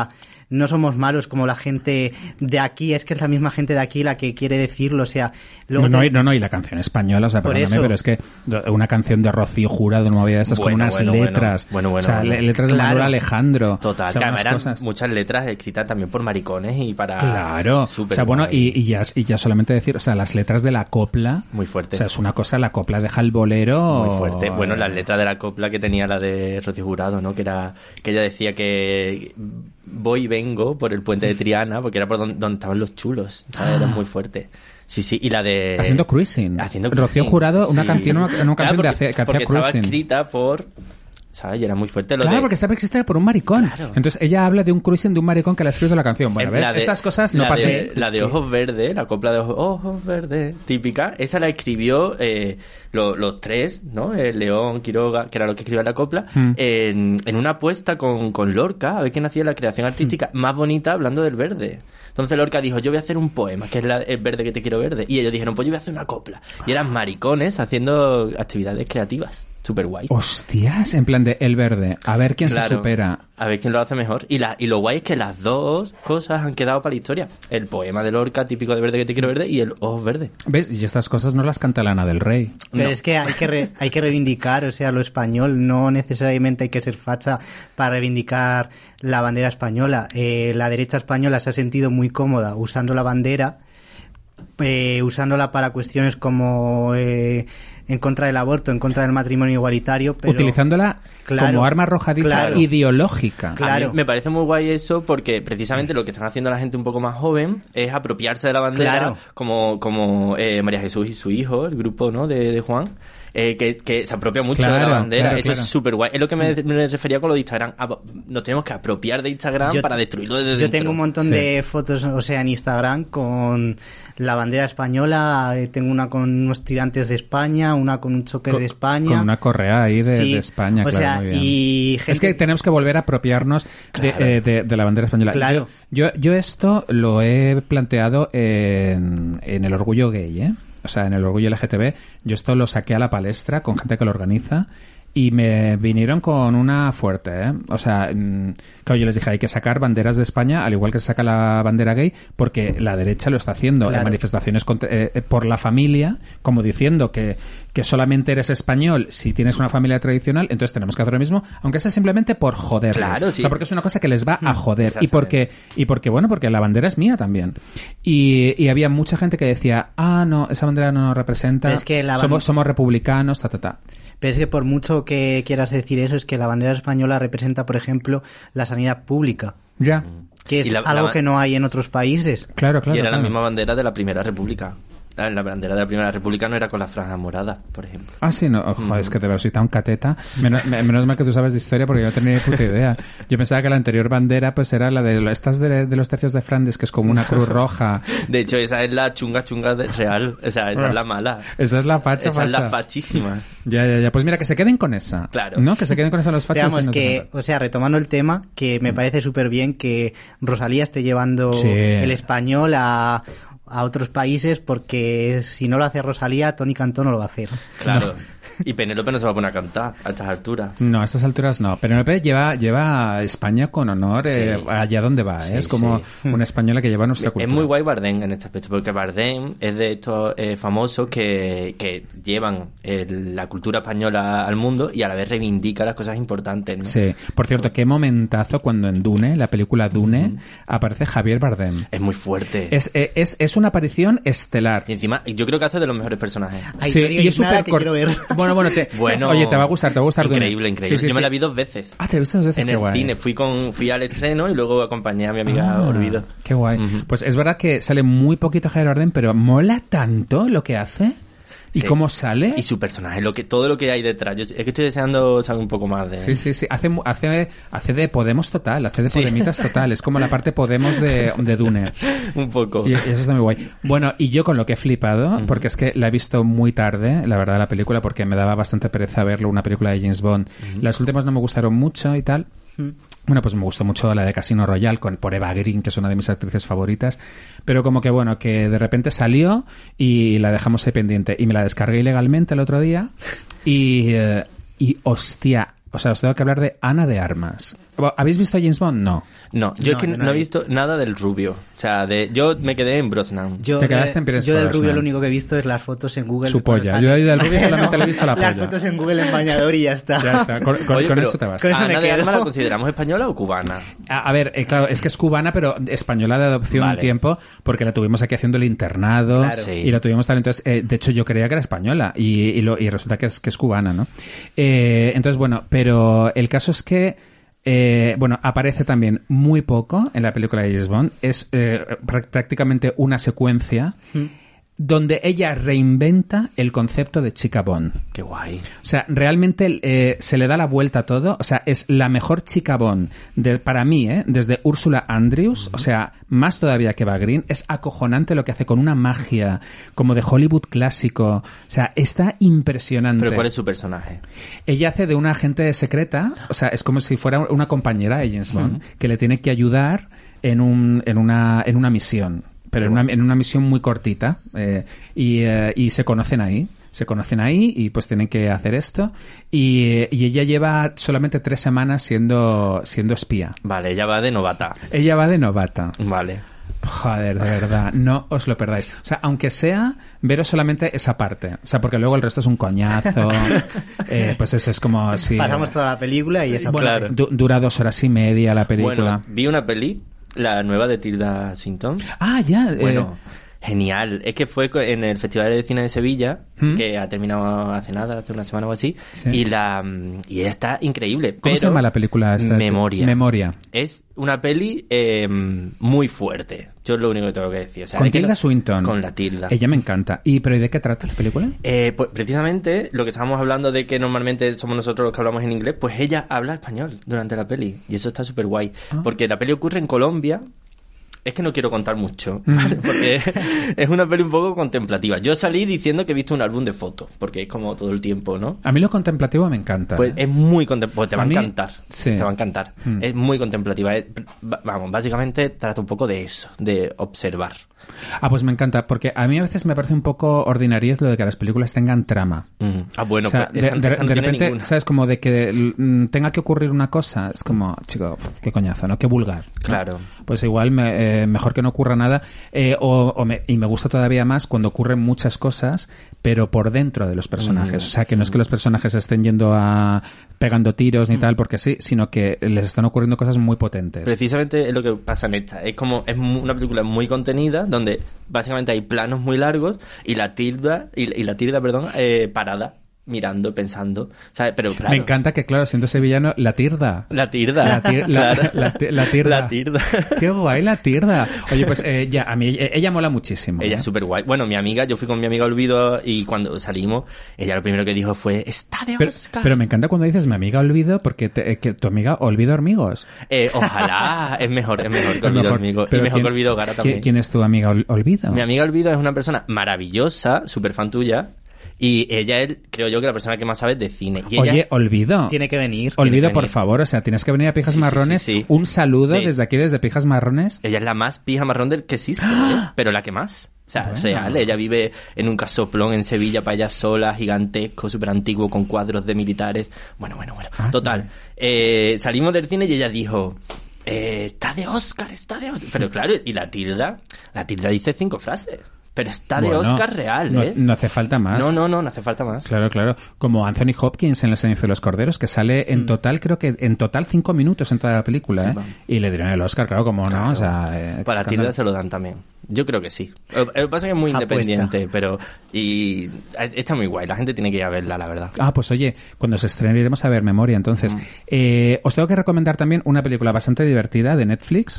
[SPEAKER 6] no somos malos como la gente de aquí, es que es la misma gente de aquí la que quiere decirlo, o sea... Luego
[SPEAKER 4] no,
[SPEAKER 6] te...
[SPEAKER 4] no, no, y la canción española, o sea,
[SPEAKER 6] Por
[SPEAKER 4] perdóname,
[SPEAKER 6] eso.
[SPEAKER 4] pero es que una canción de Rocío Jurado, una movida de estas,
[SPEAKER 5] Bueno,
[SPEAKER 4] con unas
[SPEAKER 5] bueno,
[SPEAKER 4] letras,
[SPEAKER 5] bueno, bueno,
[SPEAKER 4] o sea,
[SPEAKER 5] bueno.
[SPEAKER 4] le- letras de
[SPEAKER 6] Claro.
[SPEAKER 4] Manuel Alejandro.
[SPEAKER 5] Total,
[SPEAKER 4] o sea,
[SPEAKER 5] que
[SPEAKER 4] unas
[SPEAKER 5] además eran
[SPEAKER 4] cosas-
[SPEAKER 5] muchas letras escritas también por maricones y para...
[SPEAKER 4] Claro, o
[SPEAKER 5] Súper
[SPEAKER 4] sea, bueno,
[SPEAKER 5] guay.
[SPEAKER 4] y, y, ya, y ya solamente decir, o sea, las letras de la copla,
[SPEAKER 5] Muy fuerte.
[SPEAKER 4] o sea, es una cosa, la copla deja el bolero...
[SPEAKER 5] Muy fuerte. Bueno, las letras de la copla que tenía la de Rocío Jurado, ¿no? Que era que ella decía que voy y vengo por el puente de Triana, porque era por donde, donde estaban los chulos, ¿sabes?
[SPEAKER 4] Ah.
[SPEAKER 5] Era muy fuerte. Sí, sí, y la de...
[SPEAKER 4] Haciendo cruising.
[SPEAKER 5] Haciendo
[SPEAKER 4] Rocío
[SPEAKER 5] cruising,
[SPEAKER 4] Jurado, una
[SPEAKER 5] sí.
[SPEAKER 4] canción, una, una
[SPEAKER 5] Claro,
[SPEAKER 4] canción de
[SPEAKER 5] porque,
[SPEAKER 4] hace- que hacía
[SPEAKER 5] porque estaba
[SPEAKER 4] cruising.
[SPEAKER 5] escrita por... ¿Sabes? Y era muy fuerte lo
[SPEAKER 4] Claro,
[SPEAKER 5] de...
[SPEAKER 4] porque estaba escrita por un maricón.
[SPEAKER 5] Claro.
[SPEAKER 4] Entonces ella habla de un cruising de un maricón que le ha escrito la canción. Bueno, ¿ves?
[SPEAKER 5] La de-
[SPEAKER 4] Estas cosas no
[SPEAKER 5] la
[SPEAKER 4] pasan.
[SPEAKER 5] De, la de Ojos Verdes, la copla de Ojos, Ojos Verdes, típica, esa la escribió eh, lo- los tres, ¿no? El León, Quiroga, que era lo que escribía la copla,
[SPEAKER 4] Mm.
[SPEAKER 5] en, en una apuesta con, con Lorca, a ver quién hacía la creación artística
[SPEAKER 4] Mm.
[SPEAKER 5] más bonita hablando del verde. Entonces Lorca dijo, yo voy a hacer un poema, que es la- el verde que te quiero verde. Y ellos dijeron, pues yo voy a hacer una copla. Y eran maricones haciendo actividades creativas. Súper guay.
[SPEAKER 4] Hostias, en plan de El Verde. A ver quién se
[SPEAKER 5] Claro,
[SPEAKER 4] supera.
[SPEAKER 5] A ver quién lo hace mejor. Y, la, y lo guay es que las dos cosas han quedado para la historia. El poema de Lorca, típico de verde que te quiero verde, y el ojos verde.
[SPEAKER 4] ¿Ves? Y estas cosas no las canta Lana del Rey.
[SPEAKER 6] Pero
[SPEAKER 5] No.
[SPEAKER 6] es que hay que re- hay que reivindicar, o sea, lo español, no necesariamente hay que ser facha para reivindicar la bandera española. Eh, la derecha española se ha sentido muy cómoda usando la bandera, eh, usándola para cuestiones como eh, en contra del aborto, en contra del matrimonio igualitario, pero
[SPEAKER 4] Utilizándola
[SPEAKER 6] Claro,
[SPEAKER 4] como arma arrojadiza
[SPEAKER 6] claro.
[SPEAKER 4] ideológica.
[SPEAKER 6] Claro.
[SPEAKER 5] A mí me parece muy guay eso porque precisamente lo que están haciendo la gente un poco más joven es apropiarse de la bandera,
[SPEAKER 6] Claro.
[SPEAKER 5] como, como eh, María Jesús y su hijo, el grupo, ¿no? de, de Juan. Eh, que, que se apropia mucho de
[SPEAKER 4] Claro,
[SPEAKER 5] la bandera.
[SPEAKER 4] claro,
[SPEAKER 5] Eso
[SPEAKER 4] claro.
[SPEAKER 5] es súper guay. Es lo que me, me refería con lo de Instagram. Ah, nos tenemos que apropiar de Instagram
[SPEAKER 6] Yo-
[SPEAKER 5] para destruirlo desde
[SPEAKER 6] Yo
[SPEAKER 5] dentro.
[SPEAKER 6] tengo un montón
[SPEAKER 4] Sí.
[SPEAKER 6] de fotos, o sea, en Instagram con la bandera española. eh, Tengo una con unos tirantes de España, una con un choker
[SPEAKER 4] Con-
[SPEAKER 6] de España.
[SPEAKER 4] Con una correa ahí de,
[SPEAKER 6] Sí,
[SPEAKER 4] de España,
[SPEAKER 6] o
[SPEAKER 4] claro,
[SPEAKER 6] sea,
[SPEAKER 4] muy bien.
[SPEAKER 6] y
[SPEAKER 4] Es
[SPEAKER 6] gente-
[SPEAKER 4] que tenemos que volver a apropiarnos de,
[SPEAKER 5] Claro.
[SPEAKER 4] eh, de- de la bandera española.
[SPEAKER 6] Claro.
[SPEAKER 4] Yo, yo, yo esto lo he planteado en, en el orgullo gay, ¿eh? O sea, en el orgullo L G T B. Yo esto lo saqué a la palestra con gente que lo organiza y me vinieron con una fuerte, ¿eh? O sea, mm, claro, yo les dije, hay que sacar banderas de España, al igual que se saca la bandera gay, porque la derecha lo está haciendo
[SPEAKER 6] Claro.
[SPEAKER 4] en manifestaciones contra- eh, por la familia, como diciendo que, que solamente eres español si tienes una familia tradicional, entonces tenemos que hacer lo mismo, aunque sea simplemente por joderles.
[SPEAKER 5] Claro,
[SPEAKER 4] O
[SPEAKER 5] sí.
[SPEAKER 4] sea, porque es una cosa que les va a joder. Y
[SPEAKER 5] Exactamente.
[SPEAKER 4] porque, y porque, bueno, porque la bandera es mía también. Y, y había mucha gente que decía, ah, no, esa bandera no nos representa,
[SPEAKER 6] Pero es que la ban-
[SPEAKER 4] somos, somos republicanos, ta, ta, ta.
[SPEAKER 6] Pero es que por mucho que quieras decir eso, es que la bandera española representa, por ejemplo, la sanidad pública,
[SPEAKER 4] Ya.
[SPEAKER 6] que es
[SPEAKER 5] Y la-
[SPEAKER 6] algo
[SPEAKER 5] la-
[SPEAKER 6] que no hay en otros países.
[SPEAKER 4] Claro, claro.
[SPEAKER 5] y era
[SPEAKER 4] claro.
[SPEAKER 5] la misma bandera de la Primera República. La, la bandera de la Primera República no era con las franjas moradas, por ejemplo.
[SPEAKER 4] Ah, sí, no, ojo, es que de verdad soy tan cateta. Menos, me- menos mal que tú sabes de historia porque yo no tenía ni puta idea. Yo pensaba que la anterior bandera pues era la de estas de, de los tercios de Flandes, que es como una cruz roja.
[SPEAKER 5] De hecho, esa es la chunga chunga de- real. O sea, esa es la mala.
[SPEAKER 4] Esa es la facha,
[SPEAKER 5] Esa es la
[SPEAKER 4] facha.
[SPEAKER 5] fachísima.
[SPEAKER 4] Ya, ya, ya. Pues mira, que se queden con esa.
[SPEAKER 5] Claro.
[SPEAKER 4] ¿No? Que se queden con esa los fachos.
[SPEAKER 6] Veamos
[SPEAKER 4] y no
[SPEAKER 6] que,
[SPEAKER 4] se-
[SPEAKER 6] o sea, retomando el tema, que me parece súper bien que Rosalía esté llevando
[SPEAKER 4] Sí.
[SPEAKER 6] el español a, a otros países, porque si no lo hace Rosalía, Tony Cantó no lo va a hacer.
[SPEAKER 5] Claro. Y Penélope no se va a poner a cantar a estas alturas.
[SPEAKER 4] No, a estas alturas no. Penélope lleva, lleva a España con honor eh,
[SPEAKER 5] Sí.
[SPEAKER 4] allá donde va. ¿eh?
[SPEAKER 5] Sí,
[SPEAKER 4] es como
[SPEAKER 5] sí.
[SPEAKER 4] una española que lleva nuestra
[SPEAKER 5] Es
[SPEAKER 4] cultura.
[SPEAKER 5] muy guay Bardem en este aspecto, porque Bardem es de estos eh, famosos que, que llevan el- la cultura española al mundo y a la vez reivindica las cosas importantes, ¿no?
[SPEAKER 4] Sí. Por cierto, qué momentazo cuando en Dune, la película Dune, aparece Javier Bardem.
[SPEAKER 5] Es muy fuerte.
[SPEAKER 4] Es, eh, es, es una aparición estelar.
[SPEAKER 5] Y encima, yo creo que hace de los mejores personajes.
[SPEAKER 6] Ay,
[SPEAKER 4] Sí,
[SPEAKER 6] no digáis
[SPEAKER 4] y es
[SPEAKER 6] nada
[SPEAKER 4] súper
[SPEAKER 6] que
[SPEAKER 4] cort-
[SPEAKER 6] quiero ver.
[SPEAKER 4] Bueno, bueno, te...
[SPEAKER 5] Bueno,
[SPEAKER 4] oye, te va a gustar, te va a gustar Dune.
[SPEAKER 5] Increíble, increíble.
[SPEAKER 4] Sí, sí,
[SPEAKER 5] yo me
[SPEAKER 4] sí.
[SPEAKER 5] la vi dos veces.
[SPEAKER 4] Ah, te la viste dos veces,
[SPEAKER 5] En
[SPEAKER 4] qué
[SPEAKER 5] el
[SPEAKER 4] guay.
[SPEAKER 5] cine fui con fui al estreno y luego acompañé a mi amiga
[SPEAKER 4] Ah,
[SPEAKER 5] Orbido.
[SPEAKER 4] Qué guay.
[SPEAKER 5] Ujú.
[SPEAKER 4] Pues es verdad que sale muy poquito Javier Bardem, pero mola tanto lo que hace y
[SPEAKER 5] Sí.
[SPEAKER 4] cómo sale.
[SPEAKER 5] Y su personaje, lo que todo lo que hay detrás. Yo es que estoy deseando saber un poco más de
[SPEAKER 4] Sí, sí, sí. Hace, mu- hace, hace de Podemos total, hace de
[SPEAKER 5] Sí.
[SPEAKER 4] Podemitas total. Es como la parte Podemos de, de Dune.
[SPEAKER 5] un poco.
[SPEAKER 4] Y, y eso está muy guay. Bueno, y yo con lo que he flipado,
[SPEAKER 5] Ujú.
[SPEAKER 4] porque es que la he visto muy tarde, la verdad, la película, porque me daba bastante pereza verlo, una película de James Bond. Las últimas no me gustaron mucho y tal. Bueno, pues me gustó mucho la de Casino Royale con, por Eva Green, que es una de mis actrices favoritas. Pero como que, bueno, que de repente salió y la dejamos ahí pendiente. Y me la descargué ilegalmente el otro día. Y, eh, y hostia, O sea, os tengo que hablar de Ana de Armas. ¿Habéis visto James Bond? No.
[SPEAKER 5] No, yo
[SPEAKER 6] No,
[SPEAKER 5] es que
[SPEAKER 6] yo
[SPEAKER 5] no,
[SPEAKER 6] no
[SPEAKER 5] he
[SPEAKER 6] he
[SPEAKER 5] visto nada del rubio. O sea, de, yo me quedé en Brosnan.
[SPEAKER 6] Yo,
[SPEAKER 4] Te quedaste en
[SPEAKER 6] de,
[SPEAKER 4] Pierce
[SPEAKER 6] yo del
[SPEAKER 4] Brosnan.
[SPEAKER 6] rubio lo único que he visto es las fotos en Google.
[SPEAKER 4] Su
[SPEAKER 6] cuando
[SPEAKER 4] polla.
[SPEAKER 6] sale.
[SPEAKER 4] Yo del rubio solamente le he visto la polla.
[SPEAKER 6] Las fotos en Google en bañador y ya está.
[SPEAKER 4] Ya está. Con, con-
[SPEAKER 5] Oye,
[SPEAKER 4] con
[SPEAKER 5] pero
[SPEAKER 4] eso te vas.
[SPEAKER 6] con eso
[SPEAKER 5] ¿Ana
[SPEAKER 6] me
[SPEAKER 5] de
[SPEAKER 6] quedo.
[SPEAKER 5] Armas la consideramos española o cubana?
[SPEAKER 4] A, a ver, eh, claro, es que es cubana, pero española de adopción
[SPEAKER 5] Vale.
[SPEAKER 4] un tiempo, porque la tuvimos aquí haciendo el internado
[SPEAKER 6] Claro.
[SPEAKER 5] Sí.
[SPEAKER 4] y la tuvimos tal. Entonces, eh, de hecho, yo creía que era española y, y, lo, y resulta que es, que es cubana, ¿no? Eh, entonces, bueno, pero el caso es que Eh, bueno, aparece también muy poco en la película de James Bond. Es eh, pr- prácticamente una secuencia donde ella reinventa el concepto de chica Bond.
[SPEAKER 5] Qué guay.
[SPEAKER 4] O sea, realmente eh, se le da la vuelta a todo. O sea, es la mejor chica Bond de, para mí, ¿eh? Desde Úrsula Andrews. Uh-huh. O sea, más todavía que Eva Green. Es acojonante lo que hace con una magia como de Hollywood clásico. O sea, está impresionante.
[SPEAKER 5] ¿Pero cuál es su personaje?
[SPEAKER 4] Ella hace de una agente secreta. O sea, es como si fuera una compañera de James Bond, uh-huh, que le tiene que ayudar en, un, en, una, en una misión. Pero en una, en una misión muy cortita, eh, y, eh, y se conocen ahí, se conocen ahí y pues tienen que hacer esto, y, y ella lleva solamente tres semanas siendo, siendo espía.
[SPEAKER 5] Vale, ella va de novata.
[SPEAKER 4] Ella va de novata.
[SPEAKER 5] Vale.
[SPEAKER 4] Joder, de verdad, no os lo perdáis. O sea, aunque sea, veros solamente esa parte. O sea, porque luego el resto es un coñazo. eh, pues eso es como así.
[SPEAKER 6] Pasamos toda la película y esa
[SPEAKER 4] Bueno,
[SPEAKER 5] Claro.
[SPEAKER 4] du- dura dos horas y media la película.
[SPEAKER 5] Bueno, vi una peli, la nueva de Tilda Swinton.
[SPEAKER 4] Ah, ya. eh,
[SPEAKER 5] Bueno, genial. Es que fue co- en el Festival de Cine de Sevilla,
[SPEAKER 4] ¿Mm?
[SPEAKER 5] que ha terminado hace nada, hace una semana o así,
[SPEAKER 4] Sí.
[SPEAKER 5] y la y ella está increíble.
[SPEAKER 4] ¿Cómo
[SPEAKER 5] pero
[SPEAKER 4] se llama la película esta?
[SPEAKER 5] Memoria.
[SPEAKER 4] Memoria.
[SPEAKER 5] Es una peli eh, muy fuerte. Yo es lo único que tengo que decir. O sea,
[SPEAKER 4] Con
[SPEAKER 5] es que
[SPEAKER 4] Tilda
[SPEAKER 5] no-
[SPEAKER 4] Swinton.
[SPEAKER 5] Con la Tilda.
[SPEAKER 4] Ella me encanta. ¿Y pero ¿y de qué trata la película?
[SPEAKER 5] Eh, pues precisamente lo que estábamos hablando de que normalmente somos nosotros los que hablamos en inglés, pues ella habla español durante la peli. Y eso está súper guay.
[SPEAKER 4] Ah.
[SPEAKER 5] Porque la peli ocurre en Colombia. Es que no quiero contar mucho, ¿vale? Porque es una peli un poco contemplativa. Yo salí diciendo que he visto un álbum de fotos, porque es como todo el tiempo, ¿no?
[SPEAKER 4] A mí lo contemplativo me encanta.
[SPEAKER 5] Pues es muy contemplativa, te va
[SPEAKER 4] A
[SPEAKER 5] a
[SPEAKER 4] mí,
[SPEAKER 5] encantar,
[SPEAKER 4] sí.
[SPEAKER 5] te va a encantar.
[SPEAKER 4] Mm.
[SPEAKER 5] Es muy contemplativa. Es- va- vamos, básicamente trata un poco de eso, de observar.
[SPEAKER 4] Ah, pues me encanta, porque a mí a veces me parece un poco ordinariez lo de que las películas tengan trama.
[SPEAKER 5] Mm. Ah, bueno,
[SPEAKER 4] O sea,
[SPEAKER 5] pues
[SPEAKER 4] de,
[SPEAKER 5] esta-
[SPEAKER 4] de-
[SPEAKER 5] esta no
[SPEAKER 4] de
[SPEAKER 5] tiene
[SPEAKER 4] repente,
[SPEAKER 5] ninguna.
[SPEAKER 4] ¿sabes? Como de que mm, tenga que ocurrir una cosa, es como, chico, pf, qué coñazo, ¿no? Qué vulgar. ¿no?
[SPEAKER 5] Claro.
[SPEAKER 4] Pues igual me- eh, mejor que no ocurra nada. eh, o, o me- y me gusta todavía más cuando ocurren muchas cosas, pero por dentro de los personajes.
[SPEAKER 5] Mm.
[SPEAKER 4] O sea, que no es que los personajes estén yendo a pegando tiros ni tal, porque sí, sino que les están ocurriendo cosas muy potentes.
[SPEAKER 5] Precisamente es lo que pasa en esta. Es como, es mu- una película muy contenida, donde básicamente hay planos muy largos y la tilda, y, y la tilda, perdón, eh, parada, mirando, pensando, ¿sabes? Pero claro.
[SPEAKER 4] Me encanta que, claro, siendo sevillano, la tirda.
[SPEAKER 5] La tirda.
[SPEAKER 4] La, tir- la-
[SPEAKER 5] Claro.
[SPEAKER 4] la ti- la tirda.
[SPEAKER 5] La tirda.
[SPEAKER 4] Qué guay la tirda. Oye, pues eh, ya, a mí eh, ella mola muchísimo.
[SPEAKER 5] Ella
[SPEAKER 4] ¿eh?
[SPEAKER 5] es súper guay. Bueno, mi amiga, yo fui con mi amiga Olvido y cuando salimos, ella lo primero que dijo fue, está de
[SPEAKER 4] Pero,
[SPEAKER 5] Oscar.
[SPEAKER 4] pero me encanta cuando dices mi amiga Olvido, porque te- eh, que tu amiga Olvido Hormigos.
[SPEAKER 5] Eh, ojalá, es mejor, es mejor que
[SPEAKER 4] Es
[SPEAKER 5] Olvido
[SPEAKER 4] mejor.
[SPEAKER 5] Hormigo. Y
[SPEAKER 4] Pero
[SPEAKER 5] mejor
[SPEAKER 4] ¿quién-
[SPEAKER 5] que Olvido Gara
[SPEAKER 4] ¿quién-
[SPEAKER 5] también.
[SPEAKER 4] ¿Quién es tu amiga Ol- Olvido?
[SPEAKER 5] Mi amiga Olvido es una persona maravillosa, súper fan tuya, y ella es, creo yo, que la persona que más sabe de cine. Y ella-
[SPEAKER 4] Oye, Olvido.
[SPEAKER 6] Tiene que venir.
[SPEAKER 4] Olvido,
[SPEAKER 5] que
[SPEAKER 4] por
[SPEAKER 5] venir.
[SPEAKER 4] favor, o sea, tienes que venir a Pijas
[SPEAKER 5] Sí, sí,
[SPEAKER 4] Marrones.
[SPEAKER 5] sí, sí.
[SPEAKER 4] Un saludo
[SPEAKER 5] Sí.
[SPEAKER 4] desde aquí, desde Pijas Marrones.
[SPEAKER 5] Ella es la más pija marrón del que existe, ¿eh? Pero la que más. O sea,
[SPEAKER 4] Bueno.
[SPEAKER 5] es real. Ella vive en un casoplón en Sevilla para ella sola, gigantesco, súper antiguo, con cuadros de militares. Bueno, bueno, bueno.
[SPEAKER 4] Ah,
[SPEAKER 5] Total. Eh, salimos del cine y ella dijo, eh, está de Oscar, está de Oscar. Pero claro, y la tilda, la tilda dice cinco frases. Pero está de
[SPEAKER 4] Bueno,
[SPEAKER 5] Oscar real,
[SPEAKER 4] no,
[SPEAKER 5] ¿eh?
[SPEAKER 4] no hace falta más.
[SPEAKER 5] No, no, no, no hace falta más.
[SPEAKER 4] Claro, claro. Como Anthony Hopkins en El Silencio de los Corderos, que sale en total, creo que en total cinco minutos en toda la película, ¿eh?
[SPEAKER 5] Vamos.
[SPEAKER 4] Y le dieron el Oscar, claro, como no,
[SPEAKER 5] Claro.
[SPEAKER 4] o sea... eh, qué
[SPEAKER 5] Para la
[SPEAKER 4] escándalo.
[SPEAKER 5] tilda se lo dan también. Yo creo que sí. Lo lo que pasa es que es muy
[SPEAKER 6] Apuesta.
[SPEAKER 5] independiente, pero... Y está muy guay. La gente tiene que ir a verla, la verdad.
[SPEAKER 4] Ah, pues oye, cuando se estrene iremos a ver Memoria. Entonces,
[SPEAKER 5] Mm.
[SPEAKER 4] eh, os tengo que recomendar también una película bastante divertida de Netflix.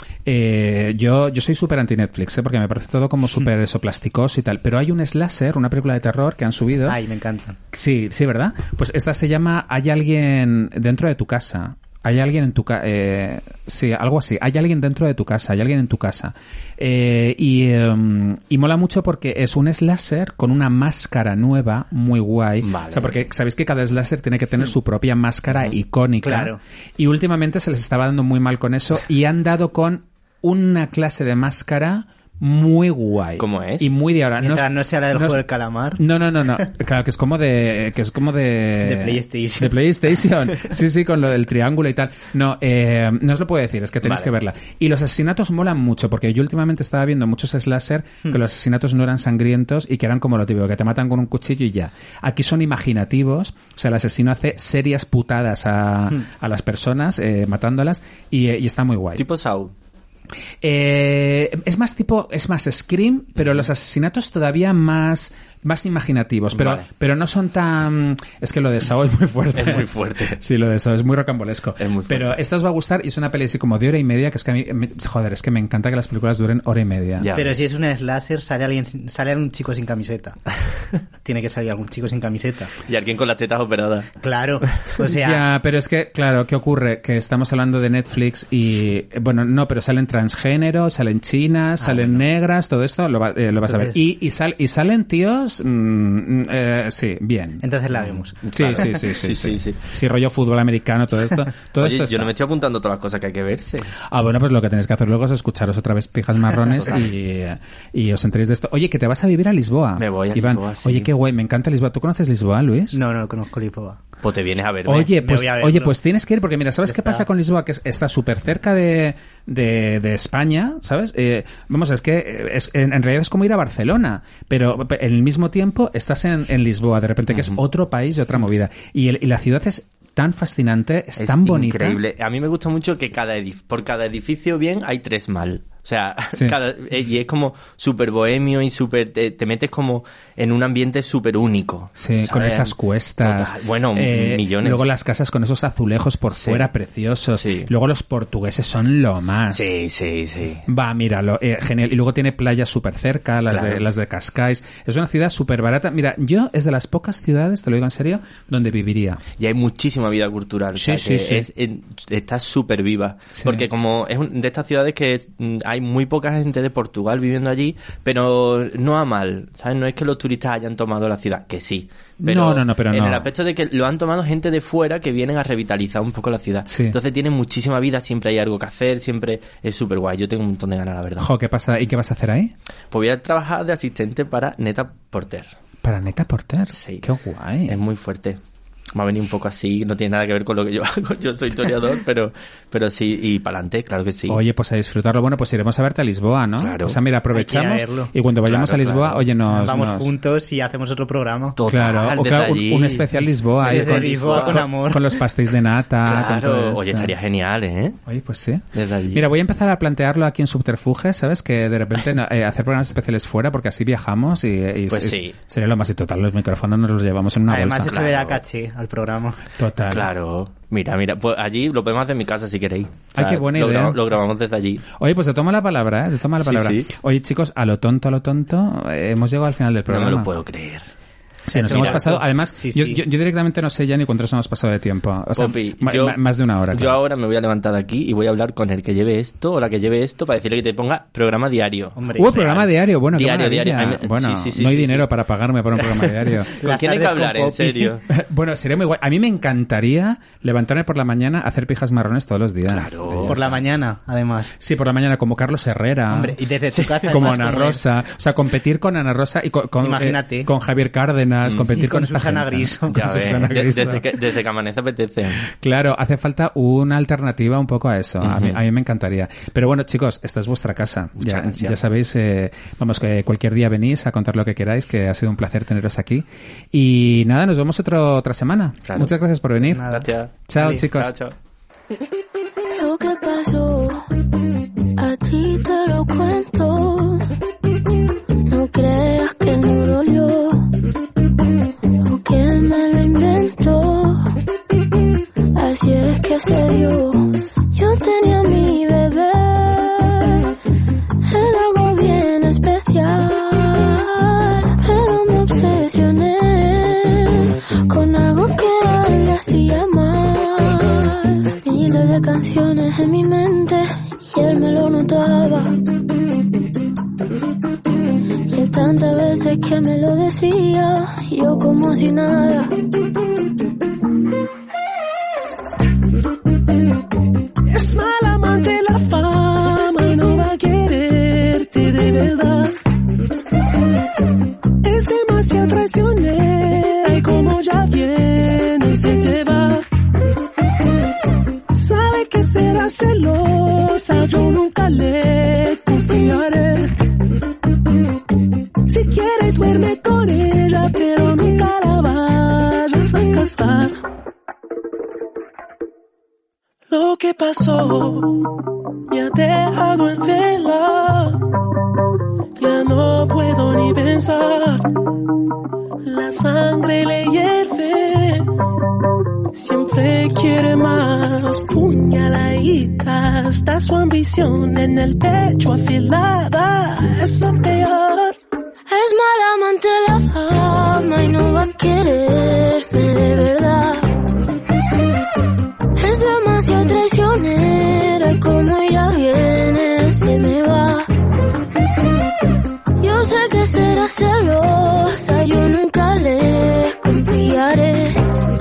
[SPEAKER 4] Eh, yo, yo soy súper anti-Netflix, ¿eh? Porque me parece todo como súper eso, plasticoso y tal. Pero hay un slasher, una película de terror que han subido.
[SPEAKER 6] Ay, me encanta.
[SPEAKER 4] Sí, sí, ¿verdad? Pues esta se llama Hay alguien dentro de tu casa. Hay alguien en tu casa. Eh, sí, algo así. Hay alguien dentro de tu casa. Hay alguien en tu casa. Eh, y, um, y mola mucho porque es un slasher con una máscara nueva, muy guay.
[SPEAKER 5] Vale.
[SPEAKER 4] O sea, porque sabéis que cada slasher tiene que tener su propia máscara icónica.
[SPEAKER 6] Claro.
[SPEAKER 4] Y últimamente se les estaba dando muy mal con eso y han dado con una clase de máscara muy guay.
[SPEAKER 5] ¿Cómo es?
[SPEAKER 4] Y muy de ahora.
[SPEAKER 6] Mientras
[SPEAKER 4] no,
[SPEAKER 6] no sea la del
[SPEAKER 4] no,
[SPEAKER 6] juego del calamar.
[SPEAKER 4] No, no, no, no. Claro, que es como de... Que es como de...
[SPEAKER 6] De PlayStation.
[SPEAKER 4] De PlayStation. Sí, sí, con lo del triángulo y tal. No, eh, no os lo puedo decir, es que tenéis
[SPEAKER 5] Vale.
[SPEAKER 4] que verla. Y los asesinatos molan mucho, porque yo últimamente estaba viendo muchos slasher que los asesinatos no eran sangrientos y que eran como lo típico, que te matan con un cuchillo y ya. Aquí son imaginativos, o sea, el asesino hace serias putadas a, a las personas, eh, matándolas, y, y está muy guay.
[SPEAKER 5] Tipo Saw.
[SPEAKER 4] Eh, es más tipo, es más Scream, pero los asesinatos todavía más, más imaginativos, pero,
[SPEAKER 5] Vale.
[SPEAKER 4] pero no son tan... Es que lo de Saw es muy fuerte.
[SPEAKER 5] Es muy fuerte.
[SPEAKER 4] Sí, lo de Saw es muy rocambolesco.
[SPEAKER 5] Es muy fuerte.
[SPEAKER 4] Pero esta os va a gustar y es una peli así como de hora y media, que es que a mí, me- joder, es que me encanta que las películas duren hora y media.
[SPEAKER 5] Ya.
[SPEAKER 6] Pero si es un slasher, sale alguien, sin- sale un chico sin camiseta. Tiene que salir algún chico sin camiseta.
[SPEAKER 5] Y alguien con las tetas operadas.
[SPEAKER 6] Claro. O sea,
[SPEAKER 4] Ya, pero es que, claro, ¿qué ocurre? Que estamos hablando de Netflix y, eh, bueno, no, pero salen transgénero, salen chinas,
[SPEAKER 6] Ah,
[SPEAKER 4] salen
[SPEAKER 6] bueno.
[SPEAKER 4] negras, todo esto lo, va- eh, lo vas a ver.
[SPEAKER 6] Entonces-
[SPEAKER 4] Y, y, sal, y salen tíos, mm, eh, sí, bien.
[SPEAKER 6] entonces la vemos.
[SPEAKER 4] Sí,
[SPEAKER 5] Vale.
[SPEAKER 4] sí, sí, sí,
[SPEAKER 5] Sí, sí, sí.
[SPEAKER 4] Sí, rollo fútbol americano, todo esto. Todo
[SPEAKER 5] Oye,
[SPEAKER 4] esto
[SPEAKER 5] yo
[SPEAKER 4] está.
[SPEAKER 5] no me estoy apuntando todas las cosas que hay que verse.
[SPEAKER 4] Ah, bueno, pues lo que tenéis que hacer luego es escucharos otra vez Pijas Marrones y, y os enteréis de esto. Oye, que te vas a vivir a Lisboa.
[SPEAKER 5] Me voy a
[SPEAKER 4] Iván.
[SPEAKER 5] Lisboa, sí.
[SPEAKER 4] Oye, qué guay, me encanta Lisboa. ¿Tú conoces Lisboa, Luis?
[SPEAKER 6] No, no conozco Lisboa.
[SPEAKER 5] Pues te vienes a verme.
[SPEAKER 4] Oye,
[SPEAKER 6] Me
[SPEAKER 4] pues,
[SPEAKER 6] voy a verlo.
[SPEAKER 4] oye, pues tienes que ir, porque mira, ¿sabes
[SPEAKER 6] Ya
[SPEAKER 4] qué
[SPEAKER 6] está.
[SPEAKER 4] pasa con Lisboa? Que es- está súper cerca de, de, de España, ¿sabes? Eh, vamos, es que eh, es, en, en realidad es como ir a Barcelona, pero pe- en el mismo tiempo estás en, en Lisboa, de repente, que es otro país y otra movida. Y, el- y la ciudad es tan fascinante, es,
[SPEAKER 5] Es
[SPEAKER 4] tan bonita.
[SPEAKER 5] increíble. A mí me gusta mucho que cada edif- por cada edificio bien hay tres mal. O sea,
[SPEAKER 4] Sí.
[SPEAKER 5] cada, eh, y es como súper bohemio y súper... Te, te metes como en un ambiente súper único.
[SPEAKER 4] Sí,
[SPEAKER 5] ¿sabes?
[SPEAKER 4] con esas cuestas.
[SPEAKER 5] Total. Bueno,
[SPEAKER 4] Eh,
[SPEAKER 5] millones.
[SPEAKER 4] Luego las casas con esos azulejos por
[SPEAKER 5] Sí.
[SPEAKER 4] fuera preciosos.
[SPEAKER 5] Sí.
[SPEAKER 4] Luego los portugueses son lo más.
[SPEAKER 5] Sí, sí, sí.
[SPEAKER 4] Va, míralo, eh, genial. Y luego tiene playas súper cerca, las,
[SPEAKER 5] Claro.
[SPEAKER 4] de, las de Cascais. Es una ciudad súper barata. Mira, yo es de las pocas ciudades, te lo digo en serio, donde viviría.
[SPEAKER 5] Y hay muchísima vida cultural.
[SPEAKER 4] Sí,
[SPEAKER 5] o sea,
[SPEAKER 4] sí,
[SPEAKER 5] que
[SPEAKER 4] sí.
[SPEAKER 5] es- en- está súper viva.
[SPEAKER 4] Sí.
[SPEAKER 5] Porque como es un- de estas ciudades que es- mm, hay muy poca gente de Portugal viviendo allí, pero no a mal, ¿sabes? No es que los turistas hayan tomado la ciudad, que sí. Pero
[SPEAKER 4] No, no, no, pero
[SPEAKER 5] en
[SPEAKER 4] no.
[SPEAKER 5] el aspecto de que lo han tomado gente de fuera que vienen a revitalizar un poco la ciudad.
[SPEAKER 4] Sí.
[SPEAKER 5] Entonces tiene muchísima vida, siempre hay algo que hacer, siempre es súper guay. Yo tengo un montón de ganas, la verdad.
[SPEAKER 4] Jo, ¿qué pasa? ¿Y qué vas a hacer ahí?
[SPEAKER 5] Pues voy a trabajar de asistente para Neta Porter.
[SPEAKER 4] Para Neta Porter.
[SPEAKER 5] Sí.
[SPEAKER 4] Qué guay.
[SPEAKER 5] Es muy fuerte. Me ha venido un poco así, no tiene nada que ver con lo que yo hago. Yo soy historiador, pero, pero sí, y para adelante, claro que sí.
[SPEAKER 4] Oye, pues a disfrutarlo. Bueno, pues iremos a verte a Lisboa, ¿no?
[SPEAKER 5] Claro.
[SPEAKER 4] O sea, mira, aprovechamos
[SPEAKER 6] Hay que ir a verlo.
[SPEAKER 4] y cuando vayamos
[SPEAKER 5] Claro,
[SPEAKER 4] a Lisboa,
[SPEAKER 5] claro.
[SPEAKER 4] oye, nos...
[SPEAKER 6] Vamos
[SPEAKER 4] nos-
[SPEAKER 6] juntos y hacemos otro programa.
[SPEAKER 5] Total,
[SPEAKER 4] Claro, o
[SPEAKER 5] desde
[SPEAKER 4] claro, un,
[SPEAKER 5] allí.
[SPEAKER 4] un especial Lisboa. ahí
[SPEAKER 6] Desde Lisboa con amor.
[SPEAKER 4] Con los pastéis de nata. con todo
[SPEAKER 5] Claro,
[SPEAKER 4] esto.
[SPEAKER 5] oye, estaría genial, ¿eh?
[SPEAKER 4] Oye, pues sí.
[SPEAKER 5] Desde allí.
[SPEAKER 4] Mira, voy a empezar a plantearlo aquí en Subterfuge, ¿sabes? Que de repente no- eh, hacer programas especiales fuera, porque así viajamos y, y-
[SPEAKER 5] Pues
[SPEAKER 4] y-
[SPEAKER 5] sí.
[SPEAKER 4] sería lo más. Y total, los micrófonos nos los llevamos en una
[SPEAKER 6] Además,
[SPEAKER 4] bolsa.
[SPEAKER 6] eso le da
[SPEAKER 5] Claro.
[SPEAKER 6] caché al programa.
[SPEAKER 4] Total.
[SPEAKER 5] Claro. Mira, mira, pues allí lo podemos hacer en mi casa si queréis.
[SPEAKER 4] Ay, qué buena
[SPEAKER 5] lo
[SPEAKER 4] idea.
[SPEAKER 5] grabamos- lo grabamos desde allí.
[SPEAKER 4] Oye, pues te tomo la palabra, ¿eh? Te tomo la
[SPEAKER 5] Sí,
[SPEAKER 4] palabra.
[SPEAKER 5] sí.
[SPEAKER 4] Oye, chicos, a lo tonto, a lo tonto, eh, hemos llegado al final del
[SPEAKER 5] No
[SPEAKER 4] programa.
[SPEAKER 5] me lo puedo creer.
[SPEAKER 4] Sí, nos
[SPEAKER 6] Mira,
[SPEAKER 4] hemos pasado.
[SPEAKER 6] pues,
[SPEAKER 4] Además,
[SPEAKER 6] sí,
[SPEAKER 4] yo,
[SPEAKER 6] sí.
[SPEAKER 4] yo- yo directamente no sé ya ni cuánto nos hemos pasado de tiempo. O sea,
[SPEAKER 5] Popi,
[SPEAKER 4] ma-
[SPEAKER 5] yo-
[SPEAKER 4] ma- más de una hora.
[SPEAKER 5] Yo
[SPEAKER 4] claro.
[SPEAKER 5] ahora me voy a levantar de aquí y voy a hablar con el que lleve esto o la que lleve esto para decirle que te ponga programa diario.
[SPEAKER 6] Hombre,
[SPEAKER 4] Uh,
[SPEAKER 6] real.
[SPEAKER 4] programa diario, bueno, qué
[SPEAKER 5] Diario,
[SPEAKER 4] maravilla.
[SPEAKER 5] diario. A mí-
[SPEAKER 4] Bueno,
[SPEAKER 5] sí, sí, sí,
[SPEAKER 4] no hay
[SPEAKER 5] sí,
[SPEAKER 4] dinero
[SPEAKER 5] sí.
[SPEAKER 4] para pagarme por un programa diario.
[SPEAKER 5] ¿Con
[SPEAKER 6] Las
[SPEAKER 5] quién hay que
[SPEAKER 6] tardes con
[SPEAKER 5] hablar, en
[SPEAKER 6] Poppy.
[SPEAKER 5] serio?
[SPEAKER 4] Bueno, sería muy guay. A mí me encantaría levantarme por la mañana a hacer pijas marrones todos los días.
[SPEAKER 5] Claro.
[SPEAKER 4] Ya
[SPEAKER 6] Por la
[SPEAKER 4] está.
[SPEAKER 6] mañana, además.
[SPEAKER 4] Sí, por la mañana, como Carlos Herrera.
[SPEAKER 6] Hombre, y desde tu casa.
[SPEAKER 4] como
[SPEAKER 6] además,
[SPEAKER 4] Ana
[SPEAKER 6] como
[SPEAKER 4] Rosa. O sea, competir con Ana Rosa y con, con,
[SPEAKER 6] Imagínate.
[SPEAKER 4] eh, con Javier Cárdenas,
[SPEAKER 5] Mm.
[SPEAKER 4] competir
[SPEAKER 6] Y con
[SPEAKER 4] esta
[SPEAKER 6] Susana
[SPEAKER 4] gente.
[SPEAKER 6] Griso.
[SPEAKER 4] Con
[SPEAKER 5] Ya ves,
[SPEAKER 4] Susana
[SPEAKER 5] de-
[SPEAKER 4] Griso.
[SPEAKER 5] desde, que, desde que amanece apetece.
[SPEAKER 4] Claro, hace falta una alternativa un poco a eso. a, mí,
[SPEAKER 5] Ujú.
[SPEAKER 4] a mí me encantaría. Pero bueno, chicos, esta es vuestra casa.
[SPEAKER 5] Muchas
[SPEAKER 4] Ya,
[SPEAKER 5] gracias.
[SPEAKER 4] ya sabéis, eh, vamos, que cualquier día venís a contar lo que queráis, que ha sido un placer teneros aquí. Y nada, nos vemos otro, otra semana.
[SPEAKER 5] Claro.
[SPEAKER 4] Muchas gracias por venir.
[SPEAKER 6] Nada.
[SPEAKER 5] Gracias.
[SPEAKER 4] Chao,
[SPEAKER 6] Vale,
[SPEAKER 4] chicos.
[SPEAKER 5] Chao, chao.
[SPEAKER 7] Lo que pasó, a ti te lo cuento. No creas que no dolió, o que me lo inventó. Así es que se dio. Yo tenía mi bebé, era algo bien especial, pero me obsesioné con algo que a él le hacía mal. Miles de canciones en mi mente y él me lo notaba. Y él tantas veces que me lo decía, yo como si nada.
[SPEAKER 8] Es mal amante la fama y no va a quererte de verdad. demasiado traicionera y como ya viene se te va. Sabe que será celosa, yo nunca le confiaré. Si quiere duerme con ella, pero nunca la vayas a casar. Lo que pasó me ha dejado en vela. Ya no puedo ni pensar. La sangre le hierve. Siempre quiere más. Puñaladita. Está su ambición en el pecho afilada. Es lo peor.
[SPEAKER 7] Es mala amante la fama y no va a quererme de verdad. Es demasiado traicionera y como ella viene se me va. Yo sé que será celosa, yo nunca le confiaré.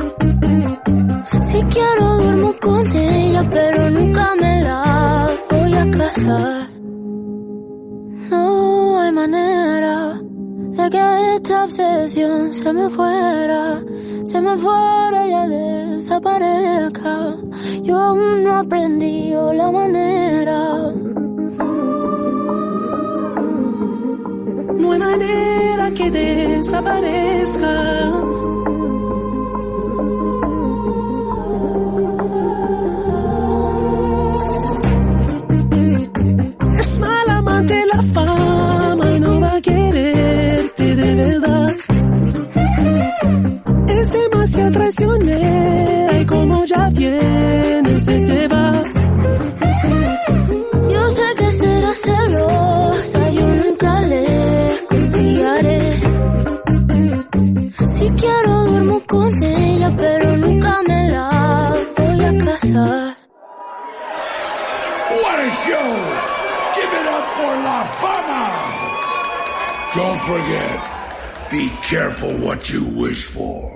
[SPEAKER 7] Si quiero duermo con ella, pero nunca me la voy a casar. No hay manera de que esta obsesión se me fuera, se me fuera y ya desaparezca. Yo aún no aprendí la manera.
[SPEAKER 8] No hay manera que desaparezca. Es mala amante la fama y no va a quererte de verdad. Es demasiado traicionera y como ya viene se te va.
[SPEAKER 7] Yo sé que será celosa, yo nunca le confiaré. Si quiero duermo con ella, pero nunca me la voy a casar.
[SPEAKER 9] What a show! Give it up for La Fama! Don't forget, be careful what you wish for.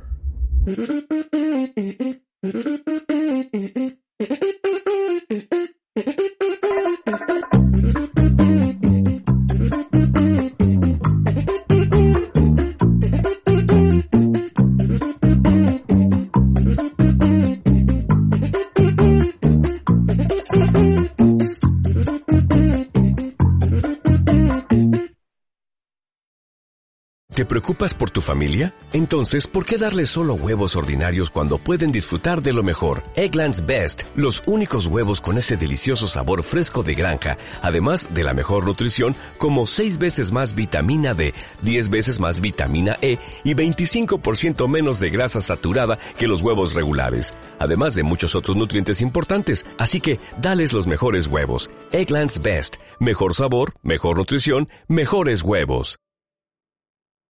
[SPEAKER 10] ¿Te preocupas por tu familia? Entonces, ¿por qué darles solo huevos ordinarios cuando pueden disfrutar de lo mejor? Eggland's Best, los únicos huevos con ese delicioso sabor fresco de granja, además de la mejor nutrición, como seis veces más vitamina D, diez veces más vitamina E y veinticinco por ciento menos de grasa saturada que los huevos regulares, además de muchos otros nutrientes importantes. Así que, dales los mejores huevos. Eggland's Best, mejor sabor, mejor nutrición, mejores huevos.